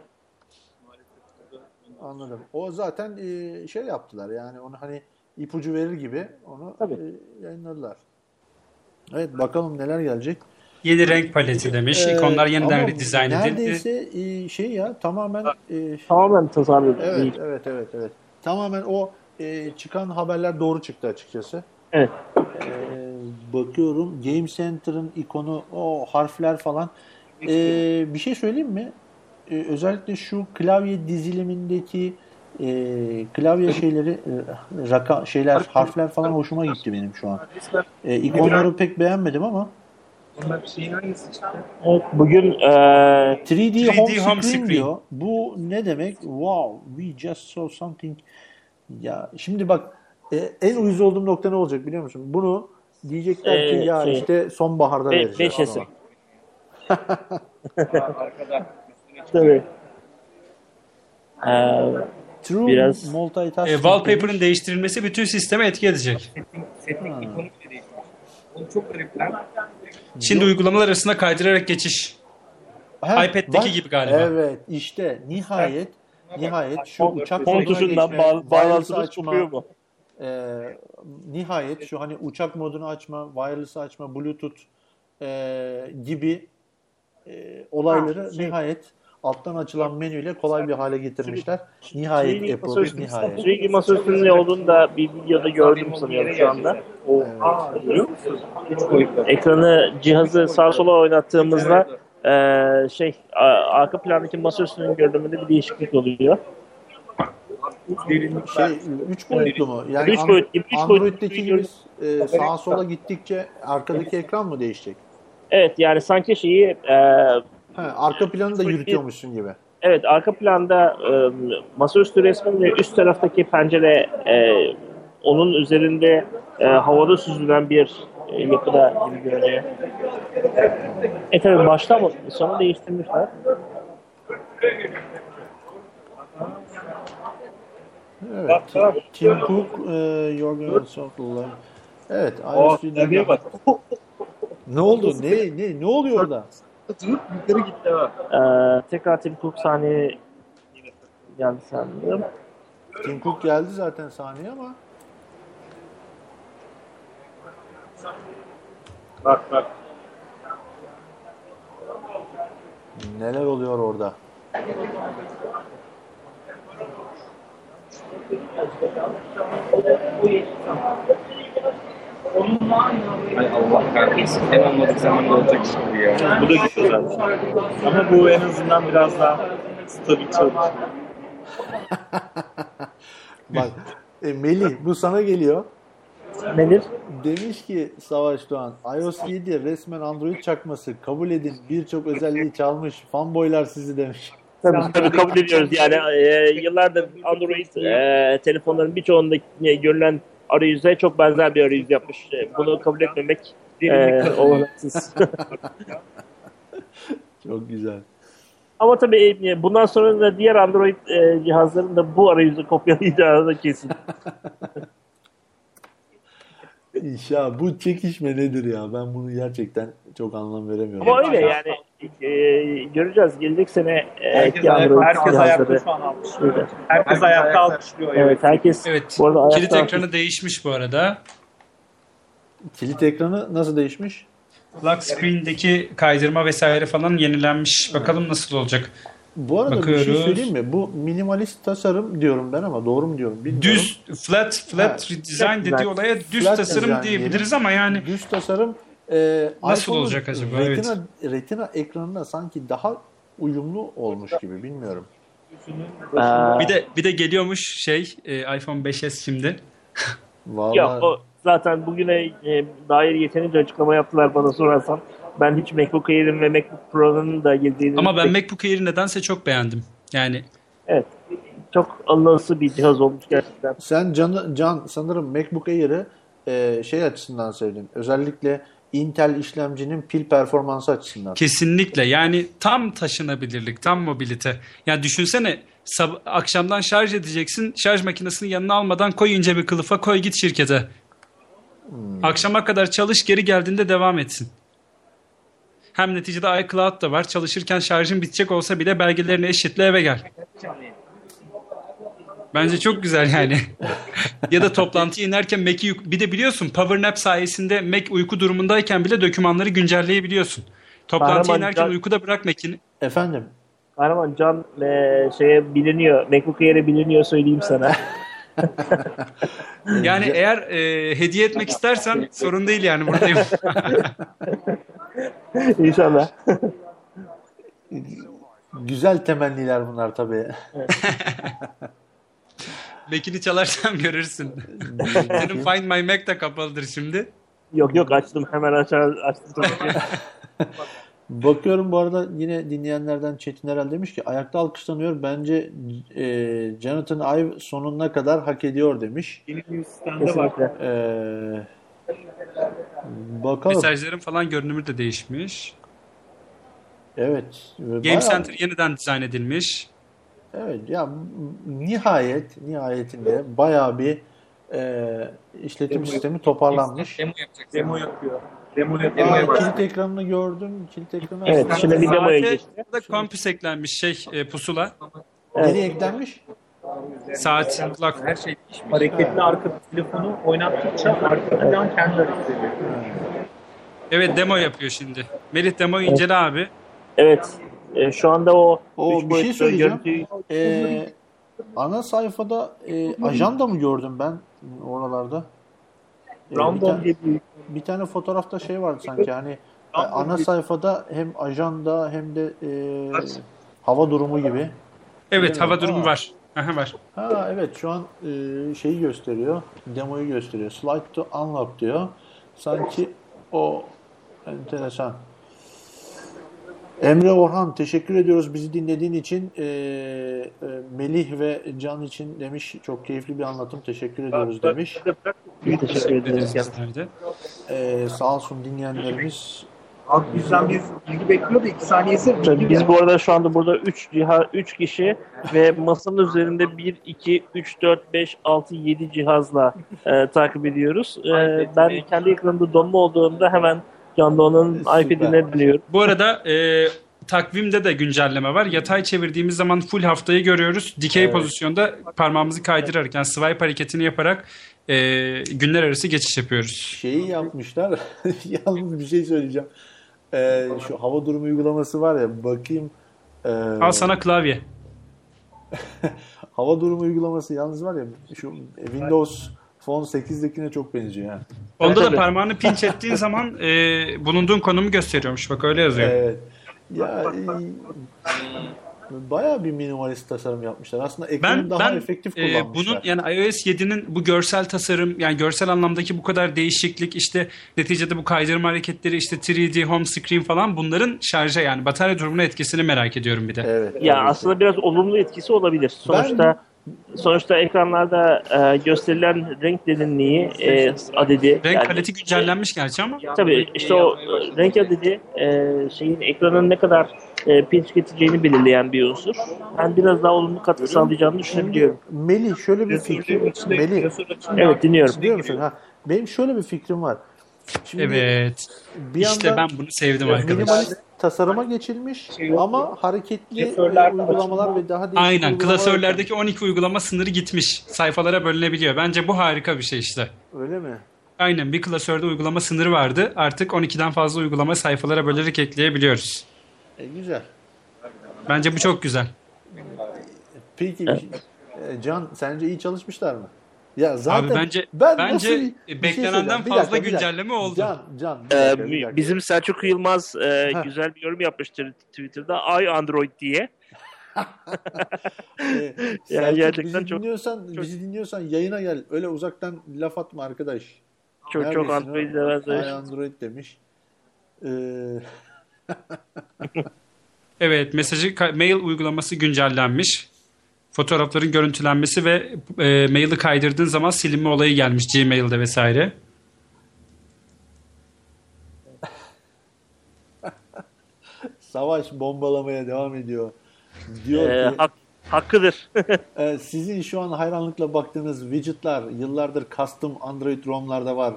Anladım. O zaten şey yaptılar yani onu hani ipucu verir gibi onu Tabii. yayınladılar. Evet bakalım neler gelecek. Yeni renk paleti demiş. İkonlar yeniden Ama redizayn edildi. neredeyse şey ya tamamen Tamamen tasarruf değil. evet. Tamamen o çıkan haberler doğru çıktı açıkçası. Evet. Bakıyorum Game Center'ın ikonu o harfler falan. Bir şey söyleyeyim mi? Özellikle şu klavye dizilimindeki klavye şeyleri harfler falan hoşuma gitti benim şu an. İkonları pek beğenmedim ama Onlar şeyin aynısı işte. Evet, bugün 3D Home 3D Home Screen Screen. diyor. Bu ne demek? Wow, we just saw something. Ya şimdi bak en uyuz olduğum nokta ne olacak biliyor musun? Bunu diyecekler ki ya işte sonbaharda vereceğiz. 5S'i. Arkada. Tabii. True Biraz- multitasking. Wallpaper'ın değiştirilmesi bütün sisteme etki edecek. Setting ikonu bile değişmiş. Oğlum çok garip lan. Şimdi uygulamalar arasında kaydırarak geçiş. Ha, iPad'deki bak, gibi galiba. Evet işte nihayet şu uçak Home moduna tuşundan geçme, wireless bağlantınız açma, kopuyor mu? nihayet şu hani uçak modunu açma, wireless açma, Bluetooth gibi olayları nihayet alttan açılan menüyle kolay bir hale getirmişler. Nihayet Apple, nihayet. 3G masaüstünün ne olduğunu da bir videoda gördüm sanıyorum şu anda. Biliyor musun? 3 boyutlu. Ekranı, cihazı sağa sola oynattığımızda arka plandaki masaüstünün görünümünde bir değişiklik oluyor. Derinlik Şey 3 boyutlu mu? Yani Üç boyutlu, üç boyutlu. Android'deki gibi sağa sola gittikçe arkadaki ekran mı değişecek? Evet, yani sanki şeyi Arka planı da yürütüyormuşsun gibi. evet, arka planda masaüstü resmin ve üst taraftaki pencere onun üzerinde havada süzülen bir yapıda gibi görünüyor. Tabii başta ama sonra değiştirmişler. Evet. Tim Cook, Jorgen Software. Evet, iOS Nereye bak. Ne oldu? Ne oluyor orada? Durup yukarı gitti ha. Tekrar Tim Cook sahneye geldi sanırım. Tim Cook geldi zaten sahneye ama Bak. neler oluyor orada? Ay Allah kahretsin. En olmadık zamanda olacak iş gibi ya. Bu da güzel zaten. Ama bu en azından biraz daha stabil çalışıyor. Bak, Melih bu sana geliyor. Nedir? Demiş ki Savaş Doğan, iOS 7 resmen Android çakması. Kabul edin, birçok özelliği çalmış. Fanboylar sizi demiş. Tabii kabul ediyoruz. Yani yıllardır Android telefonların birçoğunda görülen arayüze çok benzer bir arayüz yapmış. Bunu kabul etmemek olanaksız. Çok güzel. Ama tabii bundan sonra da diğer Android cihazların da bu arayüzü kopyalayacağı da kesin. Ya bu çekişme nedir ya? Ben bunu gerçekten çok anlam veremiyorum. Ama öyle yani göreceğiz. Gelecek sene Herkes Android ayakta cihazları. şu an alkışlıyor. Öyle. Herkes ayakta alkışlıyor. Evet, herkes Evet. bu arada Kilit ayakta ekranı değişmiş bu arada. Kilit ekranı nasıl değişmiş? Lock screen'deki kaydırma vesaire falan yenilenmiş. Bakalım nasıl olacak. Bu arada bir Bakıyoruz. şey söyleyeyim mi? Bu minimalist tasarım diyorum ben ama doğru mu diyorum bilmiyorum. Düz, flat redesign dediği olaya düz Flat tasarım design diyebiliriz diyelim. ama yani Düz tasarım Nasıl iPhone'un olacak acaba? Retina ekranına sanki daha uyumlu olmuş gibi bilmiyorum. bir de geliyormuş iPhone 5s şimdi. Vallahi Ya o zaten bugüne dair yeterince açıklama yaptılar bana sorarsan. Ben hiç MacBook Air'in ve MacBook Pro'nun da geldiğini... Ama ben MacBook Air'i nedense çok beğendim. Yani Evet. Çok alınası bir cihaz olmuş gerçekten. sen Can sanırım MacBook Air'ı şey açısından sevdin. Özellikle Intel işlemcinin pil performansı açısından. kesinlikle yani tam taşınabilirlik, tam mobilite. Yani düşünsene akşamdan şarj edeceksin. Şarj makinesini yanına almadan koy ince bir kılıfa, koy git şirkete. Akşama kadar çalış, geri geldiğinde devam etsin. Hem neticede iCloud da var. Çalışırken şarjın bitecek olsa bile belgelerini eşitle eve gel. Bence çok güzel yani. Ya da toplantıya inerken Mac'i bir de biliyorsun Power Nap sayesinde Mac uyku durumundayken bile dokümanları güncelleyebiliyorsun. Toplantıya Kahraman inerken Can- uykuda bırak Mac'ini. Efendim? Kahraman Can şeye biliniyor. MacBook Air'e biliniyor söyleyeyim sana. Yani eğer hediye etmek istersen sorun değil yani buradayım. İnşallah. Güzel temenniler bunlar tabii. Mac'ini çalarsam görürsün. Senin Find My Mac de kapalıdır şimdi. Yok açtım. Hemen açtım. Bakıyorum bu arada yine dinleyenlerden Çetin Erel demiş ki ayakta alkışlanıyor. Bence Jonathan Ive sonuna kadar hak ediyor demiş. Yeni bir sistemde var. Bakalım. Mesajların falan görünümü de değişmiş. Evet. Game Bayağı- Center yeniden dizayn edilmiş. Evet ya nihayetinde bayağı bir işletim sistemi toparlanmış. Demo yapacak. Demo yapıyor. Demo Aa, yapmaya başladı. kilit ekranını gördüm. Kilit ekranı Evet, aslında- şimdi bir demoya Saate geçti. da kompüs eklenmiş pusula. Nereye eklenmiş? Saat, kulak. Her şey değişmiş. Hareketli arka telefonu oynattıkça arka plan kendi hareket ediyor. Evet, demo yapıyor şimdi. Melih demoyu incele abi. Evet. Şu anda o O üç bir şey boyutlu söyleyeceğim. görüntüyü Ana sayfada ajanda mı gördüm ben oralarda? Bir, Random tane, diye bir bir tane fotoğrafta şey vardı sanki hani ana sayfada hem ajanda hem de hava durumu gibi. Evet, hava durumu Aa. var. Aha, var. Ha evet şu an şeyi gösteriyor. Demoyu gösteriyor. Slide to unlock diyor. Sanki o enteresan. Emre Orhan teşekkür ediyoruz bizi dinlediğin için. Melih ve Can için demiş çok keyifli bir anlatım teşekkür ediyoruz demiş. teşekkür ederiz. Nerede? Sağ olsun dinleyenlerimiz. Abi bizden bir bilgi bekliyordu. 2 saniyesi Tabii biz bu arada şu anda burada 3 kişi ve masanın üzerinde 1, 2, 3, 4, 5, 6, 7 cihazla takip ediyoruz. Ben kendi ekranımda donma olduğunda hemen Can Doğan'ın Süper. iPad'ine dönüyorum. Bu arada takvimde de güncelleme var. Yatay çevirdiğimiz zaman full haftayı görüyoruz. Dikey pozisyonda parmağımızı kaydırarak yani swipe hareketini yaparak günler arası geçiş yapıyoruz. Şeyi yapmışlar. Yalnız bir şey söyleyeceğim. Şu hava durumu uygulaması var ya bakayım. Al sana klavye. Hava durumu uygulaması yalnız var ya şu Windows Phone 8'dekine çok benziyor yani. Onda da tabii. parmağını pinç ettiğin zaman bulunduğun konumu gösteriyormuş. Bak öyle yazıyor. Evet. Ya bayağı bir minimalist tasarım yapmışlar. Aslında ekranı daha efektif kullanmışlar. Bunun yani iOS 7'nin bu görsel tasarım yani görsel anlamdaki bu kadar değişiklik işte neticede bu kaydırma hareketleri işte 3D home screen falan bunların şarja yani batarya durumuna etkisini merak ediyorum bir de. Evet. Ya evet. aslında biraz olumlu etkisi olabilir. Sonuçta ekranlarda gösterilen renk derinliği adedi. Renk yani- kalite güncellenmiş gerçi ama Tabii işte o renk adedi şeyin ekranın ne kadar pinç getireceğini belirleyen bir unsur. Ben biraz daha olumlu katkı sağlayacağını düşünebiliyorum. Melih şöyle bir fikrim. Melih Evet dinliyorum. biliyor musun? Ha, benim şöyle bir fikrim var. Şimdi evet. bir İşte yandan ben bunu sevdim arkadaşlar. minimalist tasarıma geçilmiş ama hareketli Klasörler uygulamalar ve daha değişik Aynen uygulamalar klasörlerdeki 12 uygulama sınırı gitmiş. Sayfalara bölünebiliyor. Bence bu harika bir şey işte. eklenmiş. Öyle mi? Aynen bir klasörde uygulama sınırı vardı. Artık 12'den fazla uygulama sayfalara bölerek ekleyebiliyoruz. Güzel. Bence bu çok güzel. Peki Can sence iyi çalışmışlar mı? Ya zaten Abi bence nasıl bir şey beklenenden söyleyeceğim. Bir fazla dakika, bir dakika. güncelleme oldu. Can bir dakika, bir dakika. Bizim Selçuk Yılmaz güzel bir yorum yapmıştır Twitter'da. Ay Android diye. Selçuk, gerçekten bizi dinliyorsan yayına gel. Öyle uzaktan laf atma arkadaş. Çok Neredesin Android'e o? benzer. Ay Android demiş. Evet mail uygulaması güncellenmiş. Fotoğrafların görüntülenmesi ve maili kaydırdığın zaman silinme olayı gelmiş Gmail'de vesaire. Savaş bombalamaya devam ediyor. Diyor ki Hakkıdır. sizin şu an hayranlıkla baktığınız widgetler yıllardır custom Android ROM'larda var.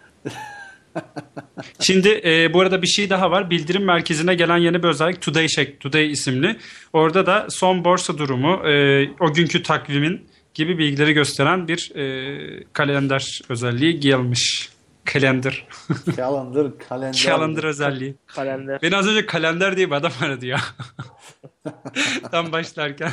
Şimdi bu arada bir şey daha var. Bildirim merkezine gelen yeni bir özellik Today isimli. Orada da son borsa durumu, o günkü takvimin gibi bilgileri gösteren bir kalender özelliği gelmiş. Kalender. Kalender. özelliği. Kalender. Beni az önce kalender diye bir adam aradı ya. Tam başlarken.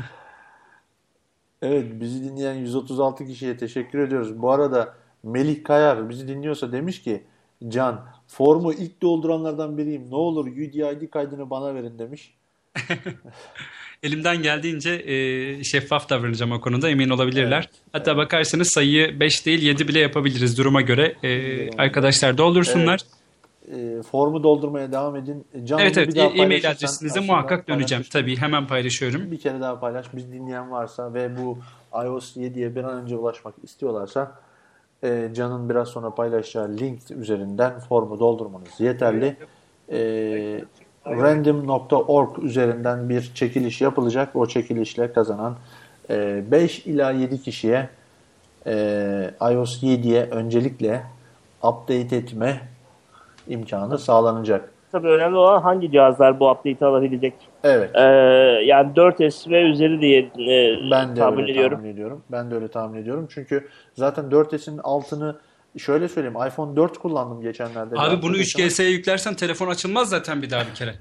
Evet bizi dinleyen 136 kişiye teşekkür ediyoruz. Bu arada Melih Kayar bizi dinliyorsa demiş ki Can formu ilk dolduranlardan biriyim. Ne olur UDID kaydını bana verin demiş. Elimden geldiğince şeffaf davranacağım o konuda emin olabilirler. Evet. Hatta bakarsanız sayıyı 5 değil 7 bile yapabiliriz duruma göre. Arkadaşlar doldursunlar. Evet. Formu doldurmaya devam edin. Canlı evet bir daha e-mail adresinize muhakkak döneceğim. Tabii hemen paylaşıyorum. Bir kere daha paylaş. Biz dinleyen varsa ve bu iOS 7'ye bir an önce ulaşmak istiyorlarsa Can'ın biraz sonra paylaşacağı link üzerinden formu doldurmanız yeterli. random.org üzerinden bir çekiliş yapılacak. O çekilişle kazanan 5 ila 7 kişiye iOS 7'ye öncelikle update etme imkanı sağlanacak. Tabii önemli olan hangi cihazlar bu update'i alabilecek. Evet. Yani 4S ve üzeri diye Ben de tahmin öyle ediyorum. tahmin ediyorum. Ben de öyle tahmin ediyorum. Çünkü zaten 4S'in altını şöyle söyleyeyim. iPhone 4 kullandım geçenlerde. Abi bunu 3GS'ye yüklersen telefon açılmaz zaten bir daha bir kere.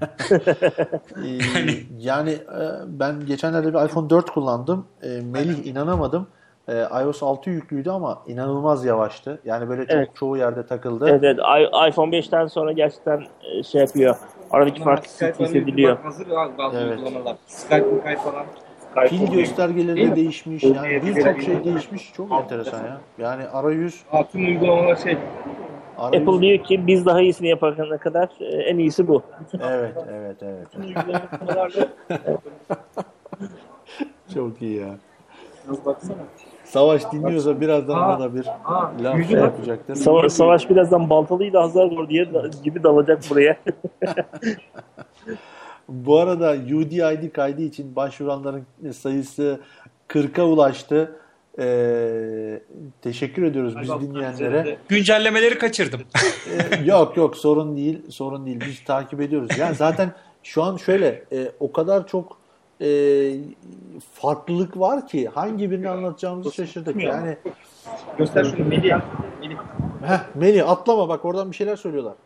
Yani ben geçenlerde bir iPhone 4 kullandım. Melih inanamadım. iOS 6 yüklüydü ama inanılmaz yavaştı. Yani böyle çok Evet. çoğu yerde takıldı. Evet, iPhone 5'ten sonra gerçekten şey yapıyor. Aradaki fark hissediliyor. Hazır bazı Evet. uygulamalar. Skype'ın kayıt falan. Pil göstergeleri de değişmiş. Yani birçok şey değişmiş. Çok enteresan ya. Yani arayüz Tüm uygulamalar Apple diyor ki biz daha iyisini yapana kadar en iyisi bu. Evet. Çok iyi ya. Savaş dinliyorsa birazdan bana bir laf yapacaktır. Savaş birazdan baltalıyla hazır vur diye gibi dalacak buraya. Bu arada UDID kaydı için başvuranların sayısı 40'a ulaştı. Teşekkür ediyoruz biz dinleyenlere. Güncellemeleri kaçırdım. Yok sorun değil. Biz takip ediyoruz. Yani zaten şu an şöyle o kadar çok farklılık var ki hangi birini anlatacağımızı şaşırdık. Yani göster şunu Melih. Melih atlama bak oradan bir şeyler söylüyorlar.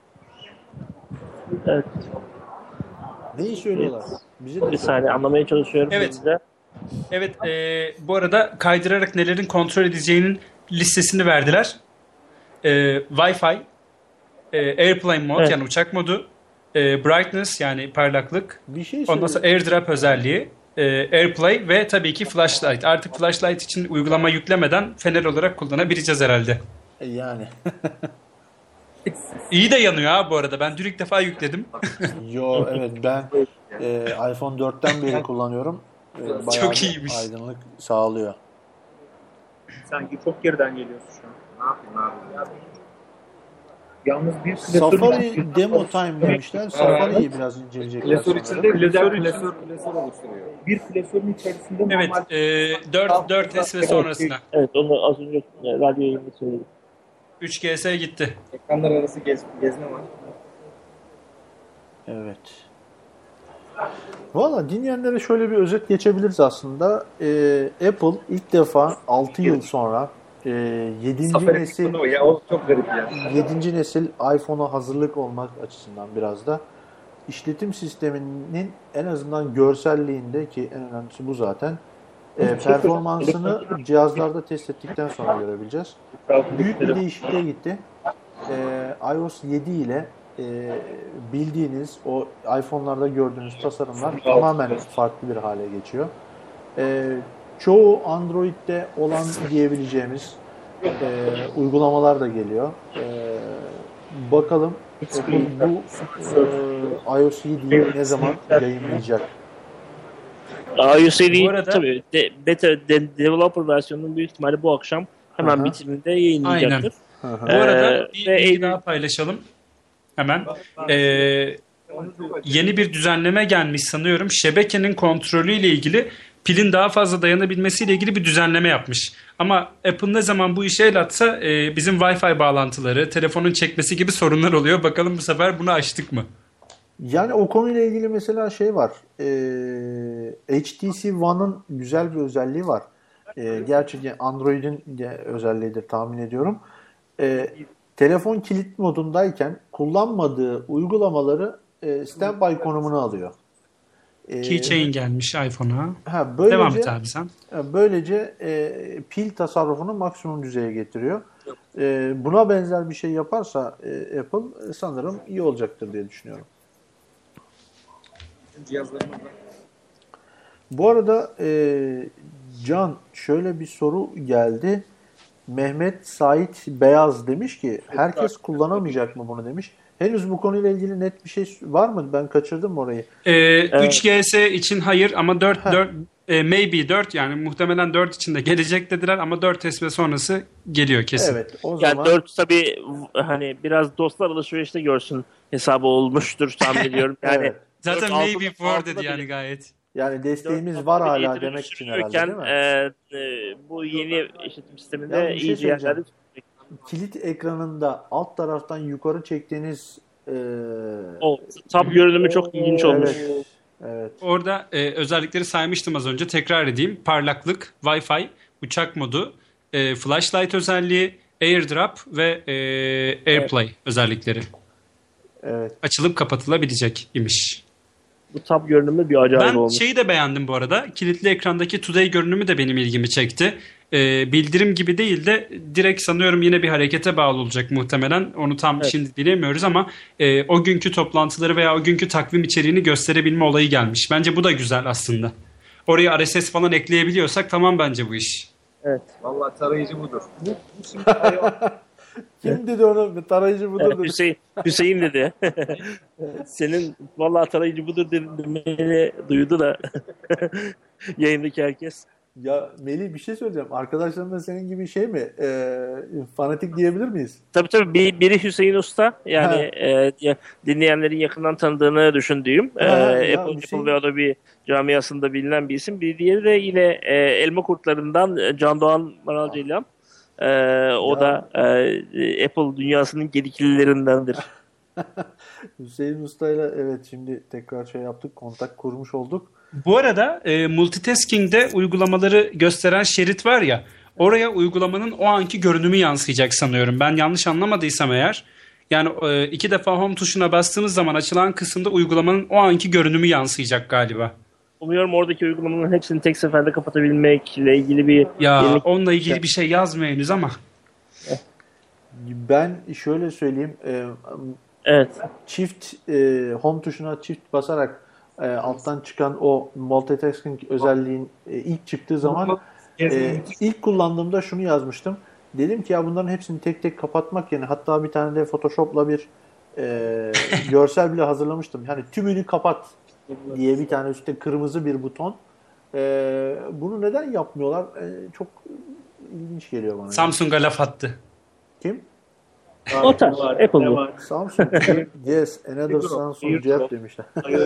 Evet. Neyi söylüyorlar? Bize de Bir saniye anlamaya çalışıyorum. Evet. Size. Evet, bu arada kaydırarak nelerin kontrol edeceğinin listesini verdiler. Wi-Fi, Airplane Mode Evet. yani uçak modu, Brightness yani parlaklık, bir şey ondan sonra AirDrop özelliği, AirPlay ve tabii ki Flashlight. Artık Flashlight için uygulama yüklemeden fener olarak kullanabileceğiz herhalde. Yani. İyi de yanıyor ha bu arada. Ben dün ilk defa yükledim. Yo evet ben iPhone 4'ten beri kullanıyorum. Bayağı Çok bir iyiymiş. aydınlık sağlıyor. Sanki çok geriden geliyorsun şu an. Ne yapayım abi? Yalnız bir klasör Safari demo time demişler. Safari'yi biraz inceleyecekler. Klasör içinde Klasör klasör oluşturuyor. bir klasörün içerisinde Evet, normal 4S ve sonrasına. Evet onu az önce radyo yayında söyledim. 3GS gitti. Ekranlar arası gezme var. Evet. Valla dinleyenlere şöyle bir özet geçebiliriz aslında. Apple ilk defa 6 yıl sonra 7. nesil Ya o çok garip ya. 7. nesil iPhone'a hazırlık olmak açısından biraz da işletim sisteminin en azından görselliğinde ki en önemlisi bu zaten performansını cihazlarda test ettikten sonra görebileceğiz. Büyük bir değişikliğe gitti. iOS 7 ile bildiğiniz o iPhone'larda gördüğünüz tasarımlar tamamen farklı bir hale geçiyor. Çoğu Android'de olan diyebileceğimiz uygulamalar da geliyor. Bakalım bu iOS 7'yi ne zaman yayınlayacak? iOS 7'yi Bu arada- tabii beta developer versiyonunun büyük ihtimalle bu akşam hemen Aha. bitiminde yayınlayacaktır. Bu arada bir ve bilgi Eylül- daha paylaşalım. Hemen. Yeni bir düzenleme gelmiş sanıyorum. Şebekenin kontrolüyle ilgili pilin daha fazla dayanabilmesiyle ilgili bir düzenleme yapmış. Ama Apple ne zaman bu işe el atsa bizim Wi-Fi bağlantıları, telefonun çekmesi gibi sorunlar oluyor. Bakalım bu sefer bunu aştık mı? Yani o konuyla ilgili mesela şey var. HTC One'ın güzel bir özelliği var. Gerçi Android'in de özelliğidir tahmin ediyorum. Telefon kilit modundayken kullanmadığı uygulamaları standby konumuna alıyor. Keychain gelmiş iPhone'a. Böylece, Devam et abi sen. Böylece pil tasarrufunu maksimum düzeye getiriyor. Buna benzer bir şey yaparsa Apple sanırım iyi olacaktır diye düşünüyorum. Cihazlarımızda. Bu arada Can şöyle bir soru geldi. Mehmet Sait Beyaz demiş ki herkes kullanamayacak mı bunu demiş. Henüz bu konuyla ilgili net bir şey var mı? Ben kaçırdım orayı. 3GS için hayır ama Maybe 4 yani muhtemelen 4 içinde gelecek dediler ama 4S ve sonrası geliyor kesin. Evet, o Yani zaman 4 tabii hani biraz dostlar alışverişte görsün hesabı olmuştur tahmin ediyorum. Yani Evet. Zaten 4 maybe altında- 4 altında dedi yani bile- gayet. yani desteğimiz 4 var altında bile hala eğitimi demek için herhalde, düşünülürken, değil mi? bu yeni işletim sisteminde Ya bir şey iyice yerlerde söyleyeceğim. Kilit ekranında alt taraftan yukarı çektiğiniz o tab görünümü çok ilginç olmuş. evet, evet. Orada özellikleri saymıştım az önce. Tekrar edeyim. Parlaklık, Wi-Fi, uçak modu, flashlight özelliği, AirDrop ve AirPlay özellikleri. Evet. Açılıp kapatılabilecek imiş. Bu tab görünümü bir acayip Ben olmuş. şeyi de beğendim bu arada. Kilitli ekrandaki Today görünümü de benim ilgimi çekti. Bildirim gibi değil de direkt sanıyorum yine bir harekete bağlı olacak muhtemelen. Onu tam şimdi bilemiyoruz ama o günkü toplantıları veya o günkü takvim içeriğini gösterebilme olayı gelmiş. Bence bu da güzel aslında. Oraya RSS falan ekleyebiliyorsak tamam bence bu iş. Evet. Vallahi tarayıcı budur. Kim dedi onu? Tarayıcı budur dedi. Hüseyin dedi. Senin vallahi tarayıcı budur demeni duydu da yayındaki herkes. Ya Melih, bir şey söyleyeceğim. Arkadaşların da senin gibi şey mi? Fanatik diyebilir miyiz? Tabii biri Hüseyin Usta yani dinleyenlerin yakından tanıdığını düşündüğüm Apple ve Adobe camiasında bilinen bir isim. Bir diğeri de yine Elma Kurtlarından Can Doğan Maral Ceylan. O da Apple dünyasının gedikliylerindendir. Hüseyin Usta'yla evet şimdi tekrar şey yaptık. Kontak kurmuş olduk. Bu arada multitasking'de uygulamaları gösteren şerit var ya, oraya uygulamanın o anki görünümü yansıyacak sanıyorum. Ben yanlış anlamadıysam eğer. Yani 2 defa home tuşuna bastığınız zaman açılan kısımda uygulamanın o anki görünümü yansıyacak galiba. Umuyorum oradaki uygulamanın hepsini tek seferde kapatabilmekle ilgili bir yenilik. Onunla ilgili bir şey yazmıyor henüz ama. Ben şöyle söyleyeyim. Evet. Çift home tuşuna çift basarak alttan çıkan o multitasking özelliğin ilk çıktığı zaman ilk kullandığımda şunu yazmıştım. Dedim ki ya bunların hepsini tek tek kapatmak yerine, hatta bir tane de Photoshop'la bir görsel bile hazırlamıştım. Yani tümünü kapat diye bir tane üstte kırmızı bir buton. Bunu neden yapmıyorlar? Çok ilginç geliyor bana. Samsung'a laf attı. Kim? O tarz. Apple bu. Samsung. Yes, another Samsung cep demişler.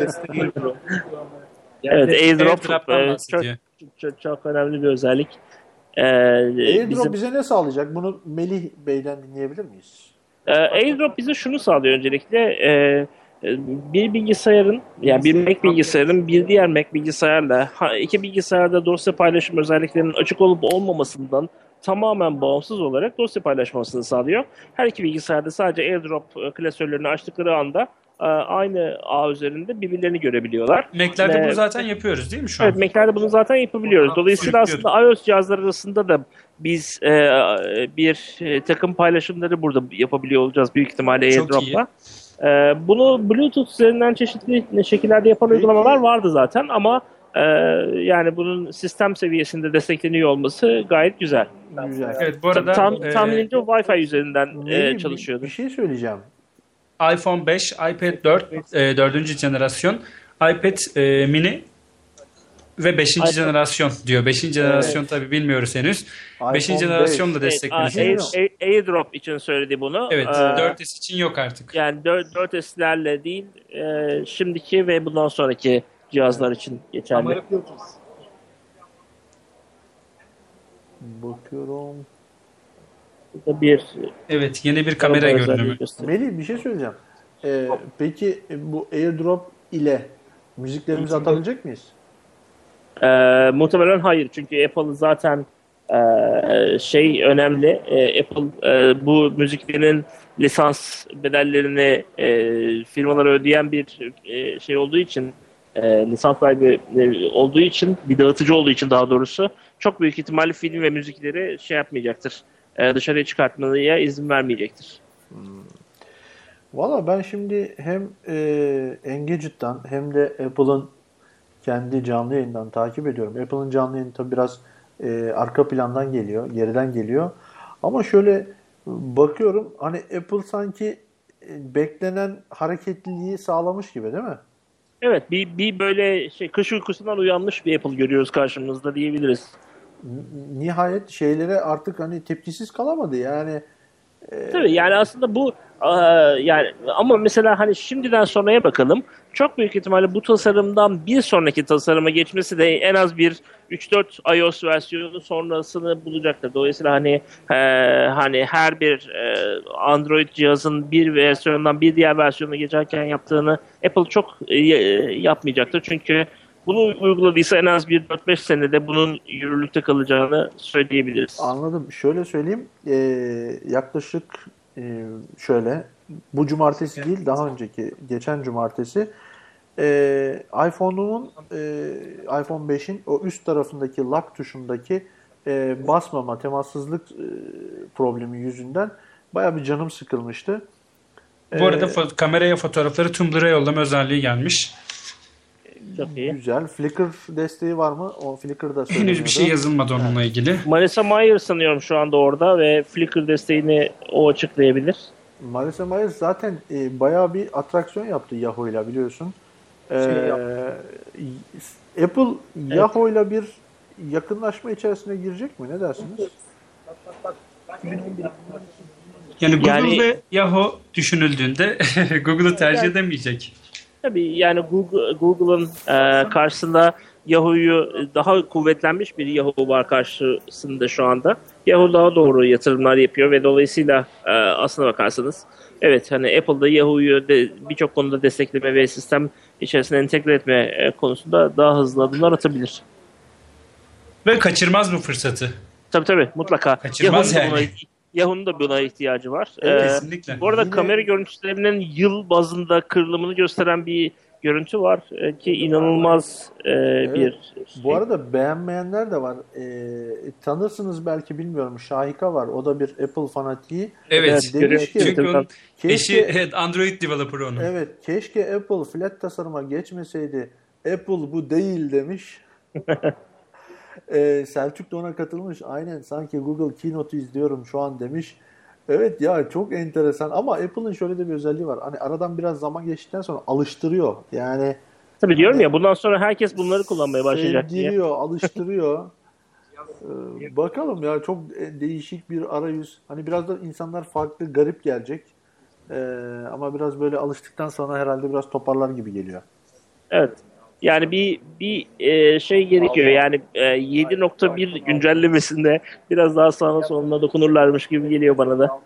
Evet, AirDrop'tan AirDrop çok önemli bir özellik. AirDrop bize ne sağlayacak? Bunu Melih Bey'den dinleyebilir miyiz? AirDrop bize şunu sağlıyor öncelikle. Bir bilgisayarın, yani bir Mac bilgisayarın bir diğer Mac bilgisayarla iki bilgisayarda dosya paylaşım özelliklerinin açık olup olmamasından tamamen bağımsız olarak dosya paylaşmasını sağlıyor. Her iki bilgisayarda sadece AirDrop klasörlerini açtıkları anda aynı ağ üzerinde birbirlerini görebiliyorlar. Mac'lerde bunu zaten yapıyoruz değil mi şu an? Evet, Mac'lerde bunu zaten yapabiliyoruz. Dolayısıyla aslında iOS cihazlar arasında da biz bir takım paylaşımları burada yapabiliyor olacağız büyük ihtimalle AirDrop'la. Bunu Bluetooth üzerinden çeşitli şekillerde yapan uygulamalar vardı zaten ama yani bunun sistem seviyesinde destekleniyor olması gayet güzel. Güzel. Evet, bu arada tahminimce Wi-Fi üzerinden çalışıyordu. Bir şey söyleyeceğim. iPhone 5, iPad 4, 4. jenerasyon, iPad mini ve 5. jenerasyon diyor. 5. jenerasyon tabii bilmiyoruz henüz. 5. jenerasyon da desteklenecek. AirDrop için söyledi bunu. Evet, 4S için yok artık. Yani 4S'lerle değil, şimdiki ve bundan sonraki cihazlar için geçerli. Bakıyorum. Evet, yeni bir kamera görünümü. Melih, bir şey söyleyeceğim. Peki bu AirDrop ile müziklerimizi atabilecek miyiz? Muhtemelen hayır. Çünkü Apple zaten önemli. Apple bu müziklerin lisans bedellerini firmalara ödeyen bir şey olduğu için, lisans sahibi olduğu için, bir dağıtıcı olduğu için daha doğrusu çok büyük ihtimalle film ve müzikleri yapmayacaktır. Dışarıya çıkartmaya izin vermeyecektir. Valla ben şimdi hem Engadget'tan hem de Apple'ın kendi canlı yayından takip ediyorum. Apple'ın canlı yayını tabii biraz arka plandan geliyor, geriden geliyor. Ama şöyle bakıyorum, hani Apple sanki beklenen hareketliliği sağlamış gibi, değil mi? Evet, bir böyle kış uykusundan uyanmış bir Apple görüyoruz karşımızda diyebiliriz. Nihayet şeylere artık hani tepkisiz kalamadı. Yani Tabii yani aslında bu yani ama mesela hani şimdiden sonraya bakalım. Çok büyük ihtimalle bu tasarımdan bir sonraki tasarıma geçmesi de en az bir 3-4 iOS versiyonu sonrasını bulacaktır. Dolayısıyla hani her bir Android cihazın bir versiyondan bir diğer versiyona geçerken yaptığını Apple çok yapmayacaktır. Çünkü bunu uyguladıysa en az bir 4-5 senede bunun yürürlükte kalacağını söyleyebiliriz. anladım. Şöyle söyleyeyim. Yaklaşık şöyle bu cumartesi değil daha önceki geçen cumartesi iPhone 5'in o üst tarafındaki lock tuşundaki basmama, temassızlık problemi yüzünden baya bir canım sıkılmıştı. Bu arada kameraya fotoğrafları Tumblr'a yollama özelliği gelmiş. Çok iyi. Güzel. Flickr desteği var mı? O Flickr'da söyleniyordu. Henüz bir şey yazılmadı onunla ilgili. Marissa Mayer sanıyorum şu anda orada ve Flickr desteğini o açıklayabilir. Marissa Mayer zaten bayağı bir atraksiyon yaptı Yahoo'yla biliyorsun. Apple Yahoo'yla bir yakınlaşma içerisine girecek mi? Ne dersiniz? Yani Google Yani- ve Yahoo düşünüldüğünde Google'ı tercih edemeyecek. Tabii yani Google'ın karşısında Yahoo'yu daha kuvvetlenmiş bir Yahoo var karşısında şu anda. Yahoo daha doğru yatırımlar yapıyor ve dolayısıyla aslına bakarsanız evet hani Apple'da Yahoo'yu birçok konuda destekleme ve sistem içerisine entegre etme konusunda daha hızlı adımlar atabilir. Ve kaçırmaz bu fırsatı. Tabii mutlaka. Kaçırmaz yani. Yahoo'nun da buna ihtiyacı var. Kesinlikle. Bu arada Yine- kamera görüntülerinin yıl bazında kırılımını gösteren bir görüntü var ki inanılmaz bir şey. Bu arada beğenmeyenler de var. Tanırsınız belki bilmiyorum. Şahika var. O da bir Apple fanatiği. Evet. Demiş görüyorum. ki Çünkü onun keşke- eşi evet, Android developer onun. evet keşke Apple flat tasarıma geçmeseydi. Apple bu değil demiş. Selçuk da ona katılmış. Aynen sanki Google Keynote'u izliyorum şu an demiş. Evet ya çok enteresan ama Apple'ın şöyle de bir özelliği var. Hani aradan biraz zaman geçtikten sonra alıştırıyor. Yani Tabii diyorum ya bundan sonra herkes bunları kullanmaya başlayacak diye. sevdiriyor, alıştırıyor. Bakalım ya çok değişik bir arayüz. Hani biraz da insanlar farklı, garip gelecek. Ama biraz böyle alıştıktan sonra herhalde biraz toparlar gibi geliyor. Evet. Yani bir şey gerekiyor. Yani 7.1 güncellemesinde biraz daha sağına soluna dokunurlarmış gibi geliyor bana da.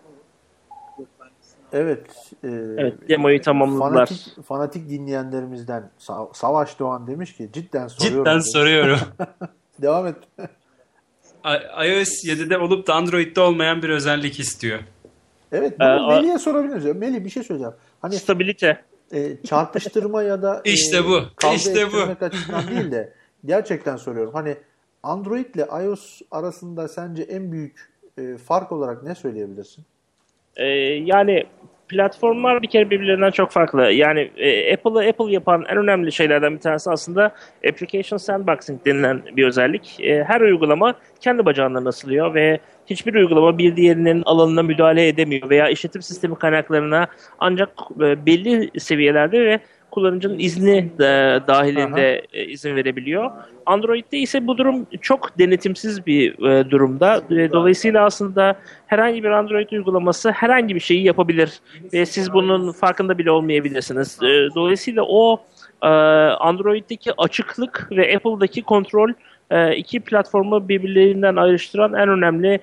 Evet. Evet, demoyu tamamladılar. Fanatik dinleyenlerimizden Savaş Doğan demiş ki cidden soruyorum. Cidden demiş. soruyorum. Devam et. iOS 7'de olup da Android'de olmayan bir özellik istiyor. Evet, bunu Melih'e sorabiliriz. Ya. Melih bir şey söyleyeceğim. Hani Stabilite. çarpıştırma ya da İşte bu, kavga işte bu. ettirmek açısından değil de gerçekten soruyorum. Hani Android ile iOS arasında sence en büyük fark olarak ne söyleyebilirsin? Yani platformlar bir kere birbirlerinden çok farklı. Yani Apple yapan en önemli şeylerden bir tanesi aslında Application Sandboxing denilen bir özellik. Her uygulama kendi bacağından asılıyor ve hiçbir uygulama bir diğerinin alanına müdahale edemiyor veya işletim sistemi kaynaklarına ancak belli seviyelerde ve kullanıcının izni dahilinde izin verebiliyor. Android'de ise bu durum çok denetimsiz bir durumda. Dolayısıyla aslında herhangi bir Android uygulaması herhangi bir şeyi yapabilir ve siz bunun farkında bile olmayabilirsiniz. Dolayısıyla o Android'deki açıklık ve Apple'daki kontrol iki platformu birbirlerinden ayrıştıran en önemli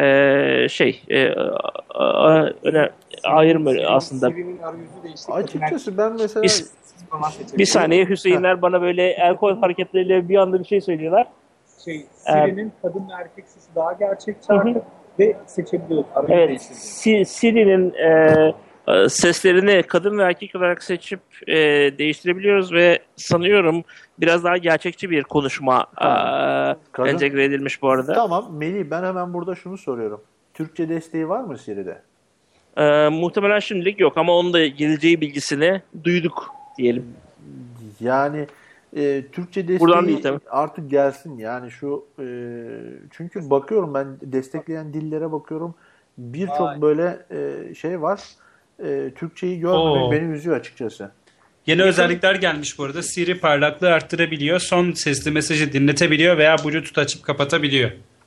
ayrım aslında. Siri'nin arayüzü değişti. Açıkçası ben mesela Bir saniye Hüseyinler bana böyle el kol hareketleriyle bir anda bir şey söylüyorlar. Siri'nin kadın ve erkek sesi daha gerçekçi artık ve seçebiliyoruz. Arayüzü Evet, değiştirdi. Siri'nin seslerini kadın ve erkek olarak seçip değiştirebiliyoruz ve sanıyorum biraz daha gerçekçi bir konuşma Kadın- entegre edilmiş bu arada. tamam Melih ben hemen burada şunu soruyorum. Türkçe desteği var mı Siri'de? Muhtemelen şimdilik yok ama onun da geleceği bilgisini duyduk diyelim. Yani Türkçe Buradan desteği değil tabii. artık gelsin. Yani şu çünkü bakıyorum ben destekleyen dillere bakıyorum. Birçok böyle şey var. Türkçeyi görmemek Oo. beni üzüyor açıkçası. Yeni özellikler gelmiş bu arada. Siri parlaklığı arttırabiliyor. Son sesli mesajı dinletebiliyor veya Bluetooth açıp kapatabiliyor.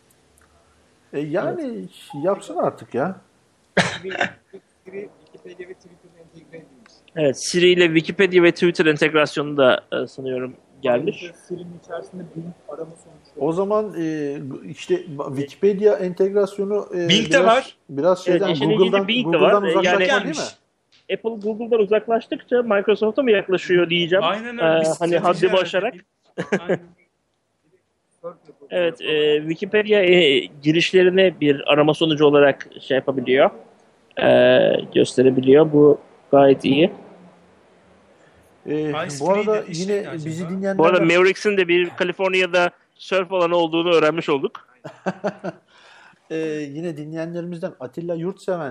Yani yapsın artık ya. Siri, Wikipedia ve Twitter'da entegre edilmiş. Evet, Siri ile Wikipedia ve Twitter entegrasyonu da sanıyorum gelmiş. Ayrıca Siri'nin içerisinde Bing arama sonuçları. O zaman işte Wikipedia entegrasyonu Bing de var. Biraz şeyden işin ilginci Bing de var. Google'dan uzaklaşma Yani- değil mi? Apple Google'dan uzaklaştıkça Microsoft'a mı yaklaşıyor diyeceğim. Aynen öyle. Bir Hani haddi strateji aşarak. Aynen. Evet, Wikipedia girişlerini bir arama sonucu olarak şey yapabiliyor. Gösterebiliyor. Bu gayet iyi. Bu arada dediği şey yine ne acaba? bizi Bu arada dinleyenlerden Mavericks'in de bir Kaliforniya'da surf alanı olduğunu öğrenmiş olduk. yine dinleyenlerimizden Atilla Yurtseven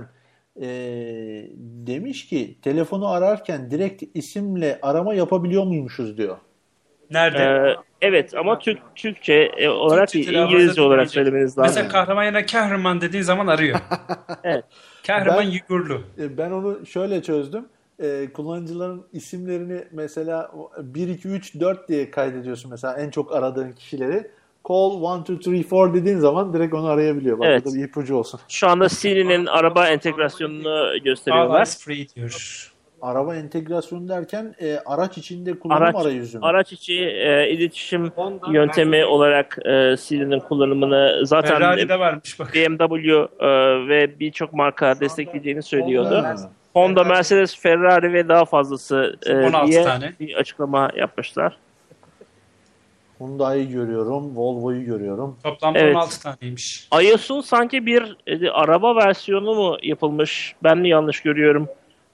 demiş ki telefonu ararken direkt isimle arama yapabiliyor muymuşuz diyor. Nerede? Evet ama Türkçe olarak Türkçe değil, telaffuz İngilizce olarak edilemeyecek. söylemeniz lazım. Mesela kahraman yerine kahraman dediğin zaman arıyor. Evet. Kahraman Ben- Yugurlu. Ben onu şöyle çözdüm. Kullanıcıların isimlerini mesela 1, 2, 3, 4 diye kaydediyorsun mesela en çok aradığın kişileri. Call 1, 2, 3, 4 dediğin zaman direkt onu arayabiliyor. Bak Evet. burada bir ipucu olsun. Şu anda Siri'nin araba entegrasyonunu gösteriyorlar. All free diyor. Araba entegrasyonu derken araç içinde kullanım arayüzü mü? Araç içi iletişim yöntemi olarak Siri'nin kullanımını zaten Ferrari'de varmış bak. BMW ve birçok marka destekleyeceğini söylüyordu. Ha. Honda, Mercedes, Ferrari ve daha fazlası 16 diye tane. bir açıklama yapmışlar. Hyundai'yi görüyorum, Volvo'yu görüyorum. Toplamda Evet. 16 taneymiş. iOS'un sanki bir araba versiyonu mu yapılmış? Ben mi yanlış görüyorum?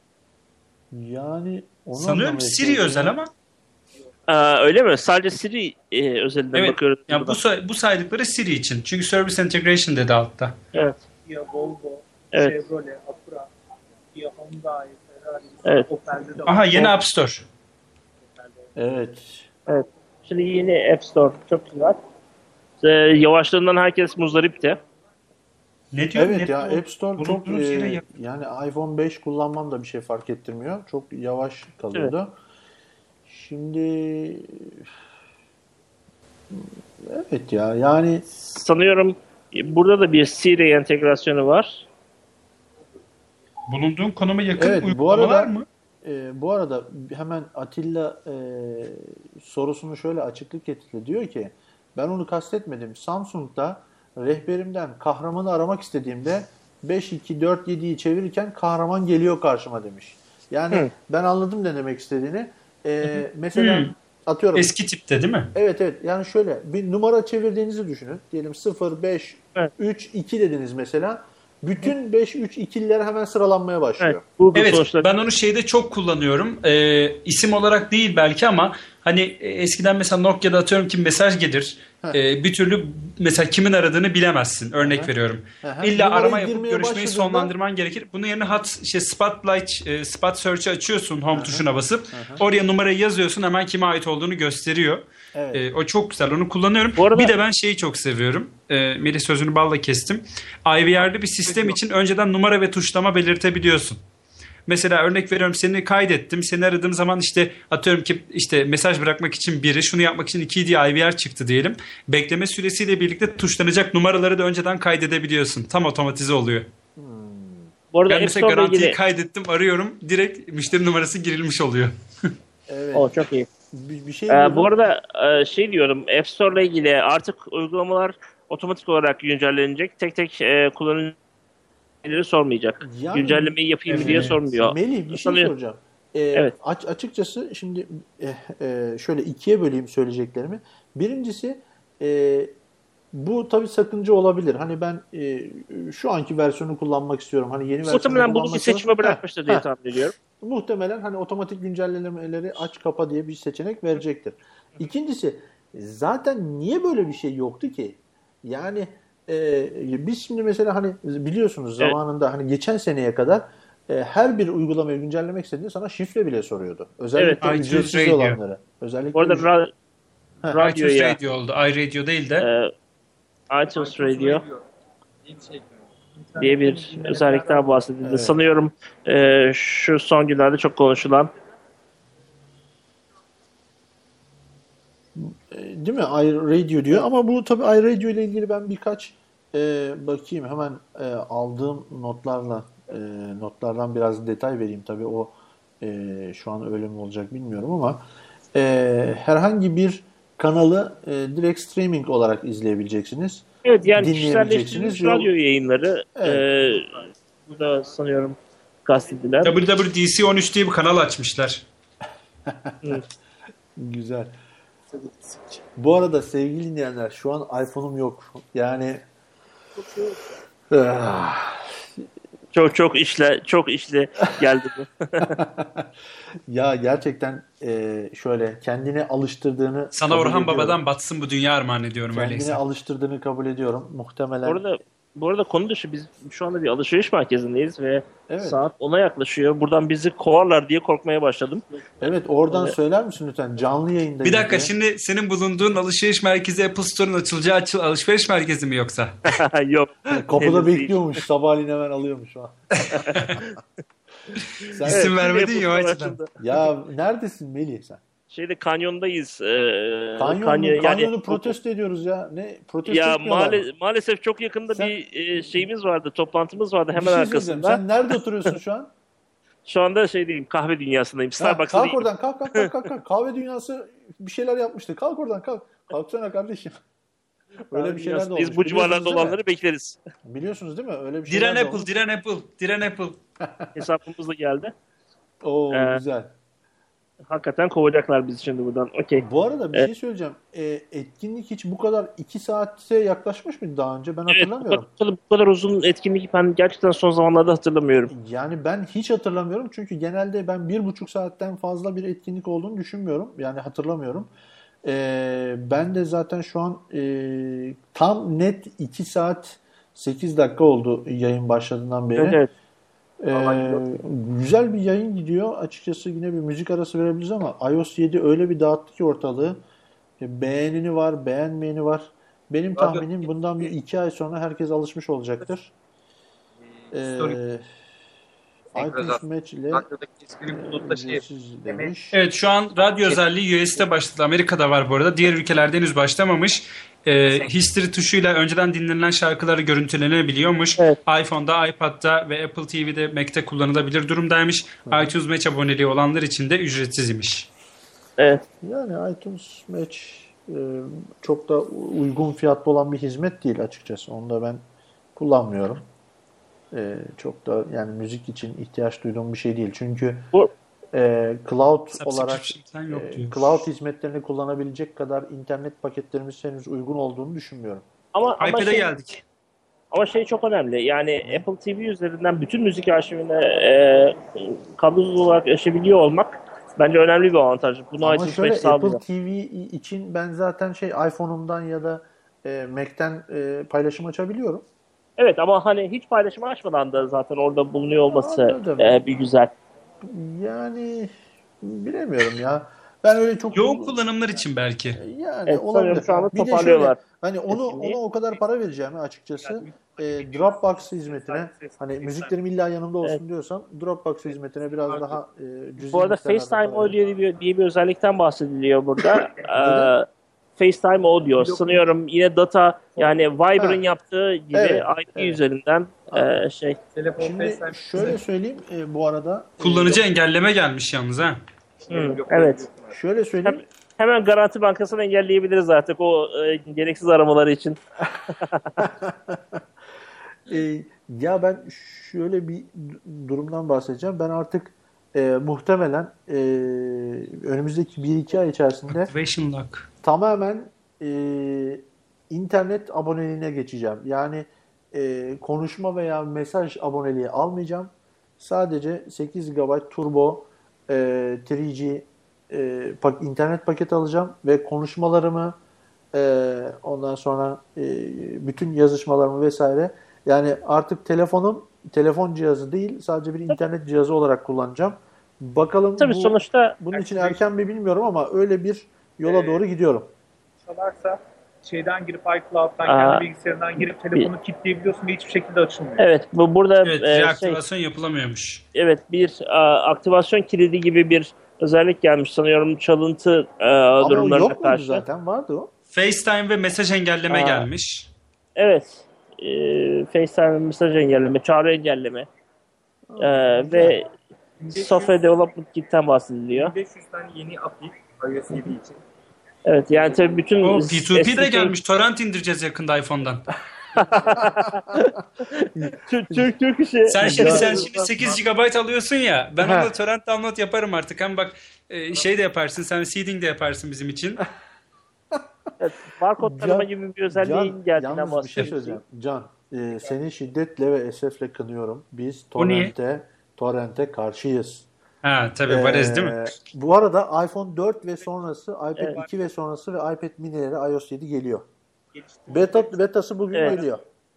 Yani onu Sanıyorum anlamaya Siri çalışıyorum. özel ama. Öyle mi? Sadece Siri özelinden Evet. bakıyoruz. Yani bu saydıkları Siri için. Çünkü Service Integration dedi altta. Evet. Kia, Volvo, Evet. Chevrolet, Acura, Kia, Hyundai, Ferrari, Evet. Opel'de de Aha yeni App Store. Evet. Evet. Şimdi yeni App Store. Çok güzel. Yavaşlığından herkes muzdaripti. Ne diyor? Evet ne ya diyor? App Store çok Bulunduğunuz yere yap- yani iPhone 5 kullanmam da bir şey fark ettirmiyor. Çok yavaş kalıyordu. Şimdi evet ya yani Sanıyorum burada da bir Siri entegrasyonu var. Bulunduğun konuma yakın Evet, bu uygulamalar arada- mı? bu arada hemen Atilla sorusunu şöyle açıklık getirdi. Diyor ki ben onu kastetmedim. Samsung'da rehberimden kahramanı aramak istediğimde 5-2-4-7'yi çevirirken kahraman geliyor karşıma demiş. Yani ben anladım ne demek istediğini. Mesela atıyorum. Eski tipte değil mi? Evet evet yani şöyle bir numara çevirdiğinizi düşünün. Diyelim 0, 5, Evet. 3, 2 dediniz mesela. Bütün 5, 3, 2'liler hemen sıralanmaya başlıyor. Evet. Google Evet, sonuçları. ben onu şeyde çok kullanıyorum. İsim olarak değil belki ama hani eskiden mesela Nokia'da atıyorum ki mesaj gelir. Bir türlü mesela kimin aradığını bilemezsin. Örnek veriyorum. Aha. İlla Numarayı arama yapıp girmeye görüşmeyi başladığında- sonlandırman gerekir. Bunun yerine Spot Search'ı açıyorsun home tuşuna basıp. Oraya numarayı yazıyorsun hemen kime ait olduğunu gösteriyor. Evet. O çok güzel. Onu kullanıyorum. Bu arada- Bir de ben şeyi çok seviyorum. Melih sözünü balla kestim. IVR'lı bir sistem için önceden numara ve tuşlama belirtebiliyorsun. Mesela örnek veriyorum seni kaydettim. Seni aradığım zaman işte atıyorum ki işte mesaj bırakmak için 1'i, şunu yapmak için 2'yi diye IVR çıktı diyelim. Bekleme süresiyle birlikte tuşlanacak numaraları da önceden kaydedebiliyorsun. Tam otomatize oluyor. Bu arada Ben App mesela Store'la garantiyi ilgili... kaydettim, arıyorum. Direkt müşteri numarası girilmiş oluyor. Evet. O çok iyi. Bir şey Bu diyordum. arada şey diyorum, App Store'la ilgili artık uygulamalar otomatik olarak güncellenecek. Tek tek kullanıcıları sormayacak. Yani- Güncellemeyi yapayım mı diye Evet. sormuyor. Melih bir şey Sanıyorum. soracağım. Evet. Açıkçası şimdi şöyle ikiye böleyim söyleyeceklerimi. Birincisi bu tabii sakınca olabilir. Hani ben şu anki versiyonu kullanmak istiyorum. Hani yeni versiyonu Muhtemelen bunu bir kullanmak seçime istiyorum. bırakmıştır diye Heh. tahmin ediyorum. Muhtemelen hani otomatik güncellemeleri aç kapa diye bir seçenek verecektir. İkincisi zaten niye böyle bir şey yoktu ki? Yani biz şimdi mesela hani biliyorsunuz Evet. zamanında hani geçen seneye kadar her bir uygulamayı güncellemek istediğinde sana şifre bile soruyordu. Özellikle Evet, ücretsiz iTunes Radio. olanları. Özellikle Bu arada ücret- iTunes radyoya, Radio oldu. iRadio değil de. iTunes Radio diye bir şey. diye bir özellikten bahsedildi. Evet. Sanıyorum şu son günlerde çok konuşulan değil mi? iRadio diyor ama bu tabii iRadio ile ilgili ben birkaç bakayım hemen aldığım notlardan biraz detay vereyim. Tabii o şu an öyle mi olacak bilmiyorum ama herhangi bir kanalı direkt streaming olarak izleyebileceksiniz. Evet, yani Dinleyebileceksiniz. kişiselleştirilmiş radyo yayınları bu da sanıyorum kastedilen. WWDC 13 diye bir kanal açmışlar. Güzel. Bu arada sevgili dinleyenler şu an iPhone'um yok. Yani Çok işle geldi bu. ya gerçekten şöyle kendine alıştırdığını Sana kabul Orhan ediyorum. Baba'dan batsın bu dünya armağan ediyorum Kendine öyleyse. alıştırdığını kabul ediyorum. Muhtemelen. Bu arada konu dışı biz şu anda bir alışveriş merkezindeyiz ve Evet. saat 10'a yaklaşıyor. Buradan bizi kovarlar diye korkmaya başladım. Evet, oradan söyler misin lütfen? Canlı yayındayız. Bir dakika diye. şimdi senin bulunduğun alışveriş merkezi Apple Store'un açılacağı alışveriş merkezi mi yoksa? Yok. Kapıda henüz değil. bekliyormuş. Sabahleyin hemen alıyormuş şu an. Sen, İsim vermedin Apple ya o Store açıdan. açıldı. ya neredesin Melih sen? Kanyondayız. Kanyonu protesto ediyoruz ya. Ne? Protesto Ya etmiyorlar mı? maalesef çok yakında bir şeyimiz vardı, toplantımız vardı Bir hemen şey söyleyeceğim. arkasında. Sen nerede oturuyorsun şu an? Şu anda diyeyim, kahve dünyasındayım. Starbucks'ta kalk değilim. oradan kalk. Kahve dünyası bir şeyler yapmıştı. Kalk oradan kalk. Kalksana kardeşim. Öyle bir şeyler de olmuş. Biz bu civarlarda Biliyorsunuz değil mi? olanları bekleriz. Biliyorsunuz değil mi? Öyle bir şeyler Diren de Apple, olmuş. Diren Apple. Hesabımız da geldi. Oo güzel. Hakikaten kovacaklar bizi şimdi buradan. Okey. Bu arada bir şey söyleyeceğim. Etkinlik hiç bu kadar 2 saate yaklaşmış mıydı daha önce? Ben hatırlamıyorum. Bu kadar uzun etkinlik ben gerçekten son zamanlarda hatırlamıyorum. Yani ben hiç hatırlamıyorum. Çünkü genelde ben 1,5 saatten fazla bir etkinlik olduğunu düşünmüyorum. Yani hatırlamıyorum. Ben de zaten şu an tam net 2 saat 8 dakika oldu yayın başladığından beri. Evet. Güzel bir yayın gidiyor. Açıkçası yine bir müzik arası verebiliriz ama iOS 7 öyle bir dağıttı ki ortalığı. Beğenini var, beğenmeyeni var. Benim tahminim bundan bir 2 ay sonra herkes alışmış olacaktır. iTunes Match ile ücretsiz demiş. Evet şu an radyo özelliği US'te başladı. Amerika'da var bu arada. Diğer ülkelerde henüz başlamamış. History tuşuyla önceden dinlenilen şarkıları görüntülenebiliyormuş. Evet. iPhone'da, iPad'da ve Apple TV'de, Mac'te kullanılabilir durumdaymış. iTunes Match aboneliği olanlar için de ücretsiz imiş. Evet. Yani iTunes Match çok da uygun fiyatlı olan bir hizmet değil açıkçası. Onu da ben kullanmıyorum. Çok da yani müzik için ihtiyaç duyduğum bir şey değil. Çünkü cloud olarak cloud hizmetlerini kullanabilecek kadar internet paketlerimiz henüz uygun olduğunu düşünmüyorum. Ama iPad'e geldik. Ama çok önemli. Yani Apple TV üzerinden bütün müzik arşivine kablosuz olarak erişebiliyor olmak bence önemli bir avantaj. Bunu Ama iTunes şöyle Match sağlıyor. Apple TV için ben zaten iPhone'umdan ya da Mac'ten paylaşım açabiliyorum. Evet ama hani hiç paylaşımı açmadan da zaten orada bulunuyor olması Anladım. bir güzel. Yani bilemiyorum ya. Ben öyle çok Yoğun kullanımlar için belki. yani Evet, olabilir. şu anda Bir de toparlıyorlar. şöyle hani ona o kadar para vereceğimi açıkçası Dropbox hizmetine hani müziklerim illa yanımda olsun diyorsam Dropbox hizmetine biraz daha cüzi Bu arada miktarlarda FaceTime para Audio diye bir özellikten bahsediliyor burada. FaceTime Audio sanıyorum yine data yani Viber'ın yaptığı gibi Evet, IP üzerinden Şimdi şöyle söyleyeyim bu arada Kullanıcı engelleme gelmiş yalnız ha. Evet. şöyle söyleyeyim Hemen Garanti Bankası'nı engelleyebiliriz artık o gereksiz aramaları için. ya ben şöyle bir durumdan bahsedeceğim. Ben artık muhtemelen önümüzdeki 1-2 ay içerisinde Activation Lock. tamamen internet aboneliğine geçeceğim. Yani konuşma veya mesaj aboneliği almayacağım. Sadece 8 GB turbo 3G internet paketi alacağım ve konuşmalarımı ondan sonra bütün yazışmalarımı vesaire yani artık telefon cihazı değil sadece bir internet cihazı olarak kullanacağım. Bakalım Tabii sonuçta bunun için erken mi bilmiyorum ama öyle bir yola doğru gidiyorum. Çalarsa şeyden girip iCloud'dan kendi bilgisayarından girip telefonu kilitleyebiliyorsun ve hiçbir şekilde açılmıyor. Evet, burada reaktivasyon yapılamıyormuş. Evet, bir aktivasyon kilidi gibi bir özellik gelmiş sanıyorum çalıntı Ama o durumlarına yok muydu karşı. zaten? Vardı o. FaceTime ve mesaj engelleme gelmiş. Evet. FaceTime mesaj engelleme, çağrı engelleme ve Software Development Kit'ten bahsediliyor. 1500 tane yeni API iOS 7 için. Evet yani tabii bütün O P2P de SDK gelmiş. Torrent indireceğiz yakında iPhone'dan. Türk işi. Sen şimdi 8 GB alıyorsun ya. Ben onunla torrent download yaparım artık. Hem bak şey de yaparsın. Sen seeding de yaparsın bizim için. Evet, barkod tanıma gibi bir özelliğin geldiğinden yalnız bir şey bahsediyoruz. söyleyeceğim. Can, seni şiddetle ve esefle kınıyorum. Biz O niye? torrente karşıyız. Ha tabii varız değil mi? Bu arada iPhone 4 ve sonrası, iPad 2 ve sonrası ve iPad mini'lere iOS 7 geliyor. Betası bugün geliyor.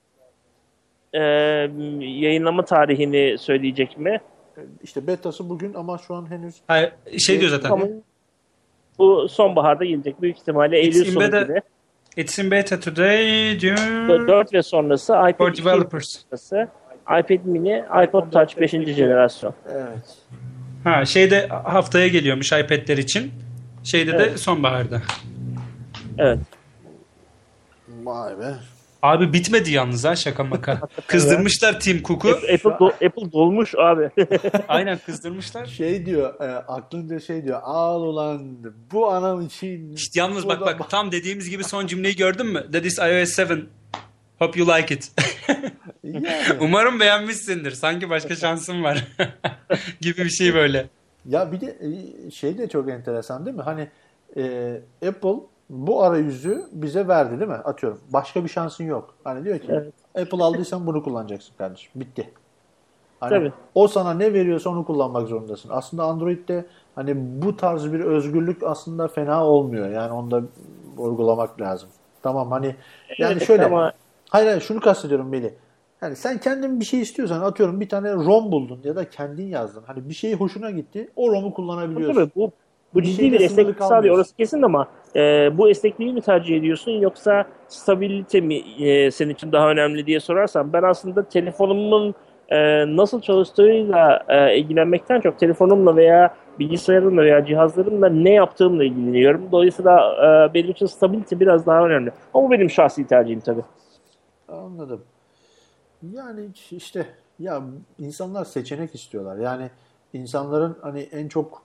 Yayınlama tarihini söyleyecek mi? İşte betası bugün ama şu an henüz Hayır, şey diyor zaten. Ama bu sonbaharda gelecek. Büyük ihtimalle Eylül sonu gibi. It's in beta today diyor. 4 ve sonrası iPad For 2 developers. sonrası, iPad mini, iPod Touch 5. jenerasyon. evet. Ha şeyde haftaya geliyormuş iPad'ler için. Şeyde de sonbaharda. Evet. Vay be. Abi bitmedi yalnız ha şaka maka. Kızdırmışlar Tim Cook'u. Apple dolmuş abi. Aynen kızdırmışlar. Şey diyor, aklınca şey diyor. Al ulan bu anam için. İşte yalnız bu bak da- tam dediğimiz gibi son cümleyi gördün mü? That is iOS 7. Hope you like it. Yani. Umarım beğenmişsindir. Sanki başka şansın var. gibi bir şey böyle. Ya bir de şey de çok enteresan değil mi? Hani Apple bu arayüzü bize verdi değil mi? Atıyorum. Başka bir şansın yok. Hani diyor ki Apple aldıysan bunu kullanacaksın kardeşim. Bitti. Hani Tabii. o sana ne veriyorsa onu kullanmak zorundasın. Aslında Android'de hani bu tarz bir özgürlük aslında fena olmuyor. Yani onu da vurgulamak lazım. Tamam hani yani Evet, şöyle ama- hayır şunu kastediyorum Melih. Yani sen kendin bir şey istiyorsan atıyorum bir tane ROM buldun ya da kendin yazdın. Hani bir şey hoşuna gitti. O ROM'u kullanabiliyorsun. Tabii, bu Bir ciddi şeyde bir sınırlı esneklik kalmıyorsun. sağlıyor. Orası kesin ama bu esnekliği mi tercih ediyorsun yoksa stabilite mi senin için daha önemli diye sorarsan ben aslında telefonumun nasıl çalıştığıyla ilgilenmekten çok telefonumla veya bilgisayarımla veya cihazlarımla ne yaptığımla ilgileniyorum. Dolayısıyla benim için stabilite biraz daha önemli. Ama bu benim şahsi tercihim tabii. Anladım. Yani işte ya insanlar seçenek istiyorlar. Yani insanların hani en çok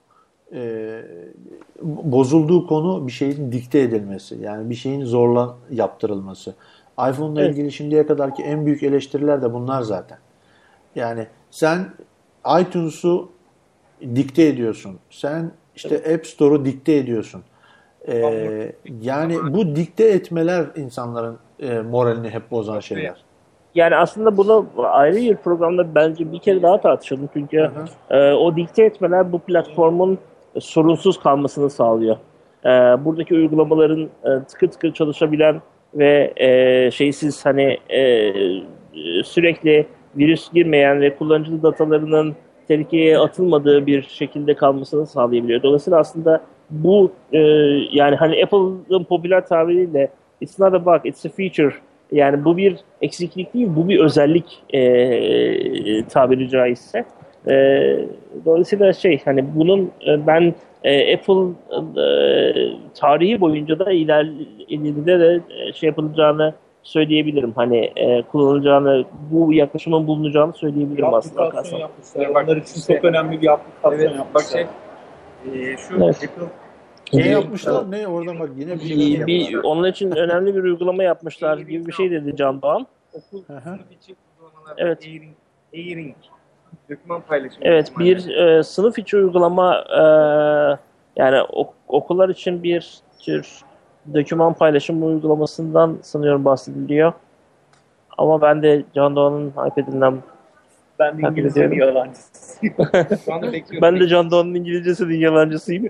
bozulduğu konu bir şeyin dikte edilmesi. Yani bir şeyin zorla yaptırılması. iPhone'la ilgili şimdiye kadarki en büyük eleştiriler de bunlar zaten. Yani sen iTunes'u dikte ediyorsun. Sen işte App Store'u dikte ediyorsun. Yani bu dikte etmeler insanların moralini hep bozan şeyler. Yani aslında bunu ayrı bir programda bence bir kere daha tartışalım. Çünkü o dikte etmeler bu platformun sorunsuz kalmasını sağlıyor. Buradaki uygulamaların tıkır tıkır çalışabilen ve şeysiz hani sürekli virüs girmeyen ve kullanıcı datalarının tehlikeye atılmadığı bir şekilde kalmasını sağlayabiliyor. Dolayısıyla aslında bu yani hani Apple'ın popüler tabiriyle it's not a bug, it's a feature. Yani bu bir eksiklik değil, bu bir özellik tabiri caizse. Dolayısıyla hani bunun ben Apple tarihi boyunca da ileride de şey yapılacağını söyleyebilirim. Hani kullanılacağını, bu yaklaşımın bulunacağını söyleyebilirim aslında. Aplikasyon yapmışlar. Onlar için çok önemli bir aplikasyon yapmışlar. Şu Evet. Apple Ne yapmışlar? Ne? Oradan bak yine bir şey yapmışlar. Onun için önemli bir uygulama yapmışlar gibi bir şey dedi Can Doğan. okul sınıf içi uygulamalar, Evet. e-ring, doküman paylaşımı. Evet, bir sınıf içi uygulama yani okullar için bir tür doküman paylaşım uygulamasından sanıyorum bahsediliyor. Ama ben de Can Doğan'ın iPad'inden Ben de İngilizcenin yalancısıyım. Şu anda bekliyorum. ben de Can Doğan'ın İngilizcesinin yalancısıyım.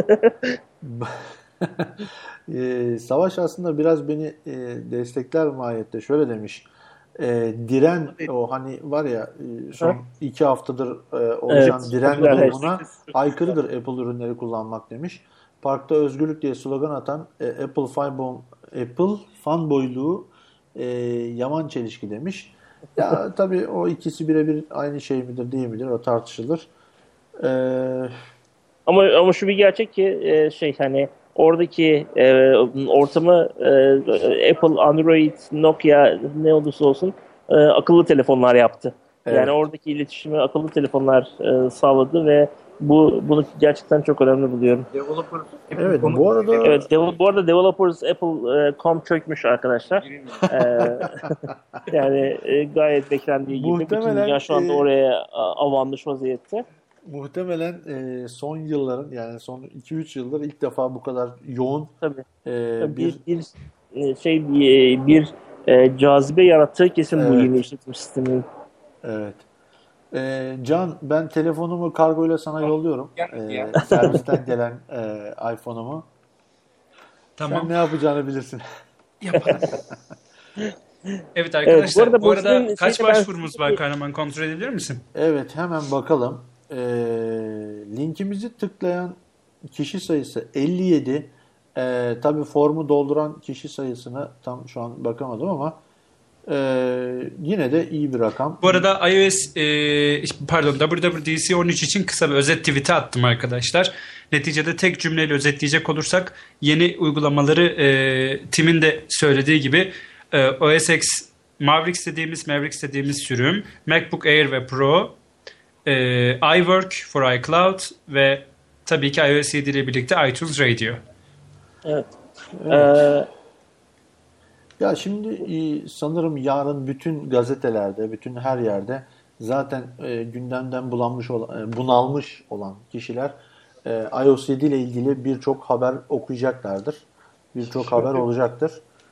Savaş aslında biraz beni destekler mahiyette. Şöyle demiş. Diren o hani var ya son 2 haftadır oluşan Evet, diren popüler durumuna aykırıdır Apple ürünleri kullanmak demiş. Parkta özgürlük diye slogan atan Apple fanboyluğu yaman çelişki demiş. Ya tabii o ikisi birebir aynı şey midir değil midir o tartışılır. Ama şu bir gerçek ki hani oradaki ortamı Apple, Android, Nokia ne olursa olsun akıllı telefonlar yaptı. Evet. Yani oradaki iletişimi akıllı telefonlar sağladı ve bunu gerçekten çok önemli buluyorum. Evet, bu arada Evet, bu arada developers Apple.com çökmüş arkadaşlar. Yani gayet beklendiği gibi. Bütün Muhtemelen, dünya şu anda oraya avanmış vaziyette. muhtemelen son yılların, yani son 2-3 yıldır ilk defa bu kadar yoğun Tabii. bir Bir cazibe yarattığı kesin bu Evet. yeni işletim sisteminin. evet. Can, ben telefonumu kargoyla sana yolluyorum. Servisten gelen iPhone'umu. Tamam. Sen ne yapacağını bilirsin. Yapalım. Evet arkadaşlar, bu arada bu arada bu kaç şeyde ben- başvurumuz var Kahraman, kontrol edebilir misin? Evet, hemen bakalım. Linkimizi tıklayan kişi sayısı 57. Tabii formu dolduran kişi sayısına tam şu an bakamadım ama yine de iyi bir rakam. Bu arada iOS WWDC 13 için kısa bir özet tweet'i attım arkadaşlar. Neticede tek cümleyle özetleyecek olursak yeni uygulamaları Tim'in de söylediği gibi OS X Mavericks dediğimiz sürüm, MacBook Air ve Pro, iWork for iCloud ve tabii ki iOS 7 ile birlikte iTunes Radio. Evet. Ya şimdi sanırım yarın bütün gazetelerde, bütün her yerde zaten gündemden bunalmış olan kişiler iOS 7 ile ilgili birçok haber okuyacaklardır. Birçok haber olacaktır.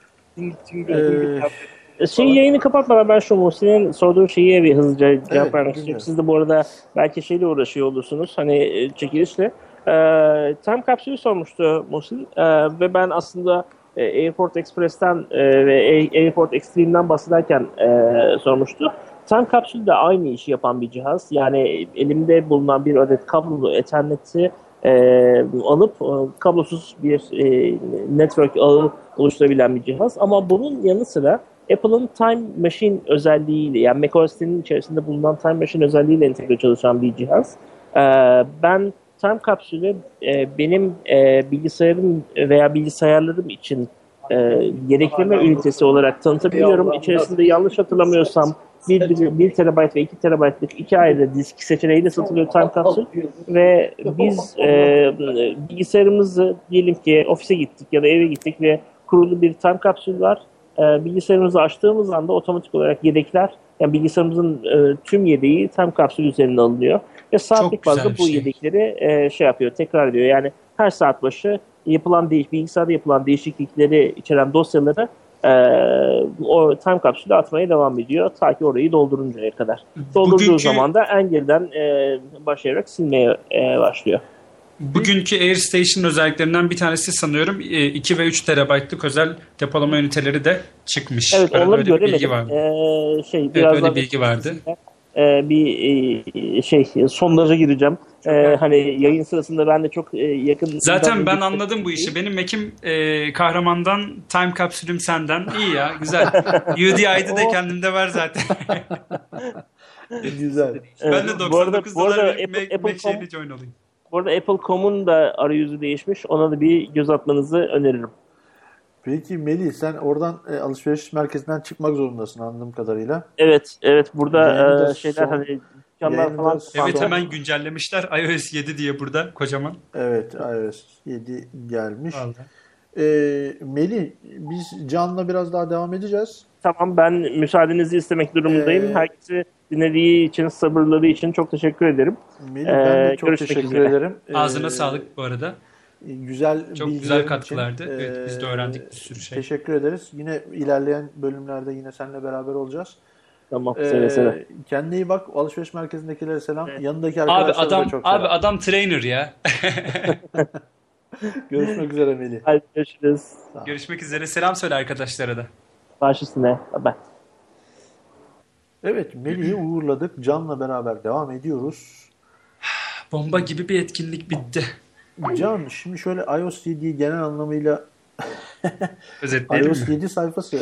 Yayını kapatmadan ben şu Muhsin'in sorduğu şeye bir hızlıca cevap vermek dinliyorum. istiyorum. Siz de bu arada belki şeyle uğraşıyor olursunuz. Hani çekilişle. Time Capsule'ü sormuştu Muhsin. Ve ben aslında Airport Express'ten ve Airport Extreme'den bahsederken sormuştu. Time Capsule de aynı işi yapan bir cihaz. Yani elimde bulunan bir adet kablolu Ethernet'i alıp kablosuz bir network ağı oluşturabilen bir cihaz. Ama bunun yanı sıra Apple'ın Time Machine özelliğiyle, yani macOS'nin içerisinde bulunan Time Machine özelliğiyle entegre çalışan bir cihaz. Ben Time Capsule'ü benim bilgisayarım veya bilgisayarlarım için gerekleme ünitesi olarak tanıtabiliyorum. İçerisinde yanlış hatırlamıyorsam 1 terabayt ve 2 terabaytlık iki ayrı disk seçeneğiyle satılıyor Time Capsule ve biz bilgisayarımızı diyelim ki ofise gittik ya da eve gittik ve kurulu bir Time Capsule var. Bilgisayarımızı açtığımız anda otomatik olarak yedekler, yani bilgisayarımızın tüm yedeği Time Capsule üzerine alınıyor ve saatlik güzel bazda bir bu şey. yedekleri yapıyor, tekrar ediyor. Yani her saat başı bilgisayarda yapılan değişiklikleri içeren dosyaları o Time Capsule'e atmaya devam ediyor ta ki orayı dolduruncaya kadar. Doldurduğu zaman da en geriden başlayarak silmeye başlıyor. Bugünkü AirStation özelliklerinden bir tanesi sanıyorum 2 ve 3 terabaytlık özel depolama üniteleri de çıkmış. Evet, onları öyle bir bilgi göremedim. vardı. Biraz öyle daha bilgi vardı. sondaja gireceğim. Hani yayın sırasında ben de çok yakın... Zaten ben anladım bu işi. Benim Mac'im kahramandan, Time Capsule'üm senden. İyi ya, güzel. UDI'de de kendimde var zaten. Güzel. Ben de Bu arada 99 dolar bir Apple.com Mac şeyine join olayım. Bu arada Apple.com'un da arayüzü değişmiş. Ona da bir göz atmanızı öneririm. Peki Melih, sen oradan alışveriş merkezinden çıkmak zorundasın anladığım kadarıyla. Evet. Burada Yayında şeyler son- canlar yayında falan... son- Evet, hemen güncellemişler. iOS 7 diye burada kocaman. Evet, iOS 7 gelmiş. Vallahi. Melih, biz Can'la biraz daha devam edeceğiz. Tamam, ben müsaadenizi istemek durumundayım. Herkese dinlediği için, sabırları için çok teşekkür ederim. Melih, ben de çok görüşmek teşekkür üzere. ederim. Ağzına sağlık bu arada. Güzel Çok bilgilerin güzel katkılardı. için, Evet, biz de öğrendik bir sürü şey. Teşekkür ederiz. Yine ilerleyen bölümlerde yine seninle beraber olacağız. Tamam, seve. Kendine iyi bak. Alışveriş merkezindekilere selam. Evet. Yanındaki Abi arkadaşlara da çok selam. adam trainer ya. Görüşmek üzere Melih. Hadi görüşürüz. Görüşmek üzere. Selam söyle arkadaşlara da. Baş üstüne. Bye. Evet, Melih'i uğurladık. Can'la beraber devam ediyoruz. Bomba gibi bir etkinlik bitti. Can, şimdi şöyle iOS 7'yi genel anlamıyla Özetleyelim iOS mi? 7 sayfası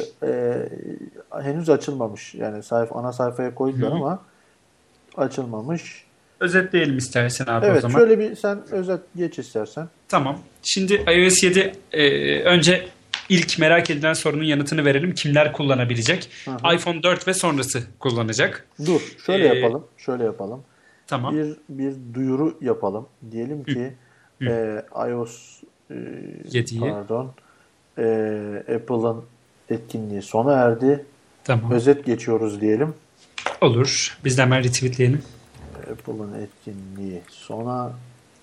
henüz açılmamış. Yani ana sayfaya koydular ama açılmamış. özetleyelim istersen abi o Evet, zaman. şöyle bir sen özet geç istersen. Tamam. Şimdi iOS 7 önce ilk merak edilen sorunun yanıtını verelim. Kimler kullanabilecek? iPhone 4 ve sonrası kullanacak. Dur, şöyle yapalım. Şöyle yapalım. Tamam. Bir duyuru yapalım. Diyelim ki iOS 7'yi. Apple'ın etkinliği sona erdi. Tamam. Özet geçiyoruz diyelim. Olur. Biz de hemen retweetleyelim. Apple'ın etkinliği sona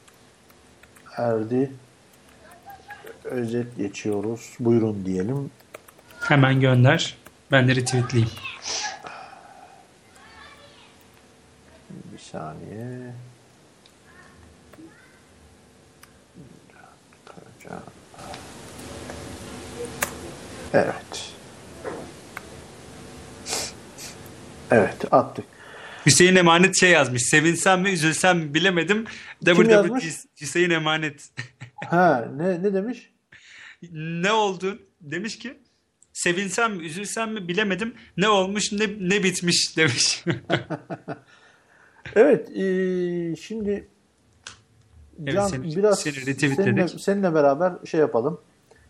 erdi. Özet geçiyoruz. Buyurun diyelim. Hemen gönder. Ben de retweetleyeyim. Bir saniye. Evet. Evet, attık. Hüseyin Emanet şey yazmış. Sevinsem mi üzülsem mi bilemedim. Kim yazmış? Hüseyin Emanet. Ha, ne demiş? Ne oldu? Demiş ki sevinsem mi üzülsem mi bilemedim. Ne olmuş ne bitmiş demiş. Evet, şimdi Can, evet, biraz seninle beraber şey yapalım.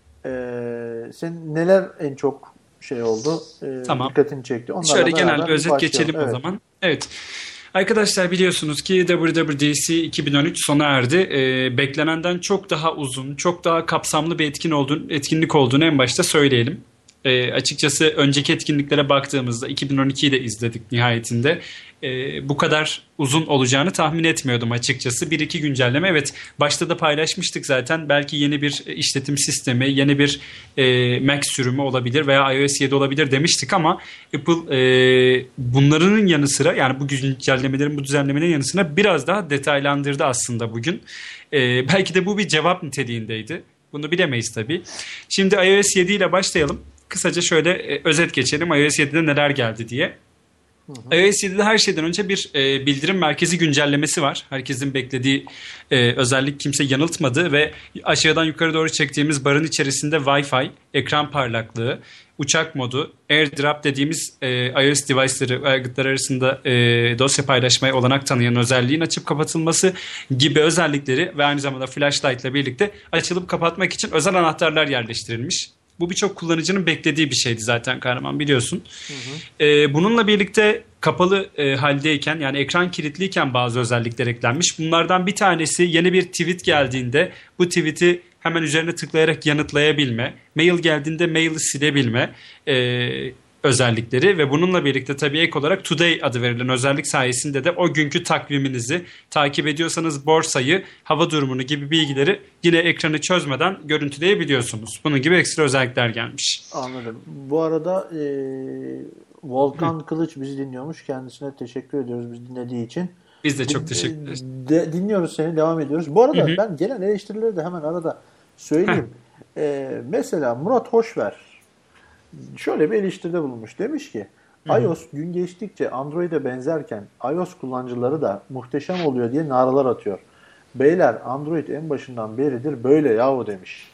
Sen neler en çok şey oldu? Tamam. Dikkatini çekti. Onlarla şöyle genel bir özet başlayalım. geçelim o zaman. Evet. Arkadaşlar biliyorsunuz ki WWDC 2013 sona erdi. Beklenenden çok daha uzun, çok daha kapsamlı bir etkinlik olduğunu en başta söyleyelim. Açıkçası önceki etkinliklere baktığımızda 2012'yi de izledik nihayetinde. Bu kadar uzun olacağını tahmin etmiyordum açıkçası. 1-2 güncelleme, evet, başta da paylaşmıştık zaten. Belki yeni bir işletim sistemi, yeni bir Mac sürümü olabilir veya iOS 7 olabilir demiştik ama Apple bunların yanı sıra, yani bu güncellemelerin, bu düzenlemenin yanı sıra biraz daha detaylandırdı aslında bugün. Belki de bu bir cevap niteliğindeydi. Bunu bilemeyiz tabii. Şimdi iOS 7 ile başlayalım. Kısaca şöyle özet geçelim iOS 7'de neler geldi diye. iOS 7'de her şeyden önce bir bildirim merkezi güncellemesi var. Herkesin beklediği özellik kimse yanıltmadı ve aşağıdan yukarı doğru çektiğimiz barın içerisinde Wi-Fi, ekran parlaklığı, uçak modu, AirDrop dediğimiz iOS device'ları, aygıtlar arasında dosya paylaşmaya olanak tanıyan özelliğin açıp kapatılması gibi özellikleri ve aynı zamanda flashlight ile birlikte açılıp kapatmak için özel anahtarlar yerleştirilmiş. Bu birçok kullanıcının beklediği bir şeydi zaten Kahraman, biliyorsun. Bununla birlikte kapalı haldeyken, yani ekran kilitliyken bazı özellikler eklenmiş. Bunlardan bir tanesi yeni bir tweet geldiğinde bu tweet'i hemen üzerine tıklayarak yanıtlayabilme, mail geldiğinde maili silebilme özellikleri ve bununla birlikte tabii ek olarak Today adı verilen özellik sayesinde de o günkü takviminizi, takip ediyorsanız borsayı, hava durumunu gibi bilgileri yine ekranı çözmeden görüntüleyebiliyorsunuz. Bunun gibi ekstra özellikler gelmiş. Anladım. Bu arada Volkan Kılıç bizi dinliyormuş. Kendisine teşekkür ediyoruz biz dinlediği için. Biz de çok teşekkür ederiz. Dinliyoruz seni, devam ediyoruz. Bu arada ben gelen eleştirileri de hemen arada söyleyeyim. Mesela Murat Hoşver şöyle bir eleştiride bulunmuş. Demiş ki iOS gün geçtikçe Android'e benzerken iOS kullanıcıları da muhteşem oluyor diye naralar atıyor. Beyler, Android en başından beridir böyle yahu demiş.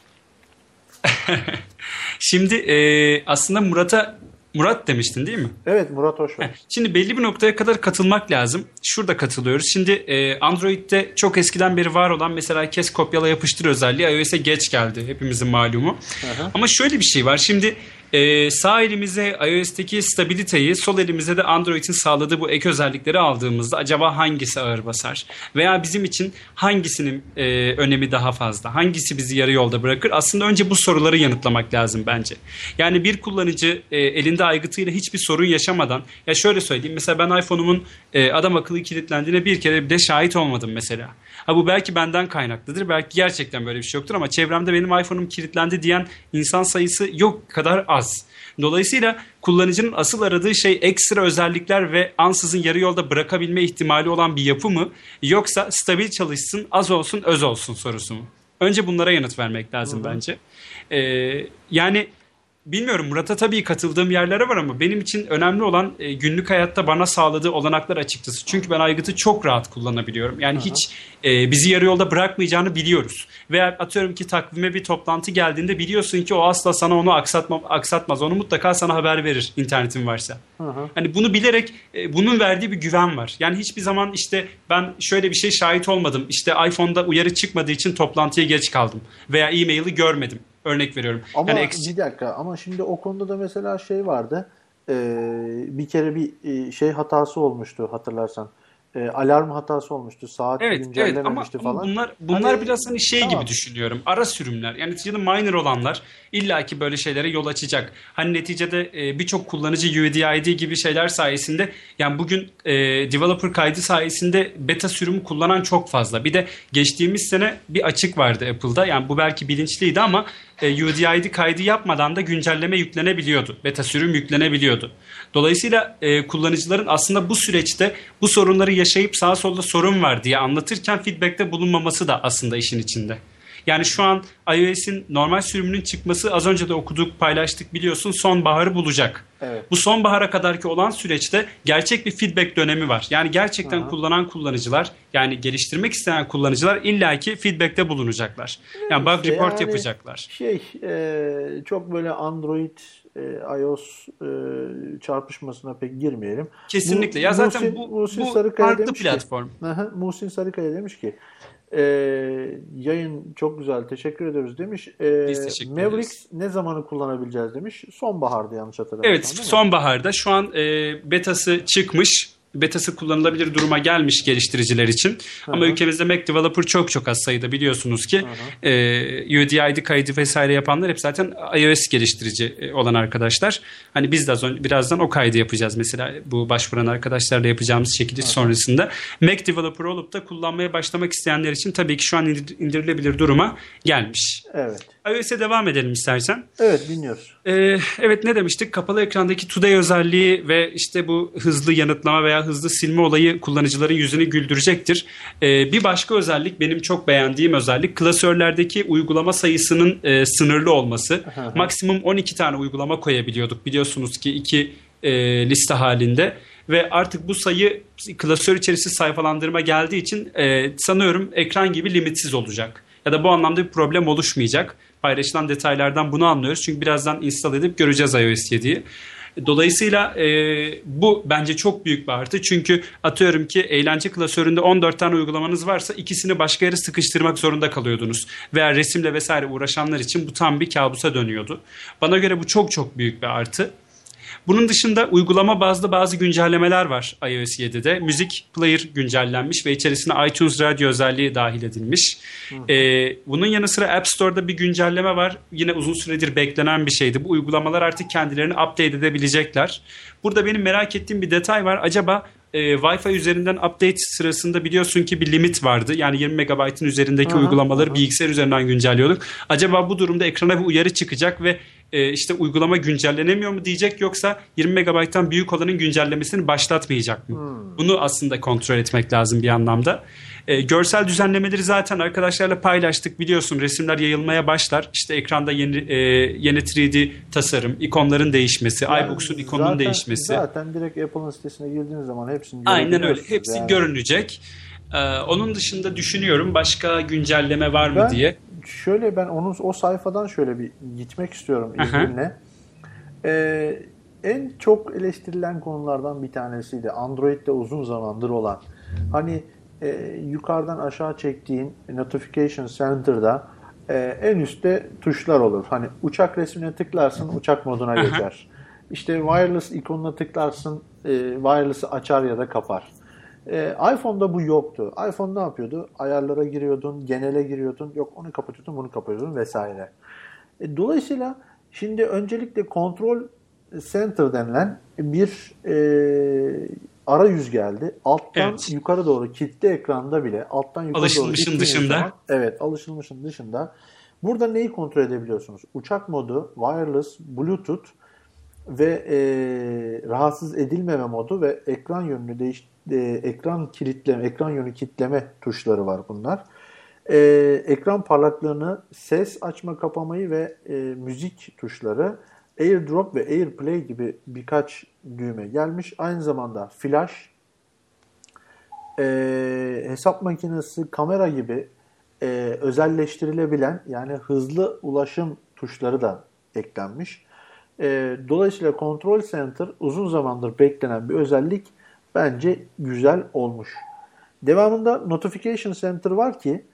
Şimdi aslında Murat demiştin değil mi? Evet, Murat Hoşver. Şimdi belli bir noktaya kadar katılmak lazım. Şurada katılıyoruz. Şimdi Android'de çok eskiden beri var olan mesela kes kopyala yapıştır özelliği iOS'e geç geldi. Hepimizin malumu. Ama şöyle bir şey var. Şimdi sağ elimize iOS'teki stabiliteyi, sol elimize de Android'in sağladığı bu ek özellikleri aldığımızda acaba hangisi ağır basar? Veya bizim için hangisinin önemi daha fazla? Hangisi bizi yarı yolda bırakır? Aslında önce bu soruları yanıtlamak lazım bence. Yani bir kullanıcı elinde aygıtıyla hiçbir sorun yaşamadan, ya şöyle söyleyeyim, mesela ben iPhone'umun adam akıllı kilitlendiğine bir kere bile şahit olmadım mesela. Ha, bu belki benden kaynaklıdır. Belki gerçekten böyle bir şey yoktur ama çevremde benim iPhone'um kilitlendi diyen insan sayısı yok kadar az. Dolayısıyla kullanıcının asıl aradığı şey ekstra özellikler ve ansızın yarı yolda bırakabilme ihtimali olan bir yapı mı? Yoksa stabil çalışsın, az olsun, öz olsun sorusu mu? Önce bunlara yanıt vermek lazım bence. Yani bilmiyorum, Murat'a tabii katıldığım yerlere var ama benim için önemli olan günlük hayatta bana sağladığı olanaklar açıkçası. Çünkü ben Aygıt'ı çok rahat kullanabiliyorum. Yani hiç bizi yarı yolda bırakmayacağını biliyoruz. Veya atıyorum ki takvime bir toplantı geldiğinde biliyorsun ki o asla sana onu aksatmaz. Onu mutlaka sana haber verir internetin varsa. Hani bunu bilerek bunun verdiği bir güven var. Yani hiçbir zaman işte ben şöyle bir şey şahit olmadım. İşte iPhone'da uyarı çıkmadığı için toplantıya geç kaldım. Veya e-mail'i görmedim. Örnek veriyorum. Ama Yani bir dakika, ama şimdi o konuda da mesela şey vardı. Bir kere bir şey hatası olmuştu hatırlarsan. Alarm hatası olmuştu. Saat evet güncellememişti ama falan. bunlar Hani, biraz hani şey tamam. gibi düşünüyorum. Ara sürümler. Yani neticede minor olanlar illaki böyle şeylere yol açacak. Hani neticede birçok kullanıcı UID gibi şeyler sayesinde, yani bugün developer kaydı sayesinde beta sürümü kullanan çok fazla. Bir de geçtiğimiz sene bir açık vardı Apple'da. Yani bu belki bilinçliydi ama UID kaydı yapmadan da güncelleme yüklenebiliyordu. Beta sürüm yüklenebiliyordu. Dolayısıyla kullanıcıların aslında bu süreçte bu sorunları yaşayıp sağa solda sorun var diye anlatırken feedback'te bulunmaması da aslında işin içinde. Yani şu an iOS'in normal sürümünün çıkması, az önce de okuduk, paylaştık biliyorsun, sonbaharı bulacak. Evet. Bu sonbahara kadarki olan süreçte gerçek bir feedback dönemi var. Yani gerçekten kullanan kullanıcılar, yani geliştirmek isteyen kullanıcılar illaki feedback'te bulunacaklar. Yani bug report yapacaklar. Çok böyle Android iOS çarpışmasına pek girmeyelim. Kesinlikle. Ya zaten bu farklı platform. Muhsin Sarıkaya demiş ki yayın çok güzel, teşekkür ediyoruz demiş. Biz teşekkür Mavericks ederiz. ne zamanı kullanabileceğiz demiş. Sonbaharda yanlış hatırlamıyorsam. Evet, sonbaharda şu an betası çıkmış. Betası kullanılabilir duruma gelmiş geliştiriciler için. Ama ülkemizde Mac developer çok az sayıda, biliyorsunuz ki. UID kaydı vesaire yapanlar hep zaten iOS geliştirici olan arkadaşlar. Hani biz de birazdan o kaydı yapacağız mesela, bu başvuran arkadaşlarla yapacağımız çekiliş sonrasında. Mac developer olup da kullanmaya başlamak isteyenler için tabii ki şu an indirilebilir duruma gelmiş. Evet. iOS'e devam edelim istersen. Evet, dinliyoruz. Evet, ne demiştik? Kapalı ekrandaki Today özelliği ve işte bu hızlı yanıtlama veya hızlı silme olayı kullanıcıların yüzünü güldürecektir. Bir başka özellik, benim çok beğendiğim özellik, klasörlerdeki uygulama sayısının sınırlı olması. Maksimum 12 tane uygulama koyabiliyorduk, biliyorsunuz ki 2 liste halinde. Ve artık bu sayı klasör içerisi sayfalandırma geldiği için sanıyorum ekran gibi limitsiz olacak. Ya da bu anlamda bir problem oluşmayacak. Paylaşılan detaylardan bunu anlıyoruz. Çünkü birazdan install edip göreceğiz iOS 7'yi. Dolayısıyla bu bence çok büyük bir artı. Çünkü atıyorum ki eğlence klasöründe 14 tane uygulamanız varsa ikisini başka yere sıkıştırmak zorunda kalıyordunuz. Veya resimle vesaire uğraşanlar için bu tam bir kabusa dönüyordu. Bana göre bu çok büyük bir artı. Bunun dışında uygulama bazlı bazı güncellemeler var iOS 7'de. Müzik player güncellenmiş ve içerisine iTunes radyo özelliği dahil edilmiş. Bunun yanı sıra App Store'da bir güncelleme var. Yine uzun süredir beklenen bir şeydi. Bu uygulamalar artık kendilerini update edebilecekler. Burada benim merak ettiğim bir detay var. Acaba Wi-Fi üzerinden update sırasında biliyorsun ki bir limit vardı. Yani 20 MB'ın üzerindeki uygulamaları bilgisayar üzerinden güncelliyorduk. Acaba bu durumda ekrana bir uyarı çıkacak ve işte uygulama güncellenemiyor mu diyecek, yoksa 20 MB'tan büyük olanın güncellemesini başlatmayacak mı? Bunu aslında kontrol etmek lazım bir anlamda. Görsel düzenlemeleri zaten arkadaşlarla paylaştık. Biliyorsun, resimler yayılmaya başlar. İşte ekranda yeni 3D tasarım, ikonların değişmesi, iBooks'un ikonunun değişmesi. Zaten direkt Apple'ın sitesine girdiğiniz zaman hepsini aynen öyle. Hepsi görünecek. Onun dışında düşünüyorum başka güncelleme var mı diye. Ben o sayfadan şöyle bir gitmek istiyorum izninle. En çok eleştirilen konulardan bir tanesiydi. Android'de uzun zamandır olan. Hani yukarıdan aşağı çektiğin Notification Center'da en üstte tuşlar olur. Hani uçak resmine tıklarsın, uçak moduna geçer. İşte wireless ikonuna tıklarsın, wireless'ı açar ya da kapar. iPhone'da bu yoktu. iPhone ne yapıyordu? Ayarlara giriyordun, genele giriyordun. Yok, onu kapatıyordun, bunu kapatıyordun vesaire. Dolayısıyla şimdi öncelikle Control Center denilen bir arayüz geldi. Alttan yukarı doğru kitle ekranda bile alttan yukarı alışılmışın dışında. Zaman, evet, alışılmışın dışında. Burada neyi kontrol edebiliyorsunuz? Uçak modu, wireless, Bluetooth ve rahatsız edilmeme modu ve ekran yönünü ekran yönü kilitleme tuşları var bunlar. Ekran parlaklığını, ses açma kapamayı ve müzik tuşları AirDrop ve AirPlay gibi birkaç düğme gelmiş. Aynı zamanda flash, hesap makinesi, kamera gibi özelleştirilebilen yani hızlı ulaşım tuşları da eklenmiş. Dolayısıyla Control Center uzun zamandır beklenen bir özellik, bence güzel olmuş. Devamında Notification Center var ki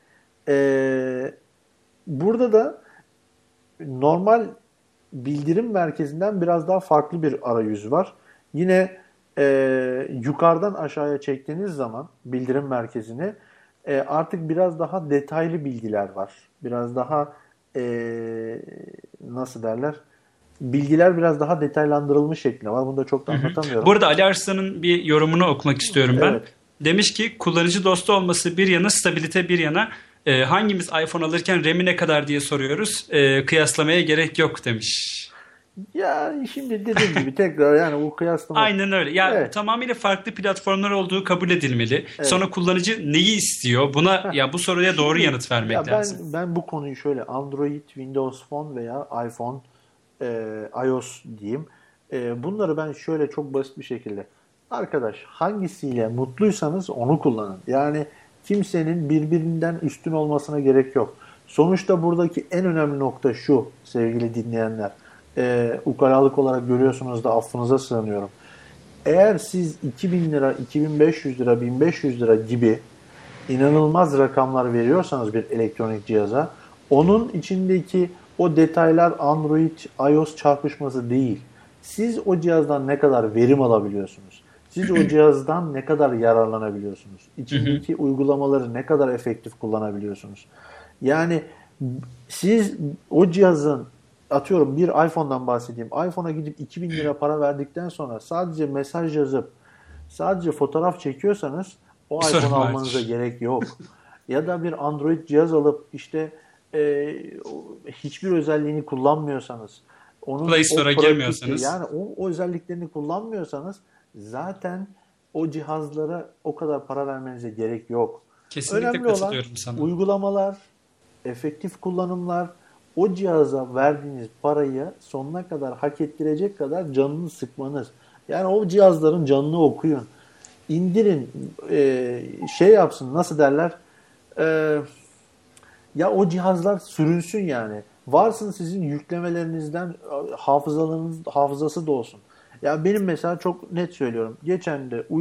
burada da normal bildirim merkezinden biraz daha farklı bir arayüz var. Yine yukarıdan aşağıya çektiğiniz zaman bildirim merkezini artık biraz daha detaylı bilgiler var. Biraz daha nasıl derler? Bilgiler biraz daha detaylandırılmış şeklinde var. Bunu da çok da anlatamıyorum. Burada Ali Arslan'ın bir yorumunu okumak istiyorum ben. Evet. Demiş ki kullanıcı dostu olması bir yana, stabilite bir yana, hangimiz iPhone alırken RAM'i ne kadar diye soruyoruz. Kıyaslamaya gerek yok demiş. Ya şimdi dediğim gibi tekrar yani bu kıyaslama. Aynen öyle. Ya Evet. tamamıyla farklı platformlar olduğu kabul edilmeli. Evet. Sonra kullanıcı neyi istiyor? Buna ya bu soruya doğru yanıt vermek Ya lazım. ben bu konuyu şöyle Android, Windows Phone veya iPhone, iOS diyeyim. Bunları ben şöyle çok basit bir şekilde, arkadaş hangisiyle mutluysanız onu kullanın. Yani kimsenin birbirinden üstün olmasına gerek yok. Sonuçta buradaki en önemli nokta şu sevgili dinleyenler. Ukalalık olarak görüyorsunuz da affınıza sığınıyorum. Eğer siz 2000 lira, 2500 lira, 1500 lira gibi inanılmaz rakamlar veriyorsanız bir elektronik cihaza, onun içindeki o detaylar Android, iOS çarpışması değil. Siz o cihazdan ne kadar verim alabiliyorsunuz? Siz o cihazdan ne kadar yararlanabiliyorsunuz? İçindeki uygulamaları ne kadar efektif kullanabiliyorsunuz? Yani siz o cihazın, atıyorum bir iPhone'dan bahsedeyim. iPhone'a gidip 2000 lira para verdikten sonra sadece mesaj yazıp sadece fotoğraf çekiyorsanız o Sorun iPhone vardır. almanıza gerek yok. Ya da bir Android cihaz alıp işte hiçbir özelliğini kullanmıyorsanız, onun Play Store'a pratikte, girmiyorsanız. yani o özelliklerini kullanmıyorsanız zaten o cihazlara o kadar para vermenize gerek yok. Kesinlikle Önemli olan katılıyorum sana. uygulamalar, efektif kullanımlar, o cihaza verdiğiniz parayı sonuna kadar hak ettirecek kadar canını sıkmanız. Yani o cihazların canını okuyun. İndirin, şey yapsın, nasıl derler? Ya o cihazlar sürünsün yani. Varsın sizin yüklemelerinizden hafızası da olsun. Ya benim mesela çok net söylüyorum. Geçen de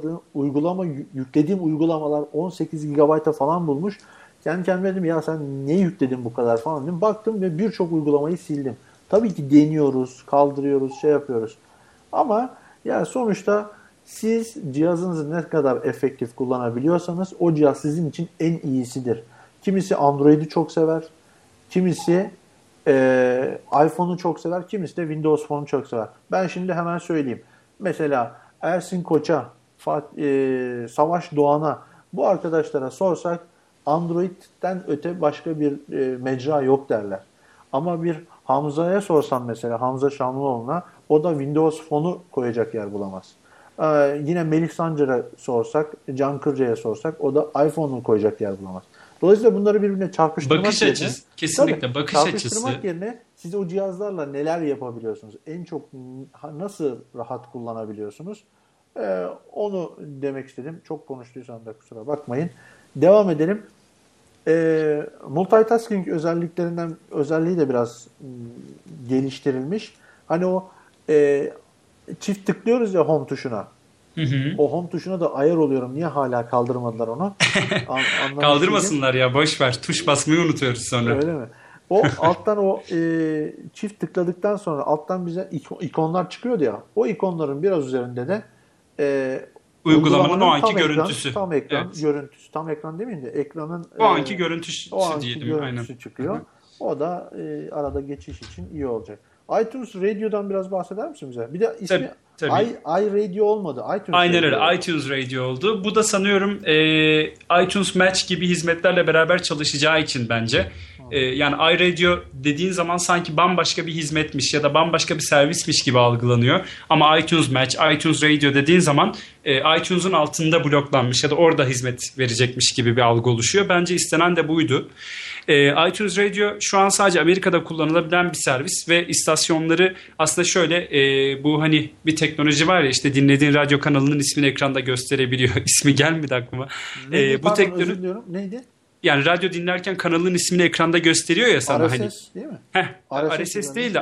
yüklediğim uygulamalar 18 GB'a falan bulmuş. Kendi kendime dedim ya sen ne yükledin bu kadar falan dedim. Baktım ve birçok uygulamayı sildim. Tabii ki deniyoruz, kaldırıyoruz, şey yapıyoruz. Ama ya sonuçta siz cihazınızı ne kadar efektif kullanabiliyorsanız o cihaz sizin için en iyisidir. Kimisi Android'i çok sever, kimisi iPhone'u çok sever, kimisi de Windows Phone'u çok sever. Ben şimdi hemen söyleyeyim. Mesela Ersin Koç'a, Savaş Doğan'a, bu arkadaşlara sorsak Android'den öte başka bir mecra yok derler. Ama bir Hamza'ya sorsam mesela, Hamza Şamlıoğlu'na, o da Windows Phone'u koyacak yer bulamaz. Yine Melih Sancar'a sorsak, Can Kırca'ya sorsak, o da iPhone'u koyacak yer bulamaz. Dolayısıyla bunları birbirine çarpıştırmak Bakış yerine, açısı, kesinlikle bakış çarpıştırmak açısı. yerine siz o cihazlarla neler yapabiliyorsunuz? En çok nasıl rahat kullanabiliyorsunuz? Onu demek istedim. Çok konuştuysam da kusura bakmayın. Devam edelim. Multitasking özelliği de biraz geliştirilmiş. Hani o çift tıklıyoruz ya home tuşuna. O home tuşuna da ayar oluyorum. Niye hala kaldırmadılar onu? Kaldırmasınlar ya, boş ver. Tuş basmayı unutuyoruz sonra. Öyle mi? O alttan çift tıkladıktan sonra alttan bize ikonlar çıkıyordu ya. O ikonların biraz üzerinde de Uygulamanın o anki tam görüntüsü. Ekran, tam ekran Evet. görüntüsü. Tam ekran demeyeyim de ekranın O anki görüntüsü o anki diyelim. görüntüsü Aynen. çıkıyor. O da arada geçiş için iyi olacak. iTunes Radio'dan biraz bahseder misin bize? Bir de ismi Tabii. iRadio olmadı. iTunes Aynen Radio. öyle. iTunes Radio oldu. Bu da sanıyorum iTunes Match gibi hizmetlerle beraber çalışacağı için bence Yani iRadio dediğin zaman sanki bambaşka bir hizmetmiş ya da bambaşka bir servismiş gibi algılanıyor. Ama iTunes Match, iTunes Radio dediğin zaman iTunes'un altında bloklanmış ya da orada hizmet verecekmiş gibi bir algı oluşuyor. Bence istenen de buydu. iTunes Radio şu an sadece Amerika'da kullanılabilen bir servis ve istasyonları aslında şöyle bu hani bir teknoloji var ya, işte dinlediğin radyo kanalının ismini ekranda gösterebiliyor. İsmi gelmedi aklıma. Bu teknoloji, özür diliyorum. Neydi? yani radyo dinlerken kanalın ismini ekranda gösteriyor ya sana. RSS hani. değil mi? RSS değil de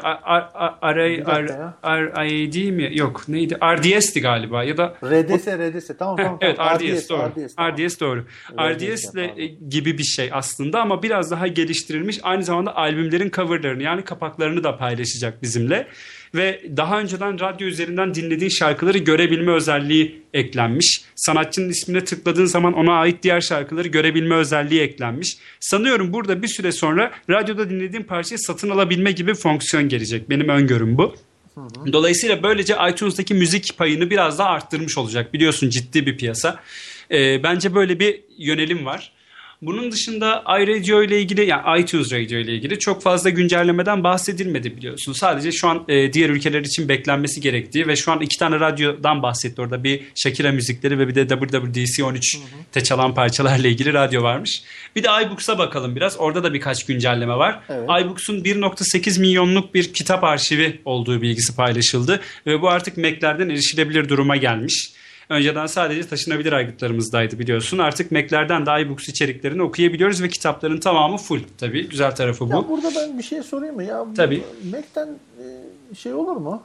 RID mi? Yok, neydi? RDS'ti galiba ya da RDS. Tamam. Evet, RDS doğru. RDS doğru. RDS gibi bir şey aslında ama biraz daha geliştirilmiş. Aynı zamanda albümlerin coverlarını, yani kapaklarını da paylaşacak bizimle. Ve daha önceden radyo üzerinden dinlediğin şarkıları görebilme özelliği eklenmiş. Sanatçının ismine tıkladığın zaman ona ait diğer şarkıları görebilme özelliği eklenmiş. Sanıyorum burada bir süre sonra radyoda dinlediğin parçayı satın alabilme gibi bir fonksiyon gelecek. Benim öngörüm bu. Dolayısıyla böylece iTunes'daki müzik payını biraz daha arttırmış olacak. Biliyorsun ciddi bir piyasa. Bence böyle bir yönelim var. Bunun dışında iRadio ile ilgili, yani iTunes Radio ile ilgili çok fazla güncellemeden bahsedilmedi biliyorsun. Sadece şu an diğer ülkeler için beklenmesi gerektiği ve şu an 2 tane radyodan bahsetti orada. Bir Shakira müzikleri ve bir de WWDC 13'te çalan parçalarla ilgili radyo varmış. Bir de iBooks'a bakalım biraz. Orada da birkaç güncelleme var. Evet. iBooks'un 1.8 milyonluk bir kitap arşivi olduğu bilgisi paylaşıldı. Ve bu artık Mac'lerden erişilebilir duruma gelmiş. Önceden sadece taşınabilir aygıtlarımızdaydı biliyorsun. Artık Mac'lerden de iBooks içeriklerini okuyabiliyoruz ve kitapların tamamı full. Tabii güzel tarafı bu. Ya burada ben bir şey sorayım mı? Ya tabii. Mac'ten şey olur mu?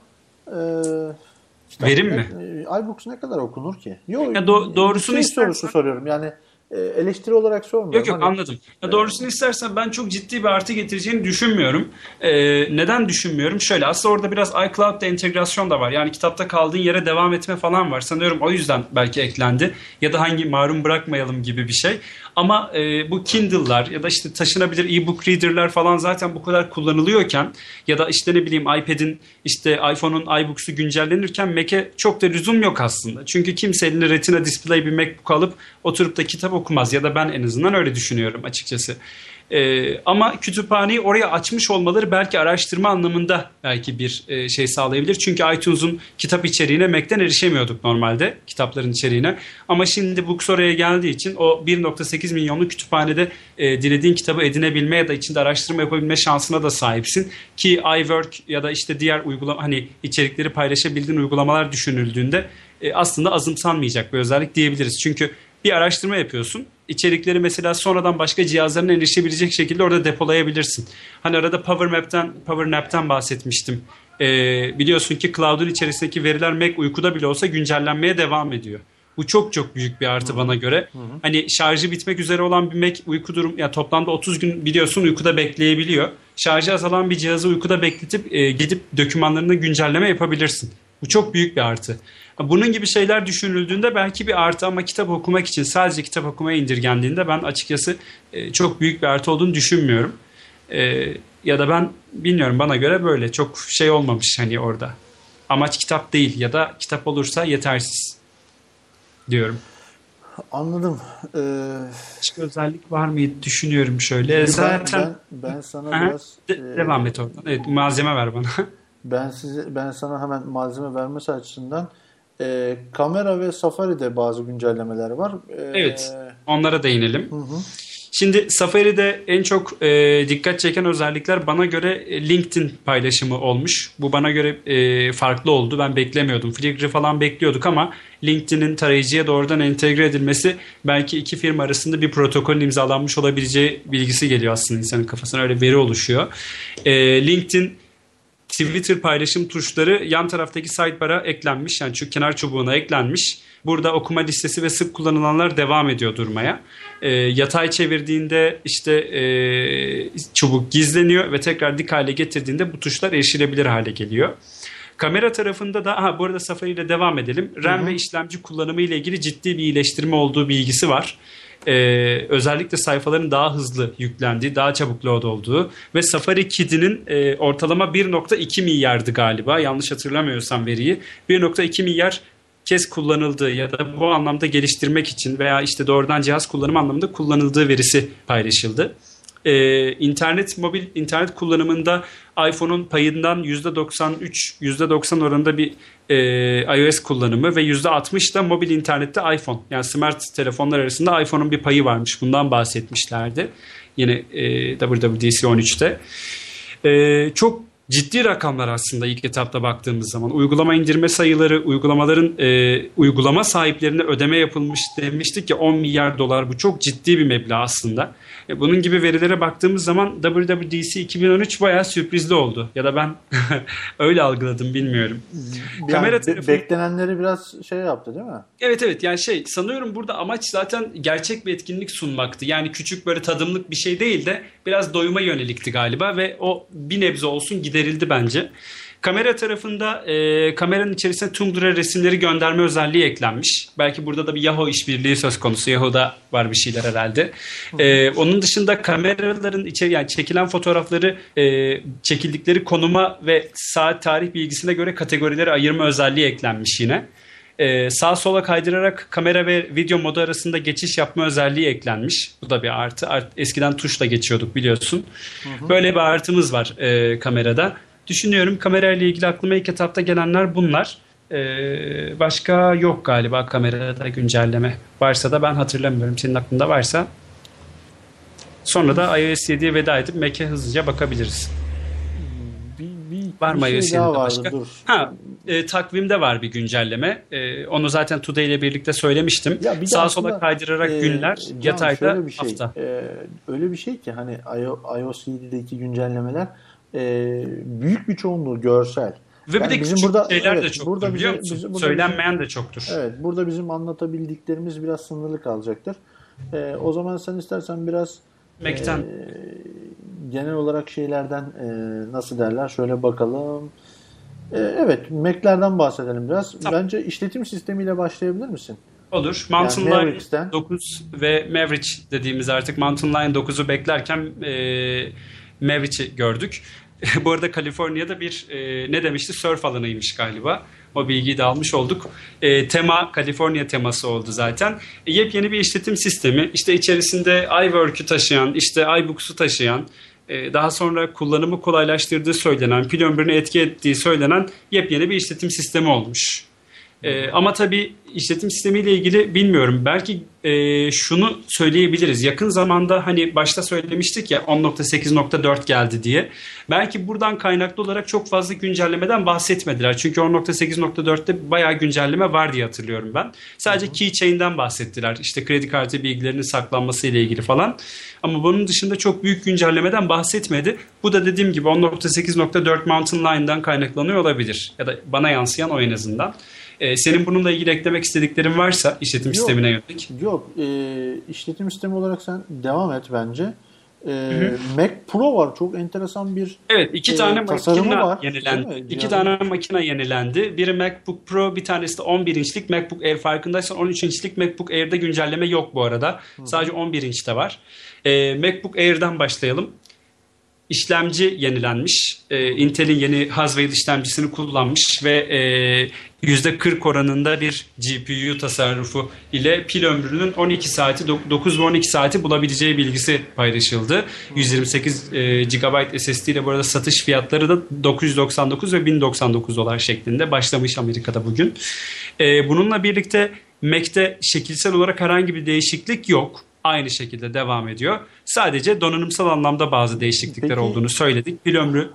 Verim mi? iBooks ne kadar okunur ki? Yok. Doğrusunu sorusu soruyorum. Yani eleştiri olarak sormuyorum. Yok anladım. Doğrusunu istersen ben çok ciddi bir artı getireceğini düşünmüyorum. Neden düşünmüyorum? Şöyle, aslında orada biraz iCloud'da entegrasyon da var. Yani kitapta kaldığın yere devam etme falan var. Sanıyorum o yüzden belki eklendi. Ya da hangi mahrum bırakmayalım gibi bir şey. Ama bu Kindle'lar ya da işte taşınabilir e-book reader'lar falan zaten bu kadar kullanılıyorken ya da işte ne bileyim iPad'in, işte iPhone'un iBooks'u güncellenirken Mac'e çok da lüzum yok aslında. Çünkü kimse eline Retina display bir MacBook alıp oturup da kitap okumaz ya da ben en azından öyle düşünüyorum açıkçası. Ama kütüphaneyi oraya açmış olmaları belki araştırma anlamında belki bir şey sağlayabilir. Çünkü iTunes'un kitap içeriğine Mac'ten erişemiyorduk normalde, kitapların içeriğine. Ama şimdi Books oraya geldiği için o 1.8 milyonlu kütüphanede dilediğin kitabı edinebilme ya da içinde araştırma yapabilme şansına da sahipsin. Ki iWork ya da işte diğer uygulama, hani içerikleri paylaşabildiğin uygulamalar düşünüldüğünde aslında azımsanmayacak bir özellik diyebiliriz. Çünkü bir araştırma yapıyorsun. İçerikleri mesela sonradan başka cihazlarına erişebilecek şekilde orada depolayabilirsin. Hani arada PowerNap'ten bahsetmiştim. Biliyorsun ki cloud'un içerisindeki veriler Mac uykuda bile olsa güncellenmeye devam ediyor. Bu çok çok büyük bir artı bana göre. Hani şarjı bitmek üzere olan bir Mac ya toplamda 30 gün biliyorsun uykuda bekleyebiliyor. Şarjı azalan bir cihazı uykuda bekletip gidip dokümanlarını güncelleme yapabilirsin. Bu çok büyük bir artı. Bunun gibi şeyler düşünüldüğünde belki bir artı ama kitap okumak için sadece kitap okumaya indirgendiğinde ben açıkçası çok büyük bir artı olduğunu düşünmüyorum. Ya da ben bilmiyorum, bana göre böyle çok şey olmamış hani orada. Amaç kitap değil ya da kitap olursa yetersiz diyorum. Anladım. Başka özellik var mıydı düşünüyorum şöyle. Ben sana biraz devam et oradan. Evet, malzeme ver bana. Ben sana hemen malzeme vermesi açısından kamera ve Safari'de bazı güncellemeler var. Evet, onlara değinelim. Şimdi Safari'de en çok dikkat çeken özellikler bana göre LinkedIn paylaşımı olmuş. Bu bana göre farklı oldu. Ben beklemiyordum. Flickr falan bekliyorduk ama LinkedIn'in tarayıcıya doğrudan entegre edilmesi belki iki firma arasında bir protokolün imzalanmış olabileceği bilgisi geliyor aslında insanın kafasına. Öyle veri oluşuyor. LinkedIn Twitter paylaşım tuşları yan taraftaki sidebar'a eklenmiş. Yani şu kenar çubuğuna eklenmiş. Burada okuma listesi ve sık kullanılanlar devam ediyor durmaya. Yatay çevirdiğinde işte çubuk gizleniyor ve tekrar dik hale getirdiğinde bu tuşlar erişilebilir hale geliyor. Kamera tarafında da bu arada Safari ile devam edelim. RAM ve işlemci kullanımı ile ilgili ciddi bir iyileştirme olduğu bilgisi var. Özellikle sayfaların daha hızlı yüklendiği, daha çabuk load olduğu ve Safari Kid'inin ortalama 1.2 milyardı galiba, yanlış hatırlamıyorsam veriyi. 1.2 milyar kez kullanıldığı ya da bu anlamda geliştirmek için veya işte doğrudan cihaz kullanımı anlamında kullanıldığı verisi paylaşıldı. mobil internet kullanımında iPhone'un payından %93, %90 oranında bir iOS kullanımı ve %60 da mobil internette iPhone. Yani smart telefonlar arasında iPhone'un bir payı varmış. Bundan bahsetmişlerdi. Yine WWDC 13'te. Çok ciddi rakamlar aslında ilk etapta baktığımız zaman. Uygulama indirme sayıları, uygulama sahiplerine ödeme yapılmış demiştik ya, 10 milyar dolar, bu çok ciddi bir meblağ aslında. Bunun gibi verilere baktığımız zaman WWDC 2013 bayağı sürprizli oldu. Ya da ben öyle algıladım, bilmiyorum. Yani Kamera tarafı... Beklenenleri biraz şey yaptı değil mi? Evet yani sanıyorum burada amaç zaten gerçek bir etkinlik sunmaktı. Yani küçük böyle tadımlık bir şey değil de biraz doyuma yönelikti galiba ve o bir nebze olsun giderildi bence. Kamera tarafında kameranın içerisine Tundra resimleri gönderme özelliği eklenmiş. Belki burada da bir Yahoo işbirliği söz konusu. Yahoo'da var bir şeyler herhalde. Onun dışında kameraların yani çekilen fotoğrafları çekildikleri konuma ve saat tarih bilgisine göre kategorilere ayırma özelliği eklenmiş yine. Sağa sola kaydırarak kamera ve video modu arasında geçiş yapma özelliği eklenmiş. Bu da bir artı. Eskiden tuşla geçiyorduk biliyorsun. Böyle bir artımız var kamerada. Düşünüyorum, kamerayla ilgili aklıma ilk etapta gelenler bunlar. Başka yok galiba kamerada güncelleme. Varsa da ben hatırlamıyorum. Senin aklında varsa. Sonra da iOS 7'ye veda edip Mac'e hızlıca bakabiliriz. Var mı iOS 7'de başka? Takvimde var bir güncelleme. Onu zaten Today ile birlikte söylemiştim. Sağa sola kaydırarak günler, yatayda hafta. Öyle bir şey ki hani iOS 7'deki güncellemeler büyük bir çoğunluğu görsel. Ve yani bir de küçük burada, şeyler de çoktur biliyor musun? Söylenmeyen de çoktur. Evet, burada bizim anlatabildiklerimiz biraz sınırlı kalacaktır. O zaman sen istersen biraz Mac'ten genel olarak şeylerden nasıl derler şöyle bakalım. Evet, Mac'lerden bahsedelim biraz. Tamam. Bence işletim sistemiyle başlayabilir misin? Olur. Mountain Lion 9 ve Maverick dediğimiz artık Mountain Lion 9'u beklerken Maverick'i gördük. Bu arada Kaliforniya'da bir ne demişti? Surf alanıymış galiba. O bilgiyi de almış olduk. Tema, Kaliforniya teması oldu zaten. Yepyeni bir işletim sistemi. İşte içerisinde iWork'ü taşıyan, işte iBooks'u taşıyan, daha sonra kullanımı kolaylaştırdığı söylenen, pil ömrünü etki ettiği söylenen yepyeni bir işletim sistemi olmuş. Ama tabii işletim sistemiyle ilgili bilmiyorum. Belki şunu söyleyebiliriz. Yakın zamanda hani başta söylemiştik ya 10.8.4 geldi diye. Belki buradan kaynaklı olarak çok fazla güncellemeden bahsetmediler. Çünkü 10.8.4'te bayağı güncelleme var diye hatırlıyorum ben. Sadece keychain'den bahsettiler. İşte kredi kartı bilgilerinin saklanması ile ilgili falan. Ama bunun dışında çok büyük güncellemeden bahsetmedi. Bu da dediğim gibi 10.8.4 Mountain Lion'dan kaynaklanıyor olabilir. Ya da bana yansıyan o en azından. Senin bununla ilgili eklemek istediklerin varsa işletim sistemine yönelik. Yok. İşletim sistemi olarak sen devam et bence. Mac Pro var. Çok enteresan bir iki tane makine var, yenilendi. İki tane makine yenilendi. Biri MacBook Pro, bir tanesi de 11 inçlik MacBook Air. Farkındaysan 13 inçlik MacBook Air'de güncelleme yok bu arada. Sadece 11 inçte var. MacBook Air'den başlayalım. İşlemci yenilenmiş. Intel'in yeni Haswell işlemcisini kullanmış ve %40 oranında bir GPU tasarrufu ile pil ömrünün 12 saati 9 ve 12 saati bulabileceği bilgisi paylaşıldı. 128 GB SSD ile bu arada satış fiyatları da 999 ve 1099 dolar şeklinde başlamış Amerika'da bugün. Bununla birlikte Mac'te şekilsel olarak herhangi bir değişiklik yok. Aynı şekilde devam ediyor. Sadece donanımsal anlamda bazı değişiklikler olduğunu söyledik. Pil ömrü.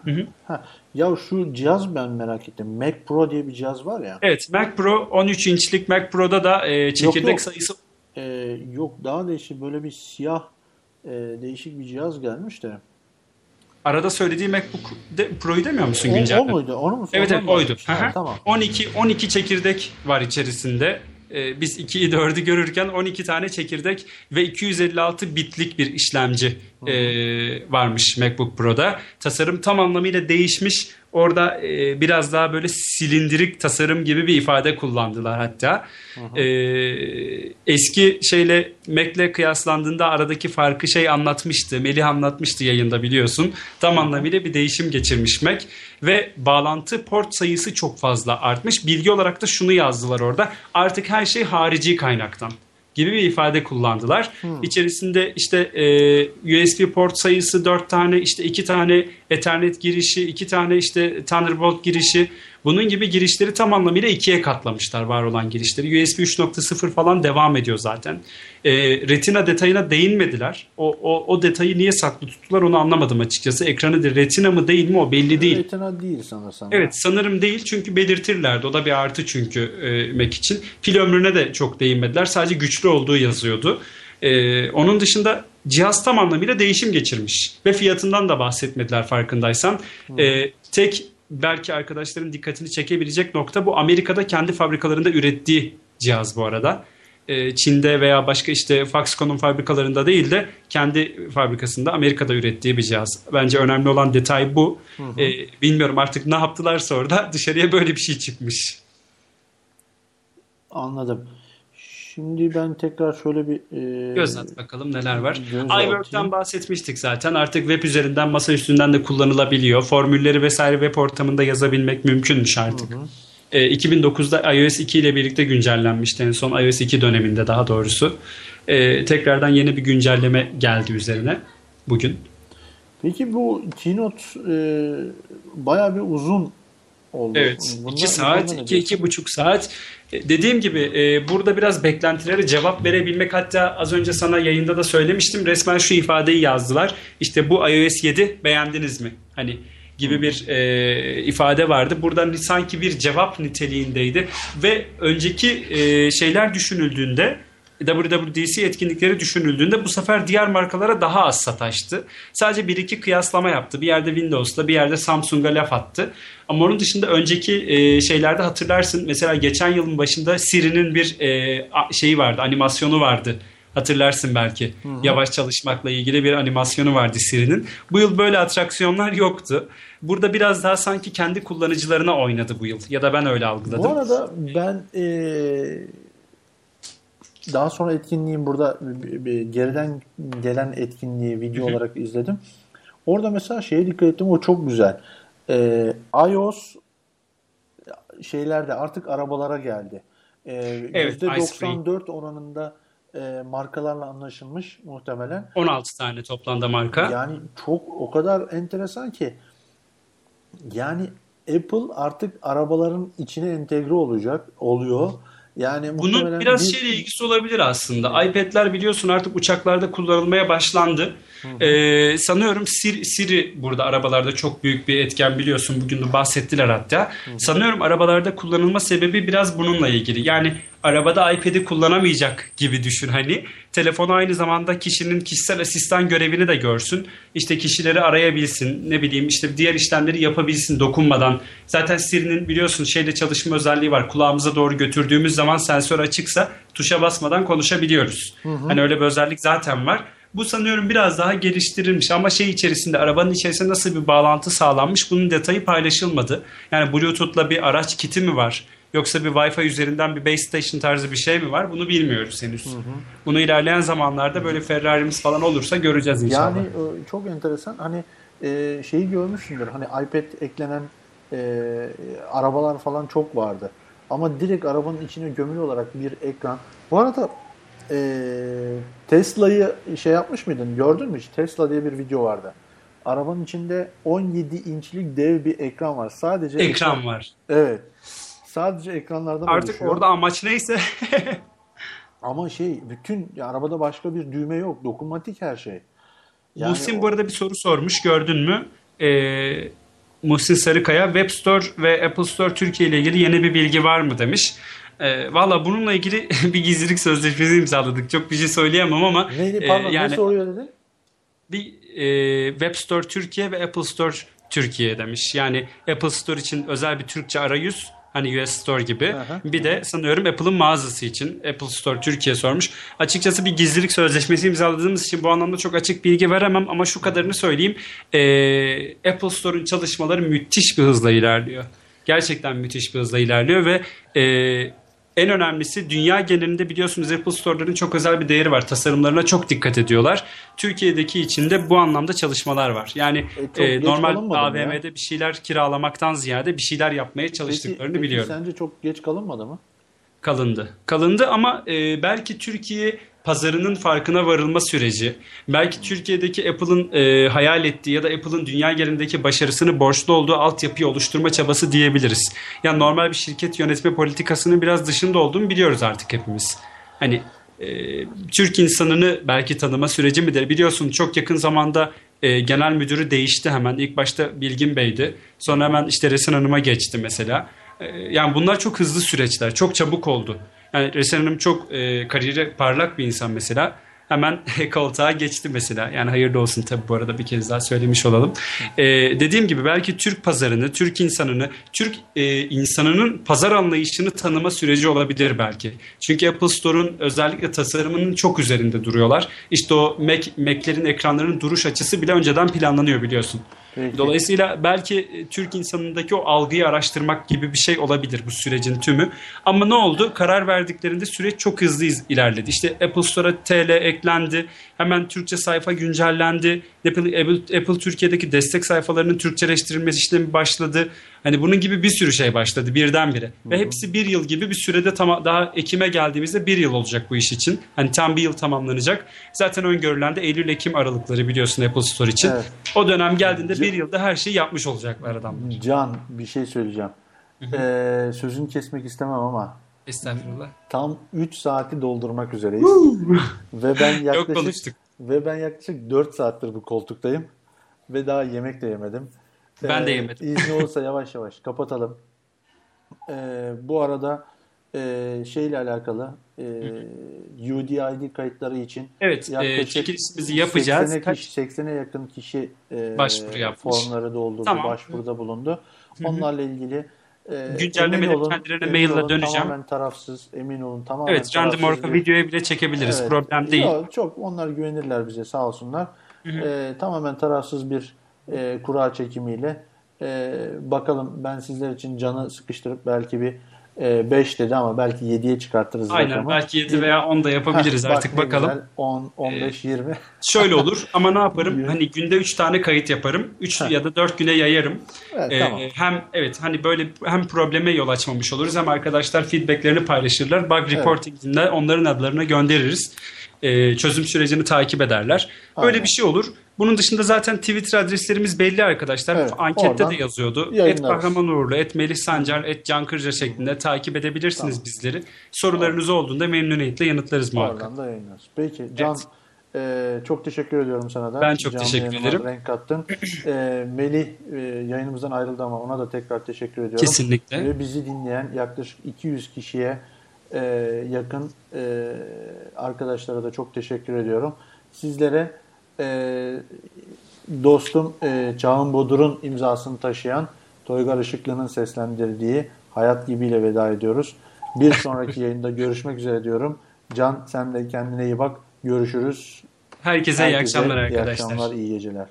Ya şu cihaz ben merak ettim. Mac Pro diye bir cihaz var ya. Evet, Mac Pro 13 inçlik Mac Pro'da da çekirdek sayısı... Yok, daha değişik böyle bir siyah değişik bir cihaz gelmiş de. Arada söylediği MacBook Pro'yu demiyor musun güncel? O muydu? Onu mu? Evet oydu. Tamam. 12 çekirdek var içerisinde. Biz 2'yi 4'ü görürken 12 tane çekirdek ve 256 bitlik bir işlemci varmış MacBook Pro'da. Tasarım tam anlamıyla değişmiş. Orada biraz daha böyle silindirik tasarım gibi bir ifade kullandılar hatta. Eski şeyle Mac'le kıyaslandığında aradaki farkı anlatmıştı. Melih anlatmıştı yayında biliyorsun. Tam anlamıyla bir değişim geçirmiş Mac. Ve bağlantı port sayısı çok fazla artmış. Bilgi olarak da şunu yazdılar orada. Artık her şey harici kaynaktan gibi bir ifade kullandılar. İçerisinde işte USB port sayısı 4 tane, işte 2 tane Ethernet girişi, 2 tane işte Thunderbolt girişi, bunun gibi girişleri tam anlamıyla 2'ye katlamışlar var olan girişleri. USB 3.0 falan devam ediyor zaten. Retina detayına değinmediler. O detayı niye saklı tuttular onu anlamadım açıkçası. Ekranı da Retina mı değil mi o belli değil. Retina değil sanırsam. Evet sanırım değil çünkü belirtirlerdi. O da bir artı çünkü Mac için. Pil ömrüne de çok değinmediler. Sadece güçlü olduğu yazıyordu. Onun dışında cihaz tam anlamıyla değişim geçirmiş. Ve fiyatından da bahsetmediler farkındaysan. Tek belki arkadaşların dikkatini çekebilecek nokta bu, Amerika'da kendi fabrikalarında ürettiği cihaz bu arada. Çin'de veya başka işte Foxconn'un fabrikalarında değil de kendi fabrikasında Amerika'da ürettiği bir cihaz. Bence önemli olan detay bu. Bilmiyorum artık ne yaptılarsa orada dışarıya böyle bir şey çıkmış. Anladım. Şimdi ben tekrar şöyle bir göz at bakalım neler var. göz iWork'tan atayım. bahsetmiştik zaten. Artık web üzerinden, masa üstünden de kullanılabiliyor. Formülleri vesaire web ortamında yazabilmek mümkünmüş artık. 2009'da iOS 2 ile birlikte güncellenmişti. En son iOS 2 döneminde daha doğrusu. Tekrardan yeni bir güncelleme geldi üzerine bugün. Peki bu keynote bayağı bir uzun oldu. Evet. Bunlar 2 saat, 2,5 saat. Dediğim gibi burada biraz beklentilere cevap verebilmek, hatta az önce sana yayında da söylemiştim. Resmen şu ifadeyi yazdılar. İşte bu iOS 7 beğendiniz mi? Hani gibi bir ifade vardı. Buradan sanki bir cevap niteliğindeydi. Ve önceki şeyler düşünüldüğünde, WWDC etkinlikleri düşünüldüğünde bu sefer diğer markalara daha az sataştı. Sadece bir iki kıyaslama yaptı. Bir yerde Windows'la, bir yerde Samsung'a laf attı. Ama onun dışında önceki şeylerde hatırlarsın. Mesela geçen yılın başında Siri'nin bir şeyi vardı, animasyonu vardı. Hatırlarsın belki. Yavaş çalışmakla ilgili bir animasyonu vardı Siri'nin. Bu yıl böyle atraksiyonlar yoktu. Burada biraz daha sanki kendi kullanıcılarına oynadı bu yıl. Ya da ben öyle algıladım. Bu arada ben daha sonra etkinliğin burada bir geriden gelen etkinliği video olarak izledim. Orada mesela şeye dikkat ettim, o çok güzel. iOS şeylerde artık arabalara geldi. Evet, %94 oranında markalarla anlaşılmış muhtemelen. 16 tane toplamda marka. Yani çok o kadar enteresan ki, yani Apple artık arabaların içine entegre oluyor. Yani bunun biraz şeyle ilgisi olabilir aslında. iPad'ler biliyorsun artık uçaklarda kullanılmaya başlandı. Sanıyorum Siri burada arabalarda çok büyük bir etken, biliyorsun. Bugün de bahsettiler hatta. Sanıyorum arabalarda kullanılma sebebi biraz bununla ilgili. Yani arabada iPad'i kullanamayacak gibi düşün hani. Telefonu aynı zamanda kişinin kişisel asistan görevini de görsün. İşte kişileri arayabilsin. Ne bileyim işte diğer işlemleri yapabilsin dokunmadan. Zaten Siri'nin biliyorsun şeyde çalışma özelliği var. Kulağımıza doğru götürdüğümüz zaman sensör açıksa tuşa basmadan konuşabiliyoruz. Hani öyle bir özellik zaten var. Bu sanıyorum biraz daha geliştirilmiş ama şey içerisinde, arabanın içerisinde nasıl bir bağlantı sağlanmış bunun detayı paylaşılmadı. Yani Bluetooth'la bir araç kiti mi var? Yoksa bir Wi-Fi üzerinden bir base station tarzı bir şey mi var? Bunu bilmiyoruz henüz. Bunu ilerleyen zamanlarda böyle Ferrari'miz falan olursa göreceğiz inşallah. Yani çok enteresan. Hani şeyi görmüşsündür. Hani iPad eklenen arabalar falan çok vardı. Ama direkt arabanın içine gömülü olarak bir ekran. Bu arada Tesla'yı şey yapmış mıydın? Gördün mü hiç? Tesla diye bir video vardı. Arabanın içinde 17 inçlik dev bir ekran var. Sadece ekran var. Evet. Sadece ekranlardan artık oluşuyor. Orada amaç neyse. Ama bütün arabada başka bir düğme yok. Dokunmatik her şey. Yani Muhsin bu arada bir soru sormuş. Gördün mü? Muhsin Sarıkaya, Web Store ve Apple Store Türkiye ile ilgili yeni bir bilgi var mı demiş. Valla bununla ilgili bir gizlilik sözleşmesi imzaladık. Çok bir şey söyleyemem ama neydi? Pardon, yani, ne soruyor dedin? Bir Web Store Türkiye ve Apple Store Türkiye demiş. Yani Apple Store için özel bir Türkçe arayüz, hani US Store gibi. Bir de sanıyorum Apple'ın mağazası için Apple Store Türkiye sormuş. Açıkçası bir gizlilik sözleşmesi imzaladığımız için bu anlamda çok açık bilgi veremem ama şu kadarını söyleyeyim. Apple Store'un çalışmaları müthiş bir hızla ilerliyor. Gerçekten müthiş bir hızla ilerliyor ve en önemlisi dünya genelinde biliyorsunuz Apple Store'ların çok özel bir değeri var. Tasarımlarına çok dikkat ediyorlar. Türkiye'deki içinde bu anlamda çalışmalar var. Yani normal AVM'de bir şeyler kiralamaktan ziyade bir şeyler yapmaya çalıştıklarını biliyorum. Sence çok geç kalınmadı mı? Kalındı ama belki Türkiye pazarının farkına varılma süreci, belki Türkiye'deki Apple'ın hayal ettiği ya da Apple'ın dünya genelindeki başarısını borçlu olduğu altyapıyı oluşturma çabası diyebiliriz. Yani normal bir şirket yönetme politikasının biraz dışında olduğunu biliyoruz artık hepimiz. Hani Türk insanını belki tanıma süreci midir? Biliyorsun çok yakın zamanda genel müdürü değişti hemen. İlk başta Bilgin Bey'di. Sonra hemen işte Resen Hanım'a geçti mesela. Yani bunlar çok hızlı süreçler. Çok çabuk oldu. Yani Resen Hanım çok kariyeri parlak bir insan mesela. Hemen koltuğa geçti mesela. Yani hayırlı olsun tabii, bu arada bir kez daha söylemiş olalım. Dediğim gibi belki Türk pazarını, Türk insanını, Türk insanının pazar anlayışını tanıma süreci olabilir belki. Çünkü Apple Store'un özellikle tasarımının çok üzerinde duruyorlar. İşte o Mac'lerin ekranlarının duruş açısı bile önceden planlanıyor biliyorsun. Peki. Dolayısıyla belki Türk insanındaki o algıyı araştırmak gibi bir şey olabilir bu sürecin tümü. Ama ne oldu? Karar verdiklerinde süreç çok hızlı ilerledi. İşte Apple Store'a TL eklendi. Hemen Türkçe sayfa güncellendi. Apple Türkiye'deki destek sayfalarının Türkçeleştirilmesi işlemi başladı. Hani bunun gibi bir sürü şey başladı birdenbire. Ve hepsi bir yıl gibi bir sürede daha Ekim'e geldiğimizde bir yıl olacak bu iş için. Hani tam bir yıl tamamlanacak. Zaten öngörülen de Eylül-Ekim aralıkları biliyorsun Apple Store için. Evet. O dönem geldiğinde bir yılda her şeyi yapmış olacaklar adamlar. Can, bir şey söyleyeceğim. Sözünü kesmek istemem ama estağfurullah. Tam 3 saati doldurmak üzereyiz. Ve ben yaklaşık 4 saattir bu koltuktayım. Ve daha yemek de yemedim. Ben de yemedim. İzni olursa yavaş yavaş kapatalım. Bu arada şeyle alakalı UDID kayıtları için çekilişimizi yapacağız. 80'e yakın kişi formları doldurdu, başvuruda bulundu. Onlarla ilgili güncellemeleri kendilerine maille döneceğim. Tamamen tarafsız, emin olun. Evet, Random Ork'a videoya bile çekebiliriz. Evet. Problem değil. Çok onlar güvenirler bize, sağ olsunlar. Tamamen tarafsız bir kura çekimiyle bakalım, ben sizler için Can'ı sıkıştırıp belki bir 5 dedi ama belki 7'ye çıkartırız. Aynen rakamı. Belki 7 veya 10 da yapabiliriz artık bakalım. Güzel, 10, 15, 20. Şöyle olur ama ne yaparım? Hani günde 3 tane kayıt yaparım. 3 ya da 4 güne yayarım. Evet, tamam. Hani böyle hem probleme yol açmamış oluruz hem arkadaşlar feedbacklerini paylaşırlar. Bug reporting'inde onların adlarına göndeririz. Çözüm sürecini takip ederler. Böyle bir şey olur. Bunun dışında zaten Twitter adreslerimiz belli arkadaşlar. Evet, ankette de yazıyordu. @KahramanUğurlu, @Melih Sancar, @Can şeklinde takip edebilirsiniz bizleri. Sorularınız olduğunda memnuniyetle yanıtlarız muhakkak. Oradan da yayınlarız. Peki Can, çok teşekkür ediyorum sana da. Ben çok teşekkür ederim. Renk kattın. Melih yayınımızdan ayrıldı ama ona da tekrar teşekkür ediyorum. Kesinlikle. Ve bizi dinleyen yaklaşık 200 kişiye yakın arkadaşlara da çok teşekkür ediyorum. Sizlere dostum Çağın Bodur'un imzasını taşıyan Toygar Işıklı'nın seslendirdiği Hayat Gibi'yle veda ediyoruz. Bir sonraki yayında görüşmek üzere diyorum. Can, sen de kendine iyi bak. Görüşürüz. Herkese iyi akşamlar arkadaşlar. İyi akşamlar, iyi geceler.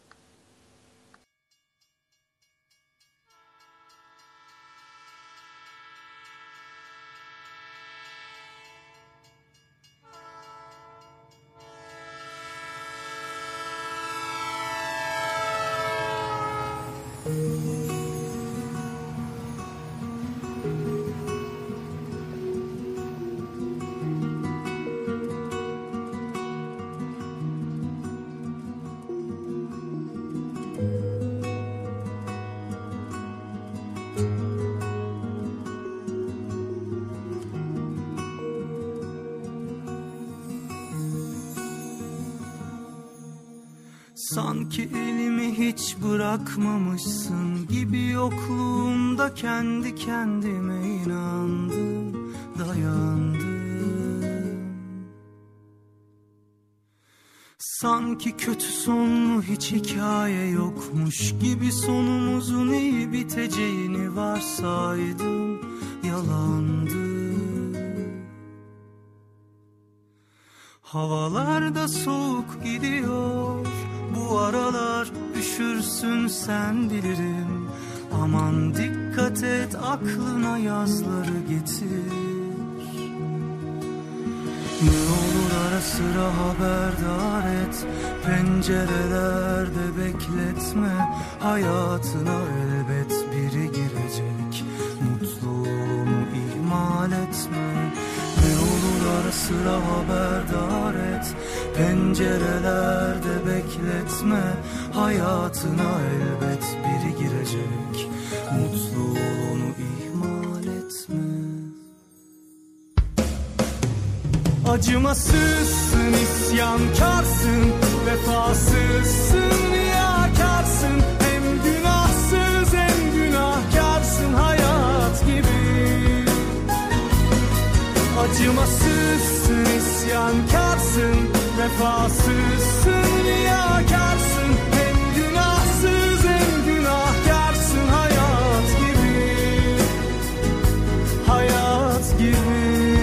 Sanki elimi hiç bırakmamışsın gibi yokluğumda kendi kendime inandım, dayandım. Sanki kötü sonlu hiç hikaye yokmuş gibi sonumuzun iyi biteceğini varsaydım, yalandı. Havalarda soğuk gidiyor bu aralar, üşürsün sen bilirim. Aman dikkat et, aklına yazları getir. Ne olur ara sıra haberdar et, pencerelerde bekletme. Hayatına elbet biri girecek, mutluluğumu ihmal etme. sıra haberdar et. Pencerelerde bekletme, hayatına elbet biri girecek. Mutlu ol, onu ihmal etme. Acımasızsın, isyankarsın, vefasızsın, riyakarsın. Hem günahsız hem günahkarsın hayat gibi. Acımasızsın, isyankarsın, vefasızsın, riyakarsın. Hem günahsız hem günahkarsın hayat gibi. Hayat gibi.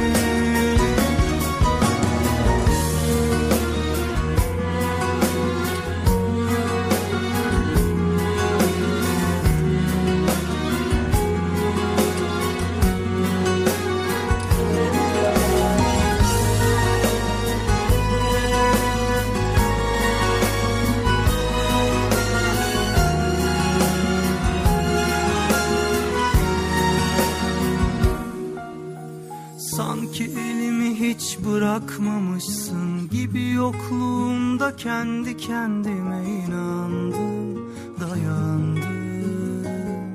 Sanki elimi hiç bırakmamışsın gibi, yokluğumda kendi kendime inandım, dayandım.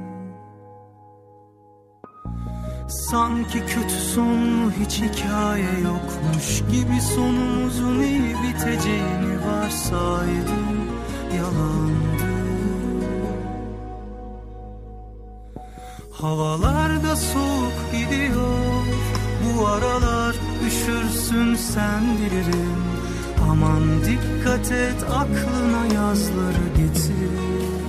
Sanki kötü sonlu hiç hikaye yokmuş gibi, sonumuzun iyi biteceğini varsaydım, yalandı. Havalarda soğuk gidiyor, bu aralar üşürsün sen bilirim. Aman dikkat et, aklına yazları getir.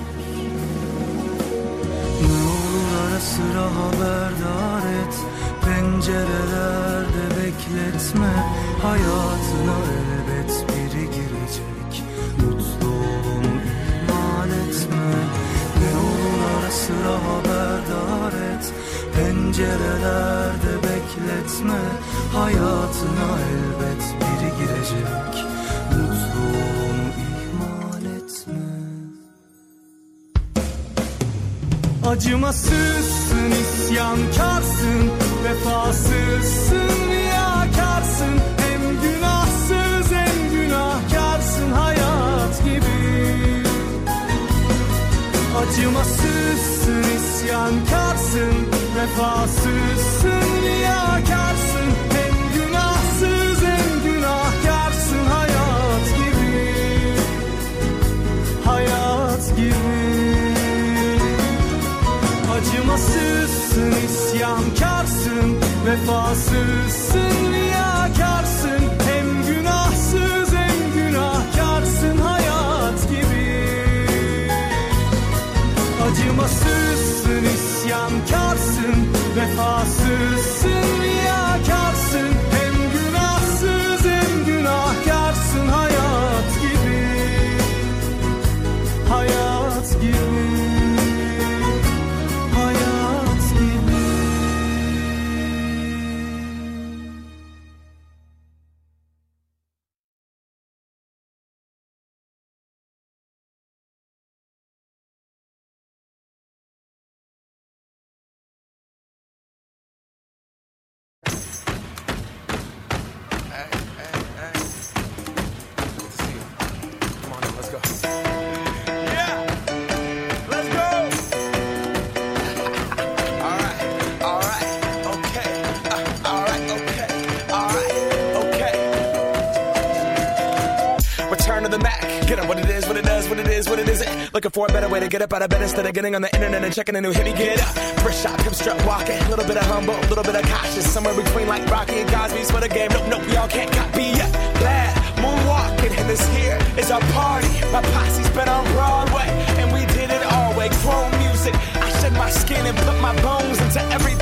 Ne olur ara sıra haberdar et. Pencerelerde bekletme, hayatına elbet biri girecek. Mutlu ol, onu ihmal etme. Ne olur ara sıra haberdar et. Pencerelerde bekletme, hayatına elbet biri girecek. Mutlu ol, onu ihmal etme. Acımasızsın, isyankarsın, vefasızsın, riyakarsın. Hem günahsız hem günahkarsın hayat gibi. Acımasızsın, isyankarsın, vefasızsın, riyakarsın. Hem günahsız hem günahkarsın hayat gibi. Hayat gibi. Acımasızsın, isyankarsın, vefasızsın, riyakarsın. Hem günahsız hem günahkarsın hayat gibi. Acımasızsın, isyankarsın, vefasızsın, riyakarsın. Hem günahsız hem günahkarsın hayat gibi. Hayat gibi. Looking for a better way to get up out of bed instead of getting on the internet and checking a new hit. Me get up, fresh shot, come strut walking. A little bit of humble, a little bit of cautious. Somewhere between like Rocky and Cosby's for the game. Nope, y'all can't copy yet. Glad moonwalking, and this here is our party. My posse's been on Broadway, and we did it all way. Chrome music, I shed my skin and put my bones into every